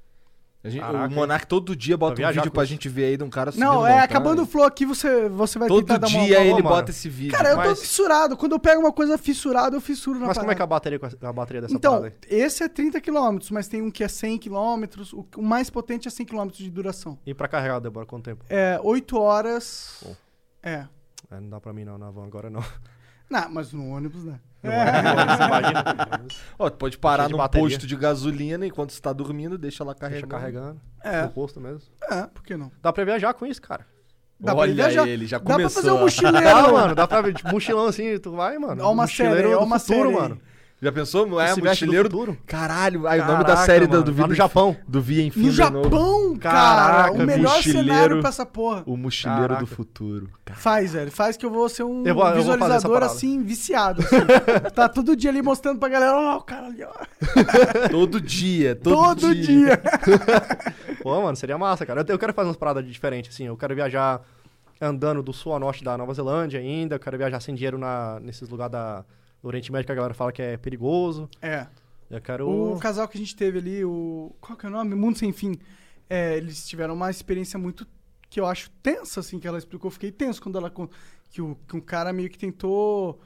Caraca, o Monark todo dia bota um viajar vídeo com pra isso. gente ver aí de um cara subindo Não, montanha. acabando o flow aqui, você vai Todo tentar dar uma... dia ele mano. bota esse vídeo. Cara, eu tô Mas- fissurado. Quando eu pego uma coisa fissurada, eu fissuro na Mas como é que é parada. a bateria dessa Então, parada aí? esse é 30 km, mas tem um que é 100 km. O mais potente é 100 km de duração. E pra carregar, demora quanto tempo? É 8 horas. Pô. É. Não dá pra mim não, na van agora não. Não, mas no ônibus, né? Você imagina? Ó, tu pode parar Cheio de num bateria. posto de gasolina enquanto você tá dormindo, deixa lá Deixa carregando. carregando. É. No posto mesmo. É, por que não? Dá pra viajar com isso, cara. Dá pra Olha viajar. ele, já Dá começou. pra fazer um mochileiro. Dá, mano. Dá pra ver, tipo, mochileão assim, tu vai, mano. Ó uma Mochileiro série, ó do uma futuro, série aí. mano. Já pensou? É, Se veste do mochileiro. futuro? Caralho, aí o nome da Caraca, série mano, do lá Vida no Japão. Do Via Enfim. No de novo. Japão, cara, Caraca, o melhor mochileiro. cenário pra essa porra. O mochileiro Caraca. do futuro. Cara. Faz, velho. Faz que eu vou ser um Eu vou fazer essa visualizador parada. assim, viciado. assim. Tá todo dia ali mostrando pra galera, ó, o cara ali, ó. Todo dia, Todo dia. Pô, mano, seria massa, cara. Eu quero fazer umas paradas diferentes, assim. Eu quero viajar andando do sul ao norte da Nova Zelândia ainda. Eu quero viajar sem dinheiro nesses lugares do Oriente Médio que a galera fala que é perigoso. É. Eu quero... O casal que a gente teve ali, qual que é o nome? Mundo Sem Fim. É, eles tiveram uma experiência muito, que eu acho tensa, assim, que ela explicou. Eu fiquei tenso quando ela... Que um cara meio que tentou,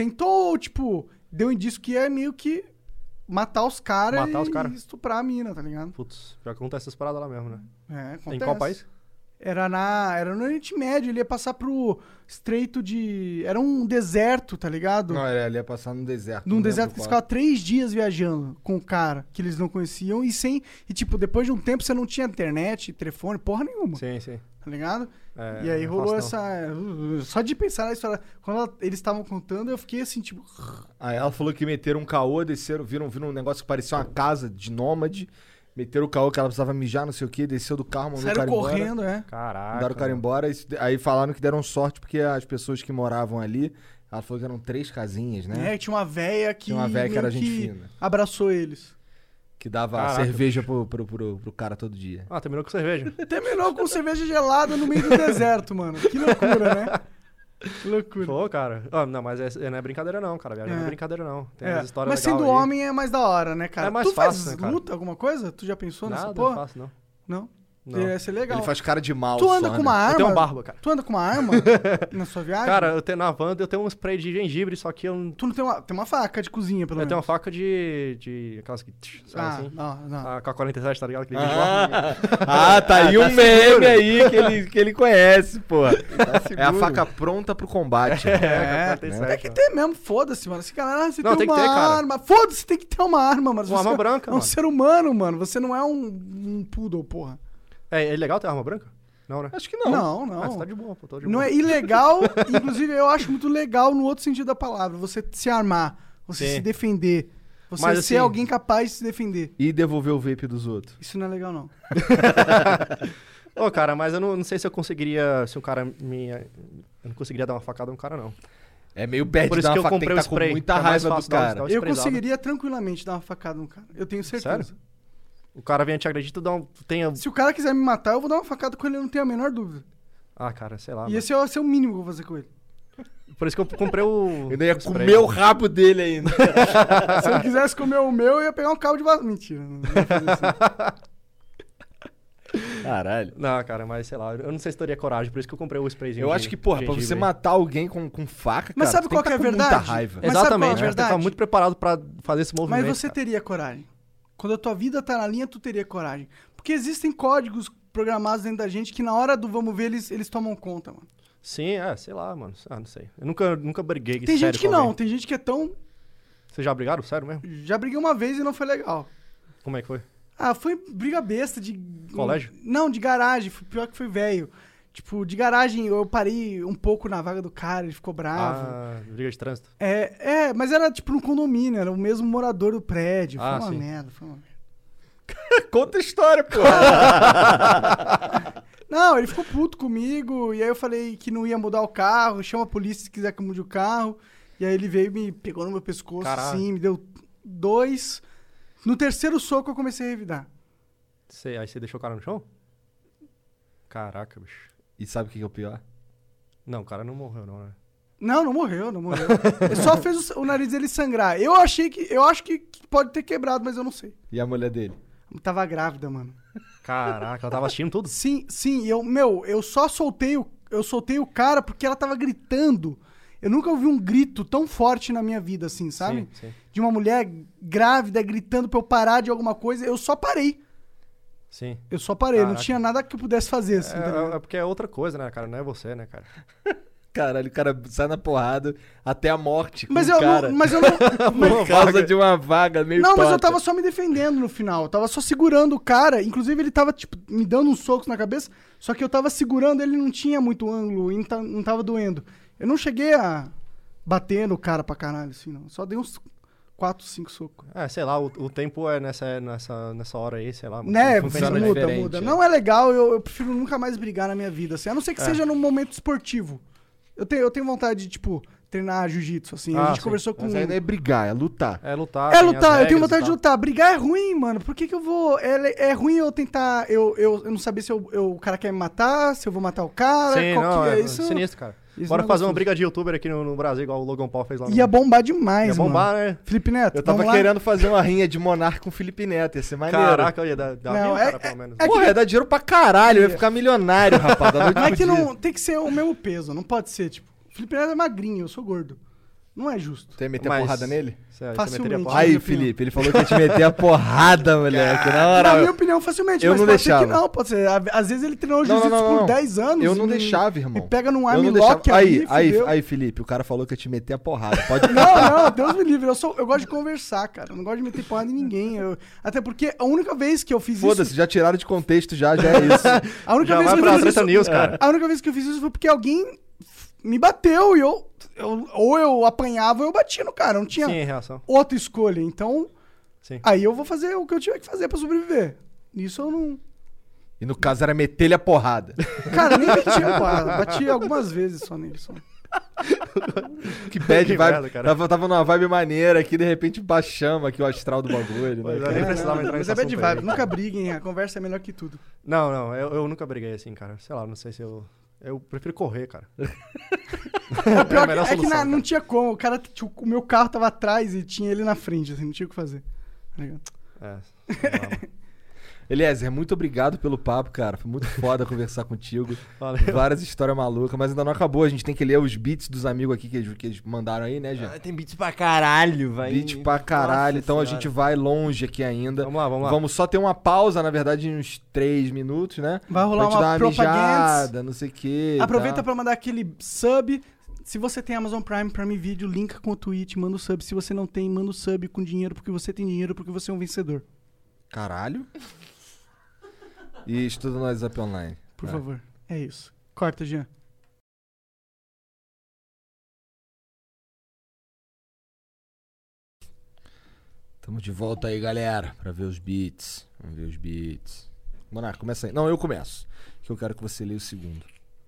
tipo, deu um indício que é meio que matar os caras e estuprar a mina, tá ligado? Putz, já acontece essas paradas lá mesmo, né? É, acontece. Em qual país? Era no Oriente Médio, ele ia passar pro Estreito de... Era um deserto, tá ligado? Não, ele ia passar num deserto. Num não deserto lembro que eles qual. ficavam 3 dias viajando com o cara que eles não conheciam e tipo, depois de um tempo você não tinha internet, telefone, porra nenhuma, Sim, sim. tá ligado? É, E aí não rolou faço, não. só de pensar na história, quando eles estavam contando, eu fiquei assim, tipo... Aí ela falou que meteram um caô, desceram, viram um negócio que parecia uma casa de nômade. Meteram o caô que ela precisava mijar, não sei o que, desceu do carro, mandou o Saíram cara embora. correndo, Caraca. Mandaram o cara mano. embora. Aí falaram que deram sorte porque as pessoas que moravam ali, ela falou que eram 3 casinhas, né? É, tinha uma véia que... Tinha uma véia que era meio gente fina. abraçou eles. Que dava Caraca, cerveja pro cara todo dia. Ah, terminou com cerveja. Terminou com cerveja gelada no meio do deserto, mano. Que loucura, né? Que loucura. Pô, cara. Ah, não, mas não é brincadeira não, cara. Viajar não é brincadeira não. Tem umas histórias Mas legais sendo aí. homem é mais da hora, né, cara? É mais tu fácil, faz né, cara? luta, alguma coisa? Tu já pensou nessa Nada, porra? não faço, não. Não? Não. Ia ser legal. Ele faz cara de mal Tu anda só, com né? uma arma? Eu tenho um barba, cara. Tu anda com uma arma na sua viagem? Cara, na van eu tenho um spray de gengibre, só que eu Tu não tem uma faca de cozinha, pelo menos? tenho uma faca de aquelas que... Sabe assim? não. A K-47, tá ligado? Aquele vídeo lá. Tá aí um meme aí que ele conhece, pô. Tá É a faca pronta pro combate. É, Tem K-47, que mano. ter mesmo, foda-se, mano. Esse cara, você Não, tem tem que uma ter, cara. arma. Foda-se, tem que ter uma arma, mano. Uma Você arma branca, é um mano. ser humano, mano. Você não é um poodle, porra. É legal ter arma branca? Não, né? Acho que não. Não. Ah, você tá de boa, pô. Tô de Não boa. é ilegal, inclusive eu acho muito legal no outro sentido da palavra. Você se armar, você Sim. se defender, você Mas, ser assim, alguém capaz de se defender. E devolver o vape dos outros. Isso não é legal, não. Ô, cara, mas eu não sei se eu conseguiria... Se um cara me... Eu não conseguiria dar uma facada num cara, não. É meio bad Por isso dar que uma eu faca, tem que comprei o tá com spray, muita que é mais raiva do fácil dar cara. uma Eu sprayzada. conseguiria tranquilamente dar uma facada no cara. Eu tenho certeza. Sério? O cara vem te agredir, tu dá um... Se o cara quiser me matar, eu vou dar uma facada com ele, eu não tenho a menor dúvida. Ah, cara, sei lá. E mano. esse é o mínimo que eu vou fazer com ele. Por isso que eu comprei o... Eu ainda ia spray. comer o rabo dele ainda. Se ele quisesse comer o meu, eu ia pegar um cabo de vassoura. Mentira, não ia fazer assim. Caralho. Não, cara, mas sei lá. Eu não sei se teria coragem, por isso que eu comprei o sprayzinho Eu acho que, porra, pra você matar alguém com faca, Mas cara, sabe tu tem qual que é a tá com muita verdade? raiva. Mas sabe qual é a Exatamente, você tem que verdade? estar muito preparado pra fazer esse movimento. Mas você cara. teria coragem. Quando a tua vida tá na linha, tu teria coragem. Porque existem códigos programados dentro da gente que na hora do vamos ver, eles tomam conta, mano. Sim, sei lá, mano. Ah, não sei. Eu nunca briguei Tem sério gente que com não, alguém. tem gente que é tão... Vocês já brigaram? Sério mesmo? Já briguei uma vez e não foi legal. Como é que foi? Ah, foi briga besta de... Colégio? Não, de garagem. Pior que foi velho. Tipo, de garagem eu parei um pouco na vaga do cara, ele ficou bravo. Ah, briga de trânsito. Mas era tipo no condomínio, era o mesmo morador do prédio. Foi Ah, uma sim. merda, foi uma merda. Conta a história, pô. Não, ele ficou puto comigo, e aí eu falei que não ia mudar o carro, chama a polícia se quiser que eu mude o carro. E aí ele veio, me pegou no meu pescoço, Caralho. assim, me deu 2. No terceiro soco eu comecei a revidar. Aí você deixou o cara no chão? Caraca, bicho. E sabe o que é o pior? Não, o cara não morreu, não, né? Não morreu. Ele só fez o nariz dele sangrar. Eu acho que pode ter quebrado, mas eu não sei. E a mulher dele? Eu tava grávida, mano. Caraca, ela tava assistindo tudo? Sim, eu só soltei o cara porque ela tava gritando. Eu nunca ouvi um grito tão forte na minha vida, assim, sabe? Sim. De uma mulher grávida gritando pra eu parar de alguma coisa. Eu só parei. Sim. Eu só parei. Não Caraca. tinha nada que eu pudesse fazer, assim. tá ligado? É porque é outra coisa, né, cara? Não é você, né, cara? Caralho, o cara sai na porrada até a morte com Mas o eu cara. não. Mas eu não. Por causa de uma vaga meio Não, mas eu torta. tava só me defendendo no final. Eu tava só segurando o cara. Inclusive, ele tava, tipo, me dando uns socos na cabeça. Só que eu tava segurando, ele não tinha muito ângulo e não tava doendo. Eu não cheguei a bater no cara pra caralho, assim, não. Só dei uns 4, 5 socos. Sei lá, o tempo é nessa hora aí, sei lá. Né, funciona muda, diferente, muda. é. Não é legal, eu prefiro nunca mais brigar na minha vida, assim. A não ser que seja num momento esportivo. Eu tenho vontade de, tipo, treinar jiu-jitsu, assim. A gente sim. conversou com... Mas aí não é brigar, é lutar. É lutar. É tem lutar, as eu tenho regras vontade e de tal. lutar. Brigar é ruim, mano. Por que eu vou... É ruim eu tentar... Eu não saber se o cara quer me matar, se eu vou matar o cara. Sim, qual não, que é isso. sinistro, cara. Isso Bora não é fazer uma gostoso. briga de youtuber aqui no Brasil, igual o Logan Paul fez lá. Ia bombar demais, Ia bombar, mano. né? Felipe Neto, Eu tava vamos lá? querendo fazer uma rinha de Monarca com o Felipe Neto, ia ser maneiro. Caraca, eu ia dar Não, vida, cara, pelo menos. Porra, ia dar dinheiro pra caralho, eu ia ficar milionário, rapaz, da noite Mas é pro que dia. não... Tem que ser o mesmo peso, não pode ser, tipo... Felipe Neto é magrinho, eu sou gordo. Não é justo. Tu ia meter a Mas- porrada nele? Você Facilmente. meteria porrada? Aí, minha opinião. Felipe, ele falou que ia te meter a porrada, moleque. Na Na moral. minha opinião, facilmente. eu mas não pode ser deixava. que não, pode ser. Às vezes ele treinou Não, jiu-jitsu não, não, por não. 10 anos. Eu não e- deixava, irmão. E pega num Eu arm não lock deixava. ali, fudeu. Aí, Felipe, o cara falou que ia te meter a porrada. Pode Não, Deus me livre. Eu gosto de conversar, cara. Eu não gosto de meter porrada em ninguém. Até porque a única vez que eu fiz Foda-se, isso... já tiraram de contexto, já é isso. A única Já vez vai que eu pra fiz Treta isso... News, cara. A única vez que eu fiz isso foi porque alguém me bateu e ou eu apanhava ou eu batia no cara. Não tinha Sim, reação. outra escolha. Então, Sim. aí eu vou fazer o que eu tiver que fazer pra sobreviver. Isso eu não... E no caso era meter-lhe a porrada. Cara, nem meti a porrada. Bati algumas vezes só nele. Só. Que bad Que vibe. merda, cara. Tava numa vibe maneira aqui, de repente baixamos aqui o astral do bagulho. Pois Né? é, nem precisava entrar Mas nesse é bad assunto vibe. aí. Nunca briguem. A conversa é melhor que tudo. Não, eu nunca briguei assim, cara. Sei lá, não sei se eu... Eu prefiro correr, cara. O pior a melhor é que solução, não cara. tinha como. O cara, tipo, o meu carro tava atrás e tinha ele na frente, assim, não tinha o que fazer. Tá ligado? Sei lá, mano. Eliezer, muito obrigado pelo papo, cara. Foi muito foda conversar contigo. Valeu. Várias histórias malucas, mas ainda não acabou. A gente tem que ler os beats dos amigos aqui que eles mandaram aí, né, Jean? Tem beats pra caralho, vai. Beat pra caralho, Nossa então a senhora. gente vai longe aqui ainda. Vamos lá. Vamos só ter uma pausa, na verdade, em uns 3 minutos, né? Vai rolar pra te uma dar uma propaganda. mijada, não sei o quê. Aproveita tá? pra mandar aquele sub. Se você tem Amazon Prime, Prime Video, linka com o Twitch, manda o sub. Se você não tem, manda o sub com dinheiro, porque você tem dinheiro, porque você é um vencedor. Caralho. E estuda no WhatsApp online. Por É. favor. É isso. Corta, Jean. Tamo de volta aí, galera, pra ver os beats. Vamos ver os beats. Monarca, começa aí. Não, eu começo. Que eu quero que você leia o segundo.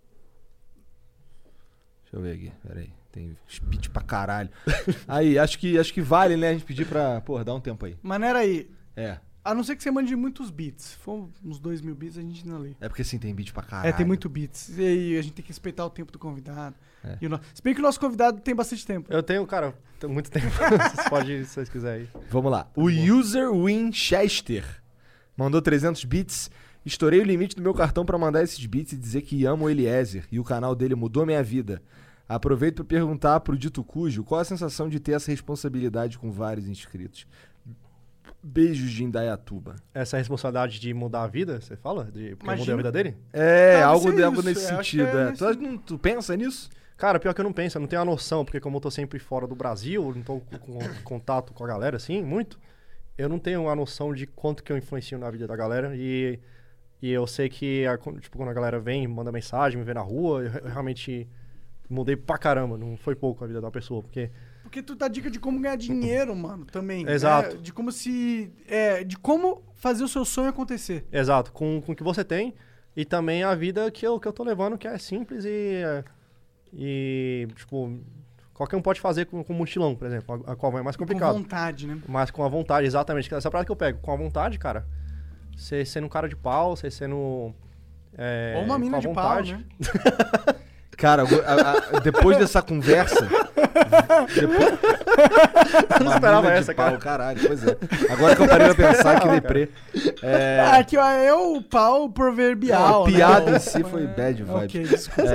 Deixa eu ver aqui, pera aí. Tem beat pra caralho. Aí, acho que vale, né, a gente pedir pra... Porra, dá um tempo aí. Maneira aí. É. A não ser que você mande muitos beats. Se for uns 2.000 beats, a gente não lê. É porque sim, tem beat pra caralho. É, tem muito beats. E aí a gente tem que respeitar o tempo do convidado. É. E se bem que o nosso convidado tem bastante tempo. Eu tenho, cara, tenho muito tempo. Vocês podem, se vocês quiserem aí. Vamos lá. O User Winchester mandou 300 bits. Estourei o limite do meu cartão pra mandar esses bits e dizer que amo o Eliezer e o canal dele mudou minha vida. Aproveito pra perguntar pro Dito Cujo qual a sensação de ter essa responsabilidade com vários inscritos. Beijos de Indaiatuba. Essa responsabilidade de mudar a vida, você fala? Porque eu mudei Imagina. a vida dele? É, Deve algo, ser algo isso, nesse eu acho sentido. que é É. nesse- Tu pensa nisso? Cara, pior que eu não penso, eu não tenho a noção, porque como eu tô sempre fora do Brasil, eu não tô com contato com a galera, assim, muito, eu não tenho a noção de quanto que eu influencio na vida da galera e eu sei que, tipo, quando a galera vem, manda mensagem, me vê na rua, eu realmente mudei pra caramba, não foi pouco a vida da pessoa, porque... Porque tu dá dica de como ganhar dinheiro, mano, também. Exato. De como se... de como fazer o seu sonho acontecer. Exato, com o que você tem e também a vida que eu tô levando, que é simples e tipo, qualquer um pode fazer com mochilão, por exemplo, a qual é mais complicado. Com vontade, né? Mas com a vontade, exatamente. Essa parada que eu pego, com a vontade, cara, você sendo um cara de pau, você sendo... Ou uma mina com a de vontade. pau, né? Cara, depois dessa conversa... não esperava essa, pau, cara. Caralho, pois é. Agora que eu parei pra pensar, que deprê. Aqui, ó, é o pau proverbial, A piada né? em si foi bad vibe. Ok, desculpa.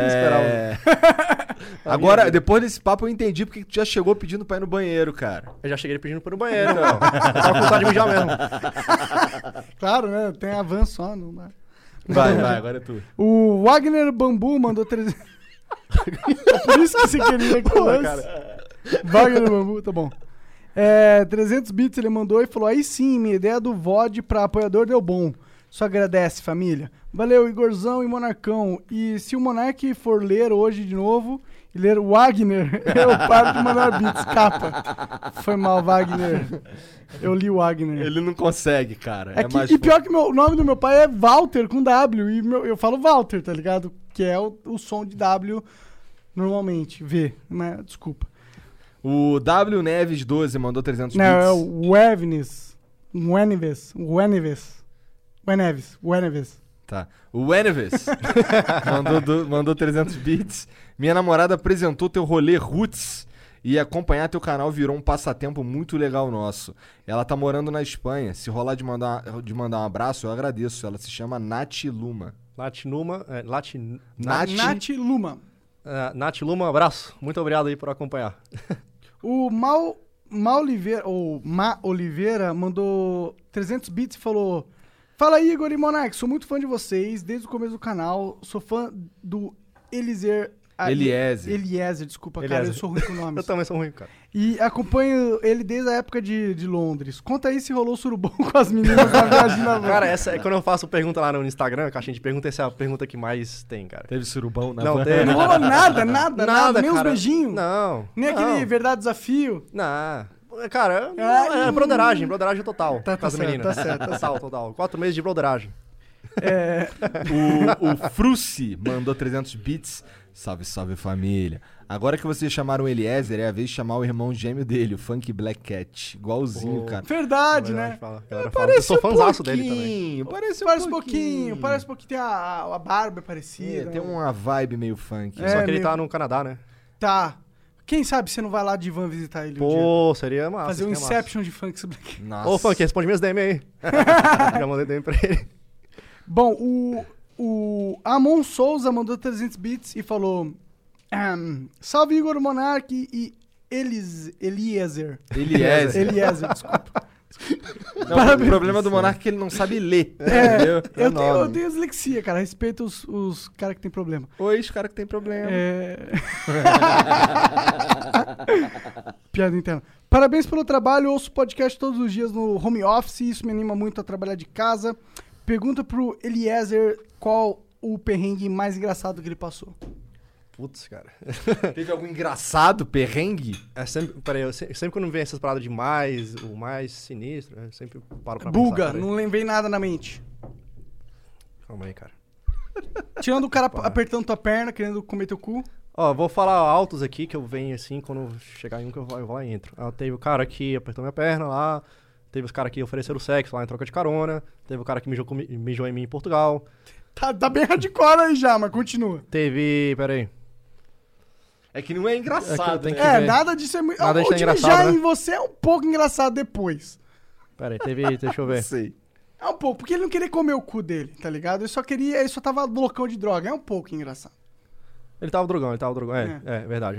Agora, depois desse papo, eu entendi porque tu já chegou pedindo pra ir no banheiro, cara. Eu já cheguei pedindo pro banheiro, meu. Eu tava com vontade de mijar mesmo. Claro, né? Tem avanço só, não dá. Vai, agora é tu. O Wagner Bambu mandou 300... É por isso que você queria que eu lance. Wagner Bambu, tá bom. 300 bits ele mandou e falou: aí sim, minha ideia do VOD pra apoiador deu bom. Só agradece, família. Valeu, Igorzão e Monarcão. E se o Monark for ler hoje de novo e ler Wagner, eu paro de mandar bits. Capa. Foi mal, Wagner. Eu li o Wagner. Ele não consegue, cara. E pior que o nome do meu pai é Walter, com W. E eu falo Walter, tá ligado? Que é o som de W normalmente. V. Mas, desculpa. O W Neves 12 mandou 300 Não, bits. é o Weneves. Tá. O Eneves mandou 300 bits. Minha namorada apresentou teu rolê Roots e acompanhar teu canal virou um passatempo muito legal nosso. Ela tá morando na Espanha. Se rolar de mandar um abraço, eu agradeço. Ela se chama Nath Luma. Nath Luma, Nath Luma. Nath Luma, abraço. Muito obrigado aí por acompanhar. O Ma Oliveira mandou 300 bits e falou: Fala, Igor e Monark, sou muito fã de vocês desde o começo do canal. Sou fã do Eliezer, desculpa, cara, Eliezer. eu sou ruim com nomes. Eu também sou ruim, cara. E acompanho ele desde a época de Londres. Conta aí se rolou surubom com as meninas na viagem na van. Cara, quando eu faço pergunta lá no Instagram, caixinha de pergunta, essa é a pergunta que mais tem, cara. Teve surubão na Não, van? teve. Não rolou nada, nem uns cara. beijinhos. Não. Nem aquele verdade desafio. Não. Cara, Ai. é broderagem total. Tá com as certo, meninas. tá certo. Total. 4 meses de broderagem. O Fruci mandou 300 bits. Salve, salve família. Agora que vocês chamaram o Eliezer, é a vez de chamar o irmão gêmeo dele, o Funk Black Cat. Igualzinho, cara. Verdade, né? Eu sou fãzaço dele também. Parece Parece um pouquinho, tem a barba parecida. Tem uma vibe meio funk. É, Só que ele meio- tá no Canadá, né? Tá. Quem sabe você não vai lá de van visitar ele um dia? Pô, seria massa. Fazer um seria massa. Inception de Funk Black. Nossa. Ô, Funk, responde minhas DM aí. Já mandei DM pra ele. Bom, o Amon Souza mandou 300 bits e falou: Salve Igor Monark e Eliezer, desculpa. Não, o problema do Monark é que ele não sabe ler. Entendeu? É Eu nome. tenho dislexia, cara. Respeito os caras que tem problema. Oi, os caras que tem problema. Piada interna. Parabéns pelo trabalho. Ouço podcast todos os dias no home office. Isso me anima muito a trabalhar de casa. Pergunta pro Eliezer qual o perrengue mais engraçado que ele passou. Putz, cara. Teve algum engraçado, perrengue? Peraí, sempre quando vem essas paradas de o mais sinistro, eu sempre paro pra Buga, pensar. não lembrei nada na mente. Calma aí, cara. Tirando o cara apertando tua perna, querendo comer teu cu. Ó, vou falar altos aqui, que eu venho assim, quando chegar em um que eu vou lá e entro. Teve o cara que apertou minha perna lá, teve os caras que ofereceram sexo lá em troca de carona, teve o cara que mijou em mim em Portugal, Tá bem hardcore aí já, mas continua. peraí. É que não é engraçado, tem né? que ver. Nada disso é muito... Nada disso é O de engraçado, mijar né? em você é um pouco engraçado depois. Peraí, deixa eu ver. Sei. É um pouco, porque ele não queria comer o cu dele, tá ligado? Ele só tava loucão de droga. É um pouco engraçado. Ele tava drogão. Verdade.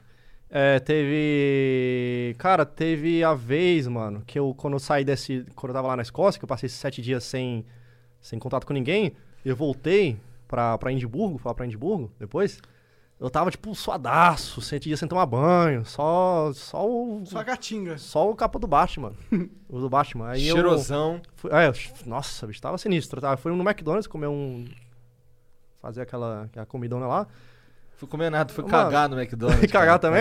Teve a vez, mano, que quando eu saí quando eu tava lá na Escócia, que eu passei esses 7 dias sem contato com ninguém, eu voltei pra Edimburgo, depois, eu tava, tipo, suadaço, 7 dias sem tomar banho, só Só a gatinga. Só o capa do Batman, o do Batman. Aí Cheirosão. nossa, bicho, tava sinistro, tá? Fui no McDonald's comer fazer aquela comidona lá. Fui comer nada, fui Mano, cagar no McDonald's. Cagar também?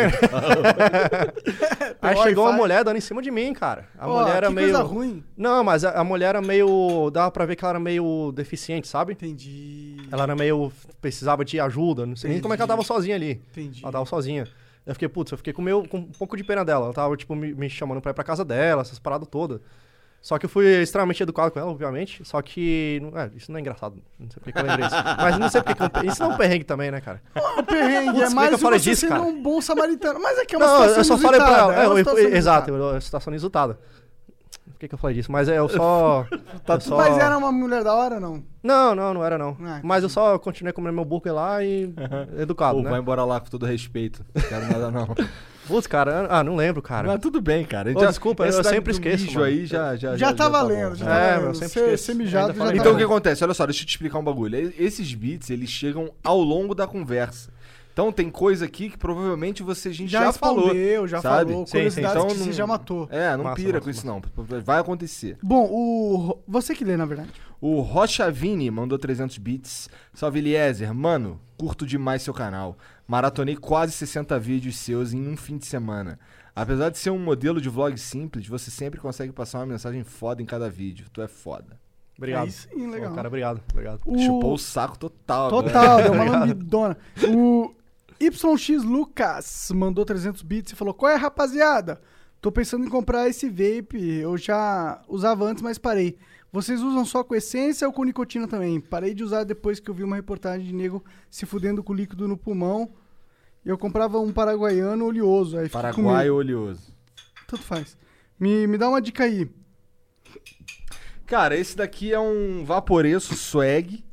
Aí chegou uma Wi-Fi. mulher dando em cima de mim, cara. A Ó, mulher era que meio... coisa ruim. Não, mas a mulher era meio... Dava pra ver que ela era meio deficiente, sabe? Entendi. Ela era meio... Precisava de ajuda. Não sei nem como é que ela tava sozinha ali. Entendi. Ela tava sozinha. Eu fiquei com um pouco de pena dela. Ela tava, tipo, me chamando pra ir pra casa dela, essas paradas todas. Só que eu fui extremamente educado com ela, obviamente. Só que... isso não é engraçado. Não sei porque que eu lembrei isso. Mas não sei porque... Isso não é um perrengue também, né, cara? O perrengue Putz, é por que mais que eu falei você disso, sendo cara? um bom samaritano. Mas é que é uma Não, situação eu só falei pra inusitada, ela. é uma situação Exato, inusitada. uma situação inusitada. Por que eu falei disso? Mas eu só... Mas era uma mulher da hora, não? Não era não. Ah, Mas eu só continuei comendo meu burger lá e... Educado, Pô, né? vai embora lá com todo respeito. Não quero nada, não. Putz, cara, não lembro, cara. Mas tudo bem, cara. Ô, desculpa, esse eu da- sempre do esqueço, mijo mano. aí já Já tá bom. valendo, já tá É, valendo. meu, sempre Ser esqueço. mijado Ainda já falei tá Então o que valendo. acontece? Olha só, deixa eu te explicar um bagulho. Esses beats, eles chegam ao longo da conversa. Então tem coisa aqui que provavelmente a gente já falou. respondeu, já sabe? falou. Sim, Curiosidades então que não- você já matou. É, não Massa, pira massa, com isso não. Vai acontecer. Bom, você que lê, na verdade. O Rochavini mandou 300 bits. Salve, Eliezer. Mano, curto demais seu canal. Maratonei quase 60 vídeos seus em um fim de semana. Apesar de ser um modelo de vlog simples, você sempre consegue passar uma mensagem foda em cada vídeo. Tu é foda. Obrigado. Aí sim, legal. Pô, cara, obrigado. Chupou o saco total. Total, deu uma lambidona. O YX Lucas mandou 300 bits e falou: qual é, rapaziada? Tô pensando em comprar esse vape. Eu já usava antes, mas parei. Vocês usam só com essência ou com nicotina também? Parei de usar depois que eu vi uma reportagem de nego se fudendo com líquido no pulmão. Eu comprava um paraguaiano oleoso. Aí Paraguai oleoso. Tanto faz. Me dá uma dica aí. Cara, esse daqui é um Vaporeço Swag.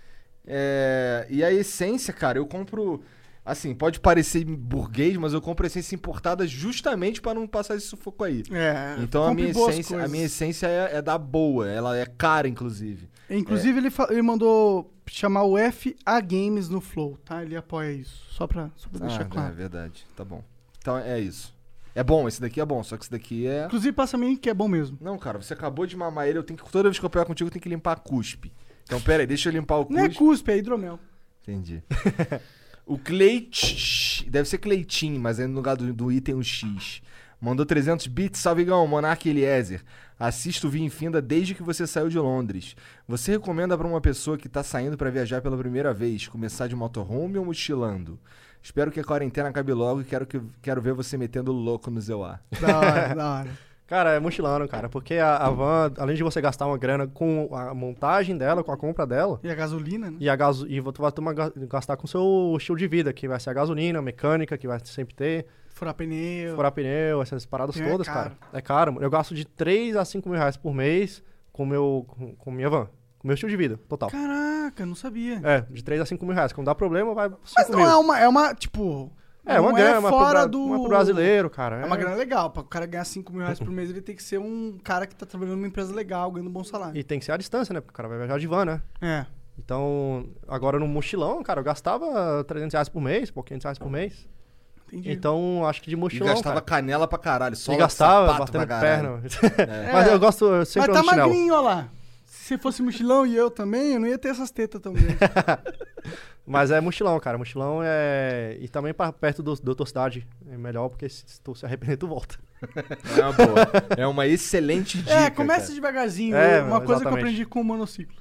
E a essência, cara, eu compro... Assim, pode parecer burguês, mas eu compro essência importada justamente para não passar esse sufoco aí. Então a minha essência é da boa. Ela é cara, inclusive. Inclusive, ele mandou chamar o FA Games no Flow, tá? Ele apoia isso. Só pra deixar claro. É verdade. Tá bom. Então é isso. É bom, esse daqui é bom, só que esse daqui é... Inclusive, passa a mim que é bom mesmo. Não, cara, você acabou de mamar ele, toda vez que eu pegar contigo, eu tenho que limpar a cuspe. Então, pera aí, deixa eu limpar o cuspe. Não é cuspe, é hidromel. Entendi. O Cleit... Deve ser Cleitinho, mas aí no lugar do item um X. Mandou 300 bits. Salvigão, Monark Eliezer. Assisto o Vinfinda desde que você saiu de Londres. Você recomenda pra uma pessoa que tá saindo pra viajar pela primeira vez começar de motorhome ou mochilando? Espero que a quarentena acabe logo e quero ver você metendo louco no Zeuá. Da hora. Cara, é mochilando, cara. Porque a van, além de você gastar uma grana com a montagem dela, com a compra dela... E a gasolina, né? E tu vai gastar com o seu estilo de vida, que vai ser a gasolina, a mecânica, que vai sempre ter. Furar pneu, essas paradas todas, cara. É caro. Eu gasto de 3 a 5 mil reais por mês com minha van. Com meu estilo de vida, total. Caraca, não sabia. De 3 a 5 mil reais. Quando dá problema, vai 5 Mas não mil. é uma, tipo... uma grana, fora uma pro brasileiro, cara. É uma grana legal. Pra o cara ganhar 5 mil reais por mês, ele tem que ser um cara que tá trabalhando numa empresa legal, ganhando um bom salário. E tem que ser a distância, né? Porque o cara vai viajar de van, né? Então, agora no mochilão, cara, eu gastava 300 reais por mês, por 500 reais por mês. Entendi. Então, acho que de mochilão, E gastava cara. canela pra caralho. E gastava, batendo perna. Mas eu gosto sempre Mas tá no chinelo. magrinho, ó lá. Se fosse mochilão e eu também, eu não ia ter essas tetas tão grandes. Mas é mochilão, cara. Mochilão é... E também pra perto da tua cidade é melhor, porque se tu se arrepender, tu volta. É uma boa. É uma excelente dica, começa cara. devagarzinho. Uma coisa que eu exatamente. aprendi com o monociclo.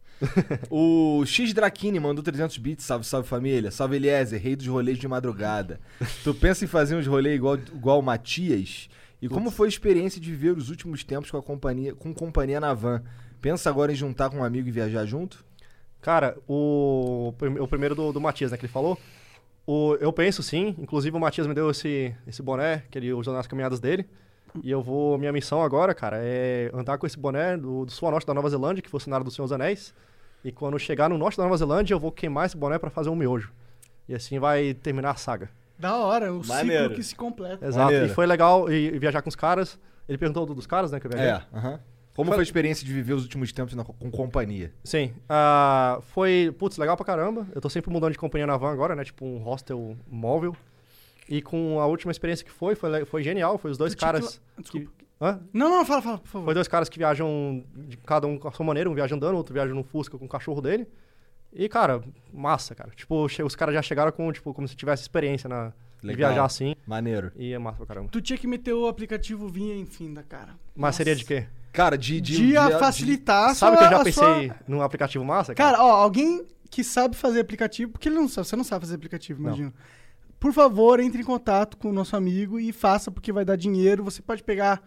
O X Drakini mandou 300 bits. Salve, salve família. Salve Eliezer, rei dos rolês de madrugada. Tu pensa em fazer uns rolês igual o Matias? E como foi a experiência de viver os últimos tempos com companhia na van? Pensa agora em juntar com um amigo e viajar junto? Cara, o primeiro do Matias, né, que ele falou. Eu penso sim. Inclusive o Matias me deu esse boné que ele usou nas caminhadas dele. E minha missão agora, cara, é andar com esse boné do sul a norte da Nova Zelândia, que foi o cenário do Senhor dos Anéis. E quando chegar no norte da Nova Zelândia, eu vou queimar esse boné pra fazer um miojo. E assim vai terminar a saga. Da hora, o Maneiro. ciclo que se completa. Exato. Maneiro. E foi legal e viajar com os caras. Ele perguntou dos caras, né, que eu viajei. Como foi a experiência de viver os últimos tempos com companhia? Sim. Foi, legal pra caramba. Eu tô sempre mudando de companhia na van agora, né? Tipo um hostel móvel. E com a última experiência que foi genial. Foi os dois caras... Desculpa. Hã? Não, fala, por favor. Foi dois caras que viajam, cada um com a sua maneira. Um viaja andando, outro viaja num Fusca com o cachorro dele. E, cara, massa, cara. Tipo, os caras já chegaram como se tivesse experiência de viajar assim. Maneiro. E é massa pra caramba. Tu tinha que meter o aplicativo Vinha enfim da cara. Mas seria de quê? Cara, de facilitar Sabe que eu já a pensei num aplicativo massa, cara? Cara, alguém que sabe fazer aplicativo, porque você não sabe fazer aplicativo, imagina. Por favor, entre em contato com o nosso amigo e faça, porque vai dar dinheiro. Você pode pegar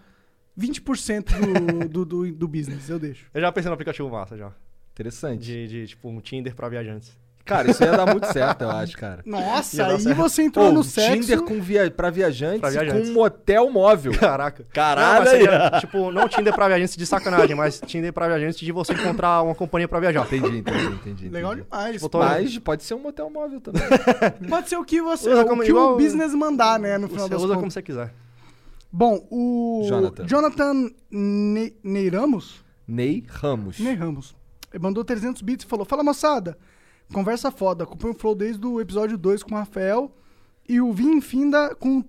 20% do business, eu deixo. Eu já pensei no aplicativo massa, já. Interessante. De tipo, um Tinder pra viajantes. Cara, isso ia dar muito certo, eu acho, cara. Nossa, aí você entrou no sexo... Tinder pra viajantes com um motel móvel. Caraca. Caralho! Não, seria, tipo, não Tinder pra viajantes de sacanagem, mas Tinder pra viajantes de você encontrar uma companhia pra viajar. Entendi. Legal demais. Tipo, Mas pode ser um motel móvel também. Pode ser o que igual o business mandar, né, no final Você das usa contas. como você quiser. Bom, o Jonathan Ney Ramos, Ney Ramos. ele mandou 300 bits e falou: fala, moçada, conversa foda, acompanho o Flow desde o episódio 2 com o Rafael e o Vinfinda com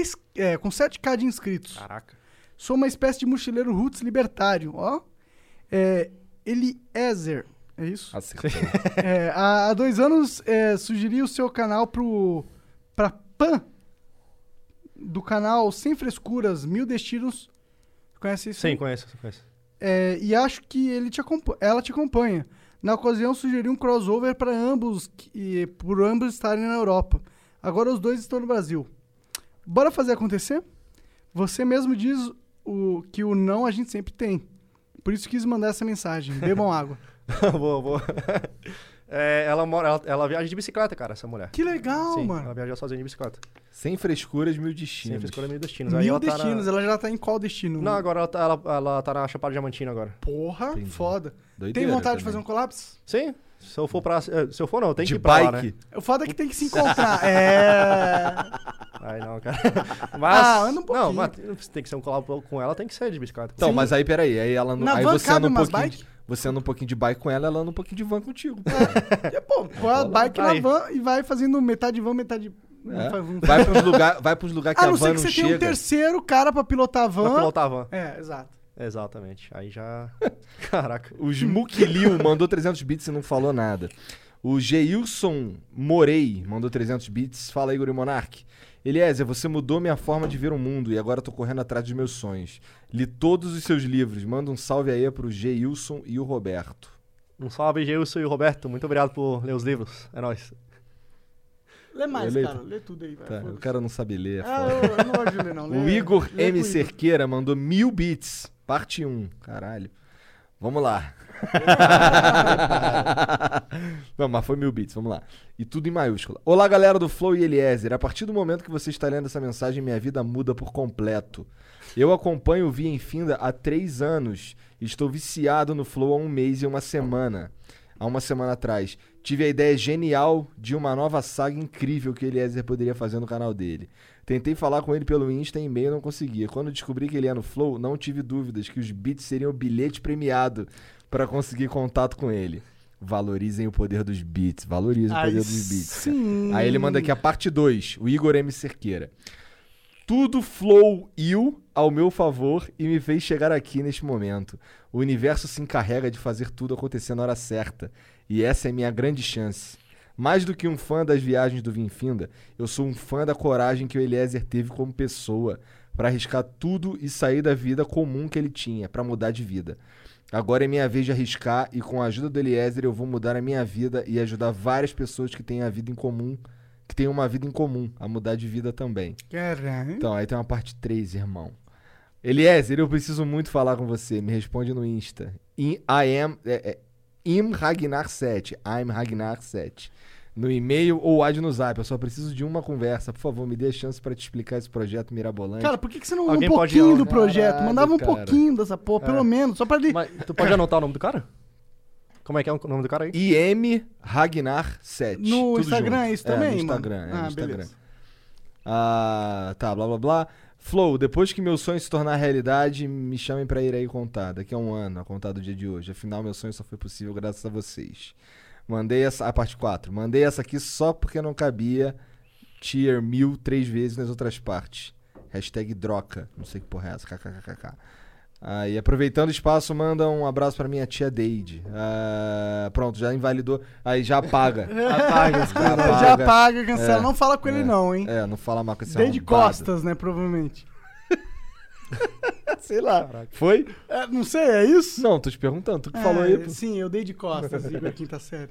7k de inscritos. Caraca. Sou uma espécie de mochileiro roots libertário, ó. Eliezer. É isso? Acertou. Há 2 anos sugeri o seu canal pra Pan, do canal Sem Frescuras, Mil Destinos. Conhece isso? Sim, conheço. E acho que ela te acompanha. Na ocasião, sugeri um crossover para ambos, por ambos estarem na Europa. Agora os dois estão no Brasil. Bora fazer acontecer? Você mesmo diz que o não a gente sempre tem. Por isso quis mandar essa mensagem. Bebam água. Vou. Ela viaja de bicicleta, cara, essa mulher. Que legal, Sim, mano. ela viaja sozinha de bicicleta. Sem frescuras, mil destinos. Sem frescura, mil destinos. Mil destinos. Ela já tá em qual destino? Não, agora ela tá na Chapada Diamantina agora. Porra, Entendi. foda. Doideira Tem vontade também. de fazer um colapso? Sim, se eu for não, eu tenho De que ir pra lá, bike? né? O foda é que tem que se encontrar. Ai, não, cara. Mas, anda um pouquinho. não, mas tem que ser um collab com ela, tem que ser de bicicleta. Então, Sim. mas aí peraí. Aí ela Na aí van você anda cabe um umas pouquinho. bike? Você anda um pouquinho de bike com ela anda um pouquinho de van contigo. Põe a bike na Aí. van e vai fazendo metade van, metade... É. Não Vai pros lugares que A a não van ser não que você chega. tenha um terceiro cara pra pilotar a van. Pra pilotar a van. Exato. Exatamente. Aí já... Caraca. O Smukiliu mandou 300 bits e não falou nada. O Geilson Morei mandou 300 bits. Fala, Igor e Monark. Eliezer, você mudou minha forma de ver o mundo e agora tô correndo atrás dos meus sonhos. Li todos os seus livros. Manda um salve aí pro Geilson e o Roberto. Um salve, Geilson e o Roberto. Muito obrigado por ler os livros. É nóis. Lê mais, Eu leio cara. Lê tudo aí. Vai, Tá, o foda-se. cara não sabe ler. é Ah, foda. eu não gosto de ler, não. O Lê- Igor lê M. com o Igor. Cerqueira mandou 1000 bits. Parte 1. Caralho. Vamos lá. Não, mas foi 1000 bits, vamos lá. E tudo em maiúscula. Olá, galera do Flow e Eliezer. A partir do momento que você está lendo essa mensagem, minha vida muda por completo. Eu acompanho o Via Infinda há 3 anos. Estou viciado no Flow há 1 mês e 1 semana. Há 1 semana atrás. Tive a ideia genial de uma nova saga incrível que o Eliezer poderia fazer no canal dele. Tentei falar com ele pelo Insta e e-mail, não conseguia. Quando descobri que ele ia no Flow, não tive dúvidas que os bits seriam o bilhete premiado para conseguir contato com ele. Valorizem o poder dos bits. Valorizem o poder dos bits. Cara. Sim. Aí ele manda aqui a parte 2, o Igor M. Cerqueira. Tudo fluiu ao meu favor e me fez chegar aqui neste momento. O universo se encarrega de fazer tudo acontecer na hora certa. E essa é minha grande chance. Mais do que um fã das viagens do Vinfinda, eu sou um fã da coragem que o Eliezer teve como pessoa para arriscar tudo e sair da vida comum que ele tinha, para mudar de vida. Agora é minha vez de arriscar e com a ajuda do Eliezer eu vou mudar a minha vida e ajudar várias pessoas que têm a vida em comum, que têm uma vida em comum, a mudar de vida também. Caralho. Então, aí tem uma parte 3, irmão. Eliezer, eu preciso muito falar com você. Me responde no Insta. I'm Ragnar7. I'm Ragnar7. No e-mail ou ad no zap. Eu só preciso de uma conversa. Por favor, me dê a chance pra te explicar esse projeto mirabolante. Cara, por que você não um Alguém pode pouquinho ir, do projeto? Caralho, Mandava um cara. pouquinho dessa porra, pelo menos. Só pra ele... Mas tu pode anotar o nome do cara? Como é que é o nome do cara aí? IM Ragnar7. No Tudo Instagram junto. é isso também, no mano? Instagram, Ah, no Instagram. beleza. Tá, blá blá blá. Flow, depois que meu sonho se tornar realidade, me chamem pra ir aí contar. Daqui a 1 ano, a contar do dia de hoje. Afinal, meu sonho só foi possível graças a vocês. Mandei essa... A parte 4. Mandei essa aqui só porque não cabia tier 1000 3 vezes nas outras partes. Hashtag droca. Não sei que porra é essa. KKKK. Aí, aproveitando o espaço, manda um abraço pra minha tia Deide. Pronto, já invalidou. Aí já apaga. Apaga esse cara. Já apaga, cancela. É, Não fala com ele não, hein? Não fala mal com esse Dei de arrombado. costas, né, provavelmente. Sei lá. Caraca. Foi? Não sei, é isso? Não, tô te perguntando. Tu que falou aí, pô. Sim, eu dei de costas, Igor, quinta série.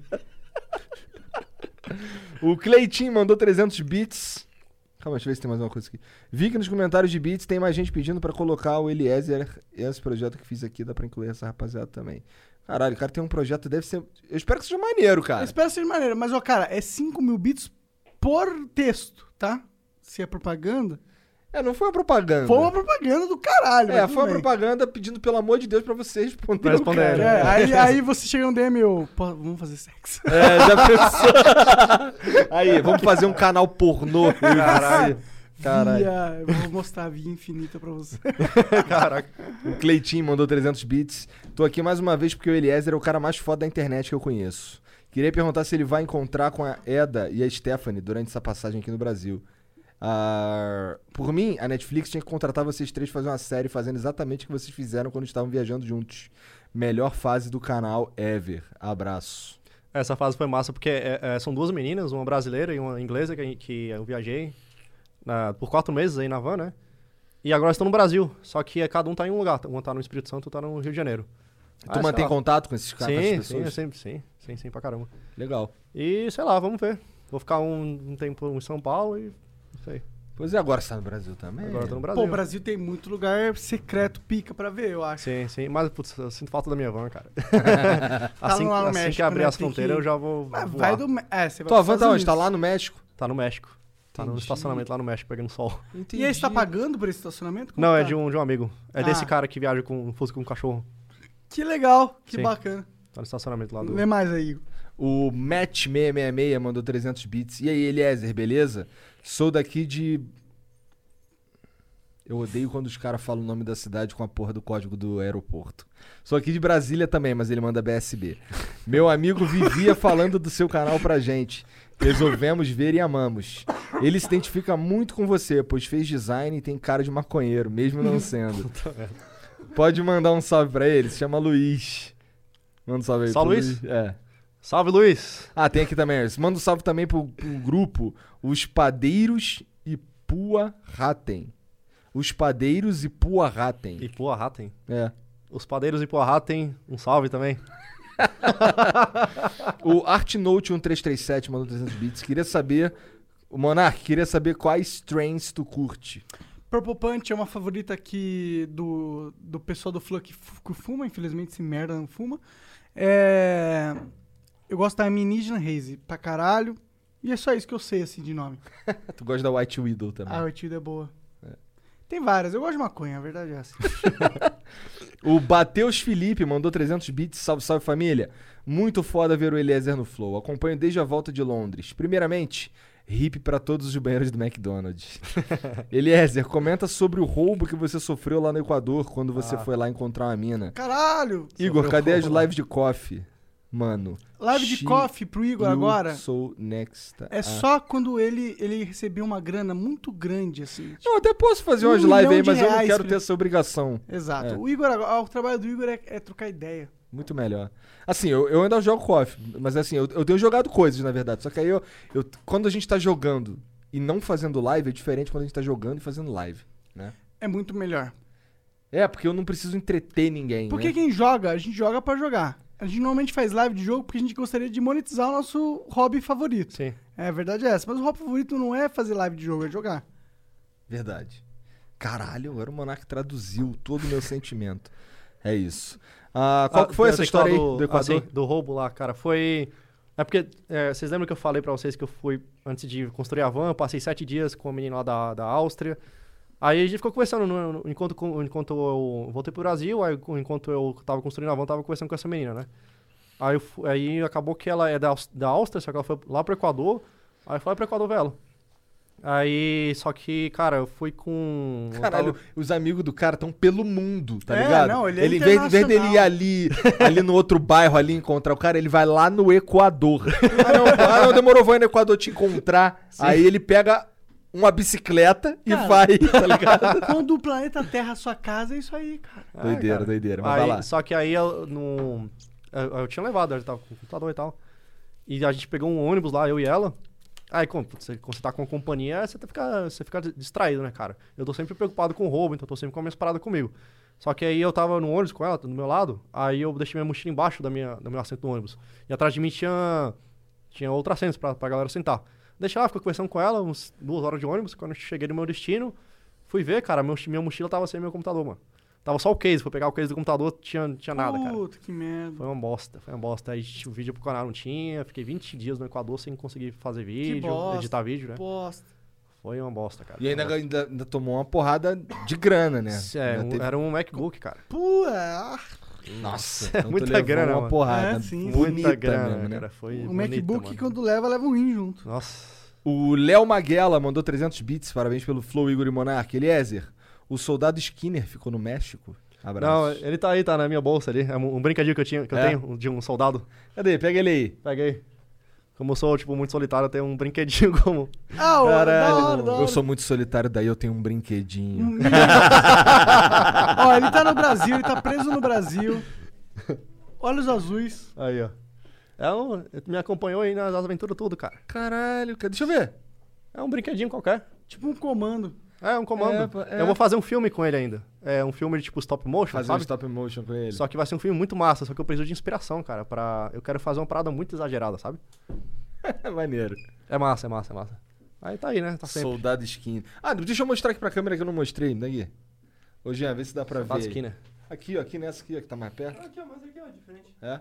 O Cleitinho mandou 300 bits. Calma, deixa eu ver se tem mais uma coisa aqui. Vi que nos comentários de bits tem mais gente pedindo pra colocar o Eliezer. Esse projeto que fiz aqui dá pra incluir essa rapaziada também. Caralho, o cara tem um projeto, deve ser... Eu espero que seja maneiro, Eu cara. espero ser de maneira, mas, ó, cara, é 5.000 bits por texto, tá? Se é propaganda. Não foi uma propaganda. Foi uma propaganda do caralho. mas Foi uma tudo bem. propaganda pedindo, pelo amor de Deus, pra você responder. Pra responder, cara. Aí você chega um DM, vamos fazer sexo. Já pensou? Aí, vamos fazer um canal pornô. Caralho. Eu vou mostrar a via infinita pra você. Caraca. O Cleitinho mandou 300 bits. Tô aqui mais uma vez porque o Eliezer é o cara mais foda da internet que eu conheço. Queria perguntar se ele vai encontrar com a Eda e a Stephanie durante essa passagem aqui no Brasil. Por mim, a Netflix tinha que contratar vocês três pra fazer uma série fazendo exatamente o que vocês fizeram quando estavam viajando juntos. Melhor fase do canal ever. Abraço. Essa fase foi massa, porque são duas meninas, uma brasileira e uma inglesa, que eu viajei por 4 meses aí na van, né? E agora estão no Brasil, só que cada um tá em um lugar. Uma tá no Espírito Santo, outra tá no Rio de Janeiro. Tu mantém contato com esses caras, com essas Sim, pessoas? sim, pra caramba. Legal. E, sei lá, vamos ver. Vou ficar um tempo em São Paulo e não sei. Pois é, agora você tá no Brasil também. Agora eu tô no Pô, Brasil. o Brasil tem muito lugar secreto, pica pra ver, eu acho. Sim. Mas, putz, eu sinto falta da minha van, cara. Lá no assim México, que abrir né? as Tem fronteiras, que- eu já vou Mas voar. vai do... Você vai Tua pros van tá Estados onde? Tá Unidos. lá no México? Tá no México. Tá no Entendi. estacionamento lá no México, pegando sol. Entendi. E aí, você tá pagando por esse estacionamento? Como Não, tá? é de um amigo. É desse Ah. cara que viaja com Fusca com um cachorro. Que legal, que Sim. bacana. Tá no estacionamento lá do... Lê mais aí, Igor. O Matt666 mandou 300 bits. E aí, Eliezer, beleza? Sou daqui de... Eu odeio quando os caras falam o nome da cidade com a porra do código do aeroporto. Sou aqui de Brasília também, mas ele manda BSB. Meu amigo vivia falando do seu canal pra gente. Resolvemos ver e amamos. Ele se identifica muito com você, pois fez design e tem cara de maconheiro, mesmo não sendo. Pode mandar um salve pra ele, se chama Luiz. Manda um salve aí Só pro Luiz? É. Salve, Luiz! Ah, tem aqui também. Manda um salve também pro grupo Os Padeiros e Pua Ratem. Os Padeiros e Pua Ratem. E Pua Ratem. É. Os padeiros e Pua Ratem, um salve também. O Artnote 1337 mandou 300 bits. Queria saber... O Monark queria saber quais trends tu curte. Purple Punch é uma favorita aqui do pessoal do Flow que fuma. Infelizmente, esse merda não fuma. Eu gosto da Aminigen Haze pra caralho. E é só isso que eu sei, assim, de nome. Tu gosta da White Widow também. A Ortida é boa. Tem várias. Eu gosto de maconha, a verdade é essa. O Bateus Felipe mandou 300 bits. Salve, salve família. Muito foda ver o Eliezer no Flow. Acompanho desde a volta de Londres. Primeiramente, hip pra todos os banheiros do McDonald's. Eliezer, comenta sobre o roubo que você sofreu lá no Equador quando você foi lá encontrar uma mina. Caralho! Igor, cadê as lives de coffee? Mano. Live de coffee pro Igor agora. Sou next. É só quando ele receber uma grana muito grande, assim. Tipo, Eu até posso fazer umas R$1 lives aí, milhão mas de eu não reais quero pra- ter essa obrigação. exato. É. O Igor, o trabalho do Igor é trocar ideia. Muito melhor. Assim, eu ainda jogo coffee, mas assim, eu tenho jogado coisas, na verdade. Só que aí quando a gente tá jogando e não fazendo live, é diferente quando a gente tá jogando e fazendo live, né? É muito melhor. É, porque eu não preciso entreter ninguém, Porque né? quem joga, a gente joga pra jogar. A gente normalmente faz live de jogo porque a gente gostaria de monetizar o nosso hobby favorito. Sim. É, a verdade é essa. Mas o hobby favorito não é fazer live de jogo, é jogar. Verdade. Caralho, agora o Monark traduziu todo o meu sentimento. É isso. Qual que foi essa história aí do Equador? Do roubo lá, cara. Foi... É porque, vocês lembram que eu falei pra vocês que eu fui, antes de construir a van, eu passei 7 dias com a menina lá da Áustria. Aí a gente ficou conversando enquanto eu voltei pro Brasil, aí enquanto eu tava construindo a van, eu tava conversando com essa menina, né? Aí acabou que ela é da Áustria, só que ela foi lá pro Equador. Aí eu fui lá pro Equador ver ela. Aí, só que, cara, eu fui com... eu Caralho, tava- os amigos do cara estão pelo mundo, tá É, ligado? não, ele é em vez dele ir internacional. ali no outro bairro ali encontrar o cara, ele vai lá no Equador. Não, demorou, vou ir no Equador te encontrar. Aí ele pega uma bicicleta e Cara, vai, tá ligado? Quando o planeta Terra é a sua casa, é isso aí, cara. Doideira, cara. doideira, mas Aí, vai lá. Só que aí eu tinha levado, eu tava com o computador e tal. E a gente pegou um ônibus lá, eu e ela. Aí, quando você tá com a companhia, você fica distraído, né, cara? Eu tô sempre preocupado com o roubo, então eu tô sempre com as minhas paradas comigo. Só que aí eu tava no ônibus com ela, do meu lado, aí eu deixei minha mochila embaixo do meu assento do ônibus. E atrás de mim tinha outro assento pra galera sentar. Deixei lá, fiquei conversando com ela, uns 2 horas de ônibus. Quando eu cheguei no meu destino, fui ver, cara, minha mochila tava sem meu computador, mano. Tava só o case, fui pegar o case do computador, tinha nada, cara. Puta, que merda. Foi uma bosta. Aí o vídeo pro canal não tinha, fiquei 20 dias no Equador sem conseguir fazer vídeo, bosta, editar vídeo, né? Bosta. Foi uma bosta, cara. E Foi uma ainda tomou uma porrada de grana, né? bosta. Ainda teve- Era um MacBook, cara. Pua. Nossa, É então tu muita levou grana, uma mano. porrada. É, sim. Bonita Muita grana, mesmo, né? cara. Foi O bonita, MacBook, mano. quando leva um rim junto. Nossa. O Léo Maguela mandou 300 bits, parabéns pelo Flow, Igor e Monark. Eliezer, o soldado Skinner ficou no México? Abraço. Não, ele tá aí, na minha bolsa ali. É um brinquedinho que eu É? tenho de um soldado. Cadê? Pega ele aí. Peguei. Como eu sou, tipo, muito solitário, eu tenho um brinquedinho como... Ah, da hora. Eu sou muito solitário, daí eu tenho um brinquedinho. Ó, ele tá no Brasil, ele tá preso no Brasil. Olhos azuis. Aí, ó. Me acompanhou aí nas aventuras tudo, cara. Caralho, deixa eu ver. É um brinquedinho qualquer. Tipo um comando. É um comando. É. Eu vou fazer um filme com ele ainda. É um filme de tipo stop motion, Fazer sabe? um stop motion com ele. Só que vai ser um filme muito massa, só que eu preciso de inspiração, cara, eu quero fazer uma parada muito exagerada, sabe? Maneiro. É massa. Aí tá aí, né? Tá sempre. Soldado Skinner. Ah, deixa eu mostrar aqui pra câmera que eu não mostrei ainda aqui. Ô, Jean, vê se dá pra Soldado ver. Skinner. Aqui, ó, aqui nessa aqui, ó, que tá mais perto. Aqui, ó, mas aqui, ó, diferente. É?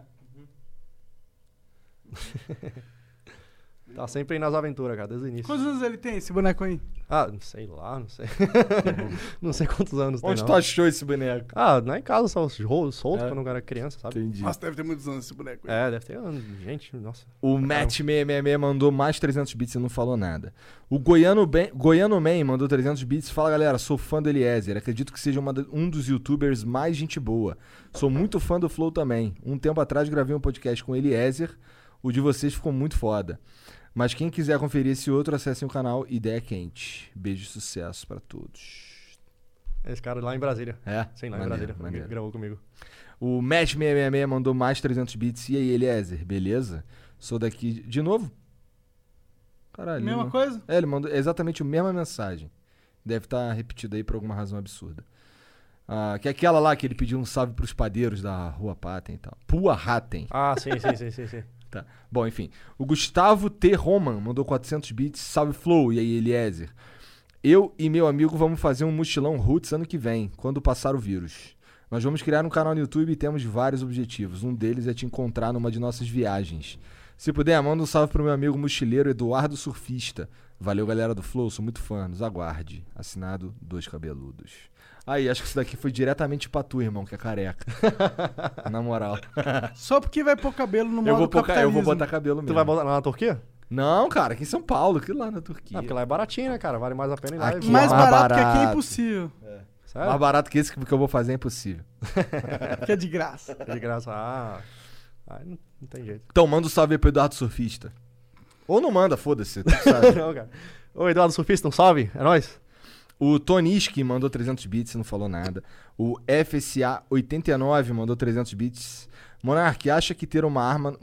Tá sempre aí nas aventuras, cara, desde o início. Quantos anos ele tem, esse boneco aí? Ah, não sei lá, não sei. Não sei quantos anos tem, Onde não. tu achou esse boneco? Ah, lá em casa, só solto É. quando eu era criança, sabe? Entendi. Nossa, deve ter muitos anos esse boneco aí. É, deve ter anos. Gente, nossa. O Matt666 mandou mais 300 bits e não falou nada. O Goiano Man mandou 300 bits. Fala, galera, sou fã do Eliezer. Acredito que seja um dos youtubers mais gente boa. Sou muito fã do Flow também. Um tempo atrás gravei um podcast com o Eliezer. O de vocês ficou muito foda. Mas quem quiser conferir esse outro, acessem o canal Ideia Quente. Beijo e sucesso pra todos. Esse cara lá em Brasília. É? Sim, lá Maneiro, em Brasília. maneiro. Gravou comigo. O Matt666 mandou mais 300 bits. E aí, Eliezer, beleza? Sou daqui... De novo? Caralho. Mesma coisa? É, ele mandou exatamente a mesma mensagem. Deve estar repetido aí por alguma razão absurda. Ah, que é aquela lá que ele pediu um salve pros padeiros da Rua Patem e tal. Pua Ratem. Ah, sim. Tá. Bom, enfim. O Gustavo T. Roman mandou 400 bits. Salve Flow. E aí, Eliezer? Eu e meu amigo vamos fazer um mochilão Roots ano que vem, quando passar o vírus. Nós vamos criar um canal no YouTube e temos vários objetivos. Um deles é te encontrar numa de nossas viagens. Se puder, manda um salve pro meu amigo mochileiro Eduardo Surfista. Valeu, galera do Flow. Sou muito fã. Nos aguarde. Assinado Dois Cabeludos. Aí, acho que isso daqui foi diretamente pra tu, irmão, que é careca. Na moral. Só porque vai pôr cabelo no modo Eu vou capitalismo. botar cabelo mesmo. Tu vai botar lá na Turquia? Não, cara, aqui em São Paulo, que lá na Turquia. Ah, porque lá é baratinho, né, cara? Vale mais a pena ir lá. Aqui e Mais Mais barato, que aqui é barato. impossível. Sério? Mais barato que esse que eu vou fazer é impossível. Que é de graça. De graça. Aí não tem jeito. Então, manda um salve aí pro Eduardo Surfista. Ou não manda, foda-se, tu sabe. Não, cara. Ô, Eduardo Surfista, um salve. É nóis. O Toniski mandou 300 bits, não falou nada. O FSA89 mandou 300 bits. Monark acha que ter uma arma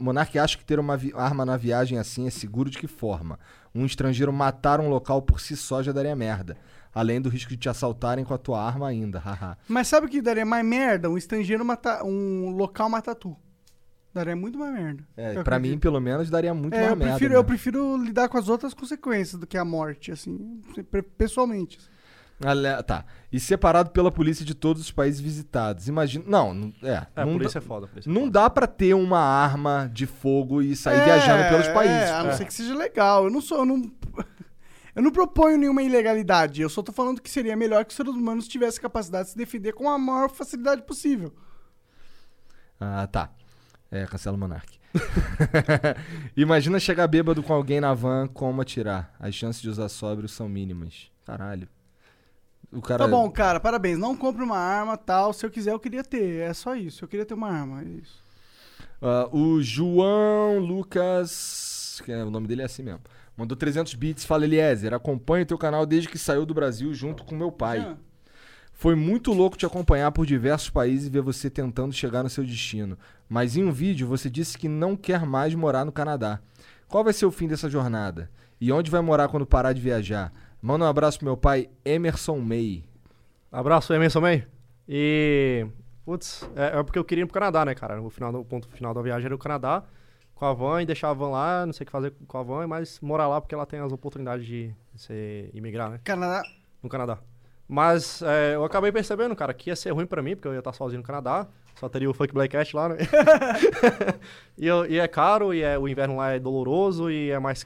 arma na viagem assim é seguro de que forma? Um estrangeiro matar um local por si só já daria merda. Além do risco de te assaltarem com a tua arma ainda, haha. Mas sabe o que daria mais merda? Um estrangeiro matar... Um local matar tu. Daria muito mais merda. É, Eu pra acredito. mim, pelo menos, daria muito É, mais merda. eu prefiro lidar com as outras consequências do que a morte, assim, pessoalmente. Tá. E separado pela polícia de todos os países visitados. Imagina... Não, A não polícia dá, é foda. a polícia é não foda. dá pra ter uma arma de fogo e sair viajando pelos países. A não ser que seja legal. Eu não proponho nenhuma ilegalidade. Eu só tô falando que seria melhor que os seres humanos tivessem capacidade de se defender com a maior facilidade possível. Ah, tá. Cancela o Monark. Imagina chegar bêbado com alguém na van, como atirar. As chances de usar sóbrio são mínimas. Caralho. O cara... Tá bom, cara, parabéns. Não compre uma arma, tal. Se eu quiser, eu queria ter. É só isso. Eu queria ter uma arma, é isso. O João Lucas, que o nome dele é assim mesmo, mandou 300 bits. Fala, Eliezer, acompanho teu canal desde que saiu do Brasil junto com meu pai. Jean, Foi muito louco te acompanhar por diversos países e ver você tentando chegar no seu destino. Mas em um vídeo você disse que não quer mais morar no Canadá. Qual vai ser o fim dessa jornada? E onde vai morar quando parar de viajar? Manda um abraço pro meu pai, Emerson May. Abraço, Emerson May. E... Putz, é porque eu queria ir pro Canadá, né, cara? O ponto final da viagem era o Canadá, com a van e deixar a van lá, não sei o que fazer com a van, mas morar lá porque ela tem as oportunidades de você imigrar, né? Canadá. No Canadá. Mas eu acabei percebendo, cara, que ia ser ruim pra mim, porque eu ia estar sozinho no Canadá, só teria o Funk Black Cat lá, né? e é caro, e o inverno lá é doloroso, e é mais...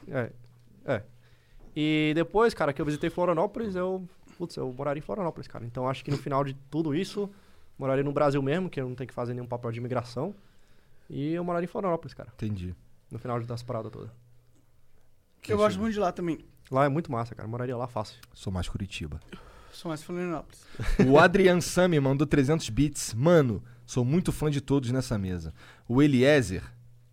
E depois, cara, que eu visitei Florianópolis, eu moraria em Florianópolis, cara. Então acho que no final de tudo isso, moraria no Brasil mesmo, que eu não tenho que fazer nenhum papel de imigração. E eu moraria em Florianópolis, cara. Entendi. No final das paradas todas. Eu gosto muito de lá também. Lá é muito massa, cara. Moraria lá fácil. Sou mais Curitiba. Sou mais Florianópolis. O Adrian Sami mandou 300 bits. Mano, sou muito fã de todos nessa mesa. O Eliezer,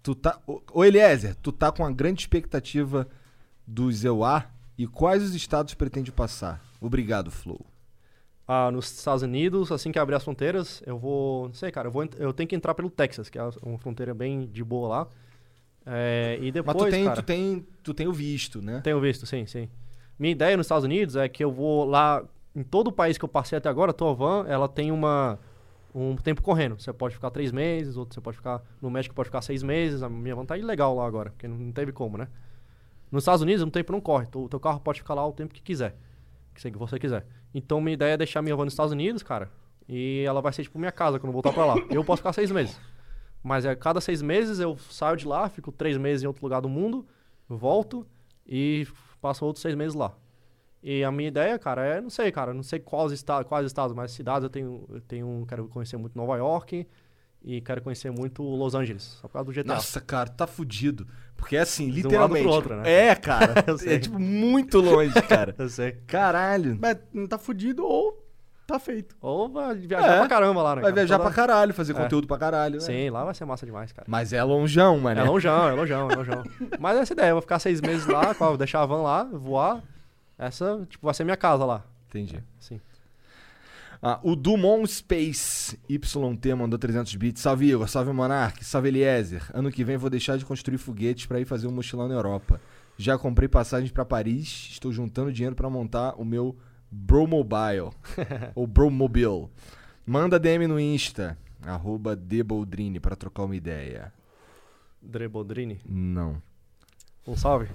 Ô Eliezer, tu tá com uma grande expectativa dos EUA e quais os estados pretende passar? Obrigado, Flow. Nos Estados Unidos, assim que abrir as fronteiras, eu vou... Não sei, cara, eu tenho que entrar pelo Texas, que é uma fronteira bem de boa lá. E depois, Mas cara, tu tem o visto, né? tenho visto, sim, sim. Minha ideia nos Estados Unidos é que eu vou lá... Em todo o país que eu passei até agora, a tua van, ela tem um tempo correndo. Você pode ficar 3 meses, outro você pode ficar... No México pode ficar 6 meses. A minha van tá ilegal lá agora, porque não teve como, né? Nos Estados Unidos, o tempo não corre. O teu carro pode ficar lá o tempo que quiser. Que você quiser. Então, minha ideia é deixar minha van nos Estados Unidos, cara. E ela vai ser tipo minha casa quando eu voltar pra lá. Eu posso ficar 6 meses. Mas a cada 6 meses eu saio de lá, fico 3 meses em outro lugar do mundo, volto e passo outros 6 meses lá. E a minha ideia, cara, não sei quais estados, mas cidades quero conhecer muito Nova York e quero conhecer muito Los Angeles, só por causa do GTA. Nossa, cara, tá fudido. Porque é assim, De um literalmente. lado pro outro, né? É, cara. Eu sei. É tipo muito longe, cara. Eu sei. Caralho. Mas não tá fudido ou tá feito. Ou vai viajar pra caramba lá, né? Vai cara? viajar Toda- pra caralho, fazer conteúdo pra caralho. Sim, lá vai ser massa demais, cara. Mas é longeão, mano. É longeão. Mas essa ideia, eu vou ficar 6 meses lá, vou deixar a van lá, voar. Essa, tipo, vai ser minha casa lá. Entendi. Sim. O Dumont Space YT mandou 300 bits. Salve Igor, salve Monark, salve Eliezer. Ano que vem vou deixar de construir foguetes pra ir fazer um mochilão na Europa. Já comprei passagens pra Paris, estou juntando dinheiro pra montar o meu Bromobile. Ou Bromobile. Manda DM no Insta, @deboldrini, pra trocar uma ideia. Dreboldrini, Não. um salve.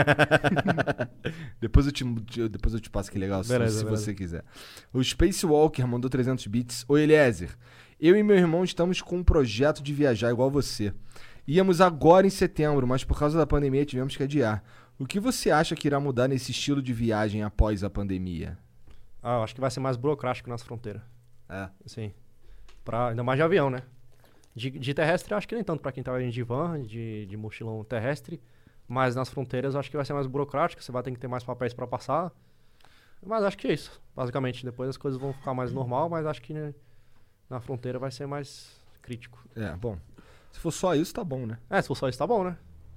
Depois eu te passo que legal, Beleza, se beleza. você quiser. O Space Walker mandou 300 bits. Oi, Eliezer. Eu e meu irmão estamos com um projeto de viajar igual você. Íamos agora em setembro, mas por causa da pandemia tivemos que adiar. O que você acha que irá mudar nesse estilo de viagem após a pandemia? Eu acho que vai ser mais burocrático nas fronteiras. É. Sim. Ainda mais de avião, né? De terrestre, eu acho que nem tanto pra quem tá indo de van, de mochilão terrestre. Mas nas fronteiras, eu acho que vai ser mais burocrático. Você vai ter que ter mais papéis pra passar. Mas acho que é isso, basicamente. Depois as coisas vão ficar mais normal, mas acho que né, na fronteira vai ser mais crítico. É, bom. Se for só isso, tá bom, né? Se for só isso, tá bom, né?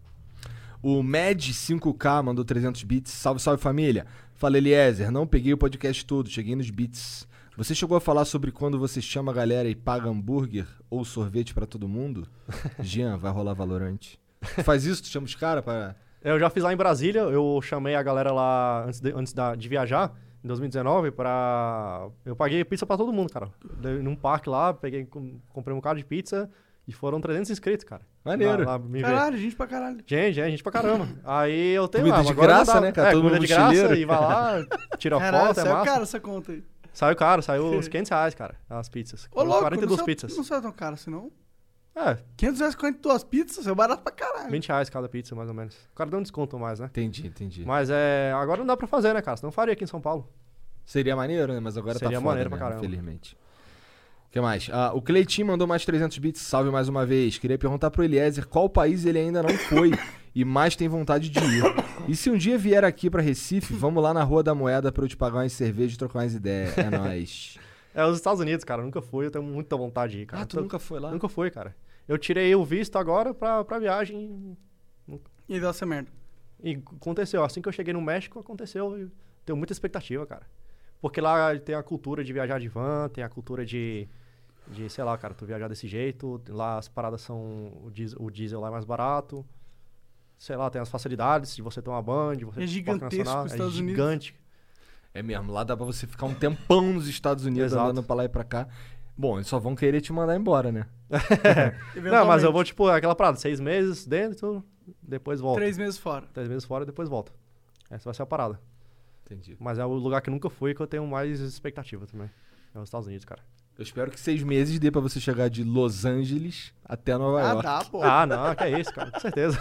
O Med5K mandou 300 bits. Salve, salve família. Fala, Eliezer. Não peguei o podcast todo, cheguei nos bits. Você chegou a falar sobre quando você chama a galera e paga hambúrguer ou sorvete pra todo mundo? Jean, vai rolar Valorant. Tu faz isso? Tu chama os caras pra... Eu já fiz lá em Brasília, eu chamei a galera lá antes de viajar, em 2019, eu paguei pizza pra todo mundo, cara. Num parque lá, comprei um bocado de pizza e foram 300 inscritos, cara. Maneiro. Lá me ver. Caralho, gente pra caralho. Gente pra caramba. Aí eu tenho Comida lá, de agora graça, não dá- né, cara? Todo comida mundo de graça, mochileiro. e vai lá, tira Caralho, foto, é saiu massa. caro essa conta aí. Saiu caro, saiu uns R$500, cara, as pizzas. Ô, louco, 42 não saiu, pizzas. não saiu tão caro assim, não? É, R$500 42 pizzas, é barato pra caralho. R$20 cada pizza, mais ou menos. O cara deu um desconto mais, né? Entendi. Mas agora não dá pra fazer, né, cara? Senão eu faria aqui em São Paulo. Seria maneiro, né? Mas agora Seria tá foda maneiro pra mesmo, caramba. infelizmente. O que mais? O Cleitinho mandou mais 300 bits. Salve mais uma vez. Queria perguntar pro Eliezer qual país ele ainda não foi e mais tem vontade de ir. E se um dia vier aqui pra Recife, vamos lá na Rua da Moeda pra eu te pagar umas cervejas e trocar umas ideias. É nóis. É os Estados Unidos, cara. Eu nunca fui, eu tenho muita vontade de ir, cara. Tu nunca foi lá? Nunca fui, cara. Eu tirei o visto agora pra viagem E deu essa merda. e aconteceu. Assim que eu cheguei no México, aconteceu. Eu tenho muita expectativa, cara. Porque lá tem a cultura de viajar de van, tem a cultura de sei lá, cara, tu viajar desse jeito. Lá as paradas são... O diesel lá é mais barato. Sei lá, tem as facilidades de você ter uma band, de você É ter gigantesco parque nacional, os Estados Unidos. gigante. É mesmo, lá dá pra você ficar um tempão nos Estados Unidos Exato. andando pra lá e pra cá. Bom, eles só vão querer te mandar embora, né? Não, mas eu vou, tipo, aquela parada, 6 meses dentro, depois volto. 3 meses fora. 3 meses fora, depois volto. Essa vai ser a parada. Entendi. Mas é o lugar que nunca fui que eu tenho mais expectativa também. É os Estados Unidos, cara. Eu espero que 6 meses dê pra você chegar de Los Angeles até Nova York. Dá, pô. Não, que é isso, cara, com certeza.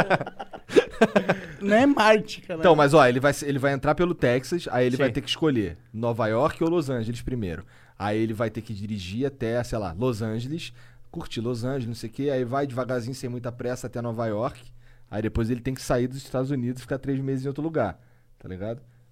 Não é Marte, cara. Então, mas ó, ele vai entrar pelo Texas, aí ele Sim. vai ter que escolher Nova York ou Los Angeles primeiro. Aí ele vai ter que dirigir até, sei lá, Los Angeles, curtir Los Angeles, não sei o quê, aí vai devagarzinho, sem muita pressa, até Nova York. Aí depois ele tem que sair dos Estados Unidos e ficar 3 meses em outro lugar, tá ligado?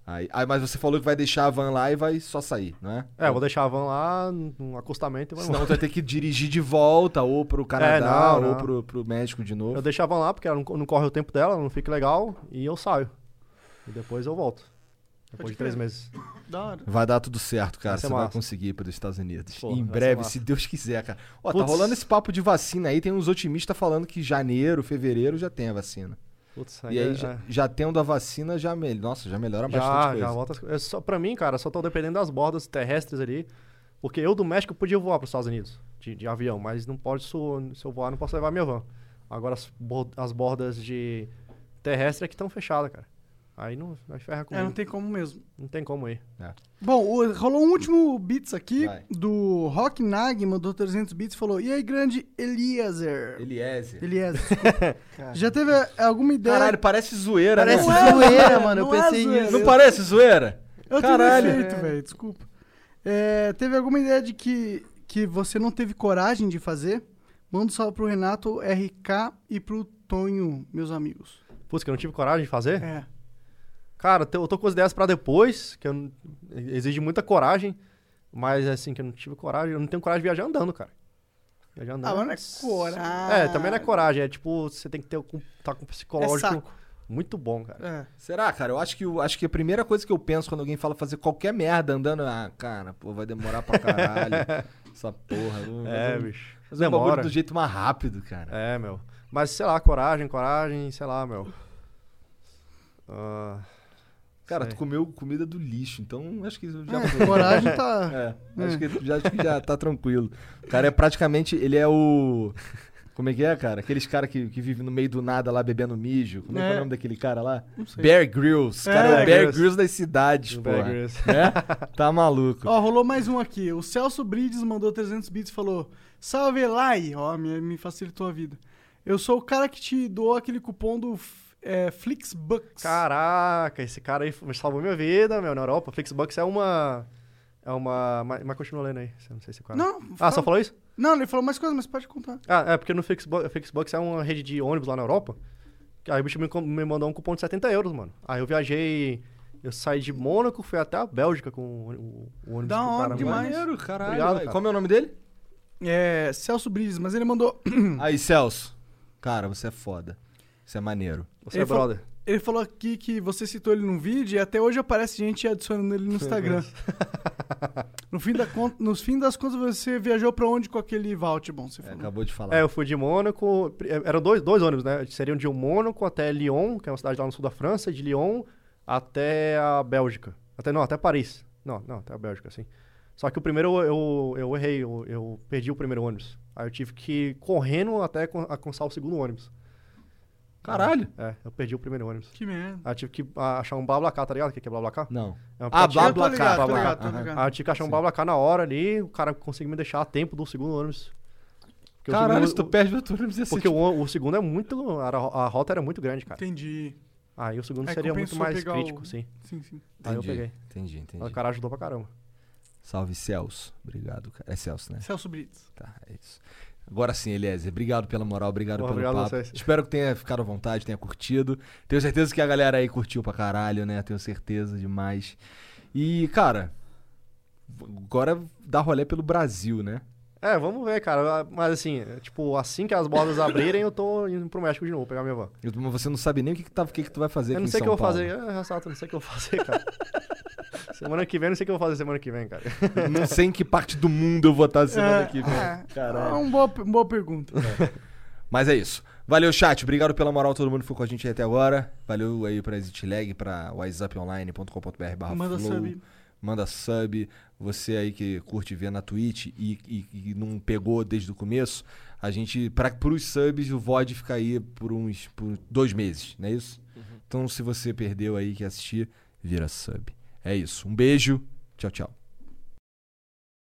Mas você falou que vai deixar a van lá e vai só sair, não é? Eu vou deixar a van lá no acostamento e vai Senão embora. tu vai ter que dirigir de volta, ou pro Canadá, não. ou pro México de novo. Eu deixo a van lá porque ela não corre o tempo dela, não fica legal, e eu saio. E depois eu volto. Depois de 3 meses. Da hora. Vai dar tudo certo, cara. Vai ser Você vai massa. conseguir ir para os Estados Unidos. Pô, em vai breve, ser massa. se Deus quiser, cara. Ó, tá Putz. rolando esse papo de vacina aí. Tem uns otimistas falando que janeiro, fevereiro já tem a vacina. Putz, E aí, já tendo a vacina, já melhora bastante já coisa. volta as coisas. Pra mim, cara, só tô dependendo das bordas terrestres ali. Porque eu do México podia voar pros Estados Unidos de avião, mas não pode, se eu voar, não posso levar minha van. Agora as bordas de terrestre é que estão fechadas, cara. Aí não vai ferrar comigo. Não tem como mesmo. Não tem como ir. Bom, rolou um último bits aqui Vai. do Rock Nag, mandou 300 bits e falou: E aí, grande Eliezer? Eliezer. Já teve alguma ideia? Caralho, parece zoeira, Parece né? zoeira, mano. Eu não é pensei zoeira. nisso. Não parece zoeira? Eu Caralho. tenho defeito, velho, desculpa. Teve alguma ideia de que você não teve coragem de fazer? Manda um salve pro Renato RK e pro Tonho, meus amigos. Putz, que eu não tive coragem de fazer? É. Cara, eu tô com as ideias pra depois, que exige muita coragem, mas assim, que eu não tive coragem, eu não tenho coragem de viajar andando, cara. Viajar andando. Mas não é coragem. Também não é coragem, é tipo, você tem que tá com um psicológico saco. muito bom, cara. Será, cara? Eu acho que a primeira coisa que eu penso quando alguém fala fazer qualquer merda andando, cara, pô, vai demorar pra caralho. Essa porra. Bicho. Fazer um bagulho Demora. do jeito mais rápido, cara. Meu. Mas, sei lá, coragem, sei lá, meu. Cara, sei. tu comeu comida do lixo, então acho que já Coragem tá. Acho que já tá tranquilo. O cara é praticamente. Ele é o. Como é que é, cara? Aqueles caras que vivem no meio do nada lá bebendo mijo. Como é que é o nome daquele cara lá? Não sei. Bear Grylls. O cara é o Bear Bear Grylls. Grylls das cidades, pô. Bear Grylls. Tá maluco. Ó, rolou mais um aqui. O Celso Brides mandou 300 bits e falou: Salve, Elai! Ó, me facilitou a vida. Eu sou o cara que te doou aquele cupom do Flixbucks. Caraca, esse cara aí salvou minha vida, meu, na Europa. Flixbucks é uma... Mas continua lendo aí, não sei se é o cara. Não, Só falou isso? Não, ele falou mais coisas, mas pode contar. Porque no Flixbucks é uma rede de ônibus lá na Europa. Aí o bicho me mandou um cupom de 70 euros, mano. Aí eu viajei... Eu saí de Mônaco, fui até a Bélgica com o ônibus. Da que o hora cara me demais. mandou. Maneiro, caralho. Obrigado, Vai. cara. Como é o nome dele? Celso Brides, mas ele mandou. Aí, Celso. Cara, você é foda. Você é maneiro. Você Ele é falou- brother. Ele falou aqui que você citou ele num vídeo e até hoje aparece gente adicionando ele no Instagram. No fim das contas, você viajou pra onde com aquele voucher bom? Você falou. Acabou de falar. Eu fui de Mônaco. Eram dois ônibus, né? Seriam de Mônaco até Lyon, que é uma cidade lá no sul da França, e de Lyon até a Bélgica. Até Paris. Não, até a Bélgica, assim. Só que o primeiro eu errei, eu perdi o primeiro ônibus. Aí eu tive que ir correndo até alcançar o segundo ônibus. Caralho. Eu perdi o primeiro ônibus. Que merda. Aí eu tive que achar um BlaBlaCar, tá ligado? O que é BlaBlaCar? Não. É um Ah, aplicativo. BlaBlaCar. Tô BlaBlaCar. ligado, tô ligado. Aí eu tive que achar um BlaBlaCar na hora ali, o cara conseguiu me deixar a tempo do segundo ônibus. Porque o Caralho, segundo- se tu perde o turno, ia ser Porque o segundo é muito... A rota era muito grande, cara. Entendi. Aí o segundo Aí seria muito compensou mais pegar crítico, o- sim. Sim, sim. Aí eu peguei. Entendi. O cara ajudou pra caramba. Salve, Celso. Obrigado, cara. É Celso, né? Celso Brides. Tá, é isso. Agora sim, Eliezer. Obrigado pela moral, obrigado Porra, pelo obrigado a papo. vocês. Espero que tenha ficado à vontade, tenha curtido. Tenho certeza que a galera aí curtiu pra caralho, né? Tenho certeza demais. E, cara, agora dá rolê pelo Brasil, né? Vamos ver, cara. Mas assim, assim que as bordas abrirem, eu tô indo pro México de novo, pegar minha van. Mas você não sabe nem o que tu vai fazer Eu aqui não em sei o que São eu vou Paulo. fazer. Não sei o que eu vou fazer, cara. Semana que vem, não sei o que eu vou fazer semana que vem, cara. Não sei em que parte do mundo eu vou estar semana que vem. É Caralho. uma boa pergunta. Mas é isso. Valeu, chat. Obrigado pela moral, todo mundo que ficou com a gente aí até agora. Valeu aí pra ExitLag, pra wiseuponline.com.br/flow. Manda sub. Manda sub. Você aí que curte ver na Twitch e não pegou desde o começo, a gente, pros subs, o VOD fica aí por 2 meses, não é isso? Então, se você perdeu aí que assistir, vira sub. É isso. Um beijo. Tchau, tchau.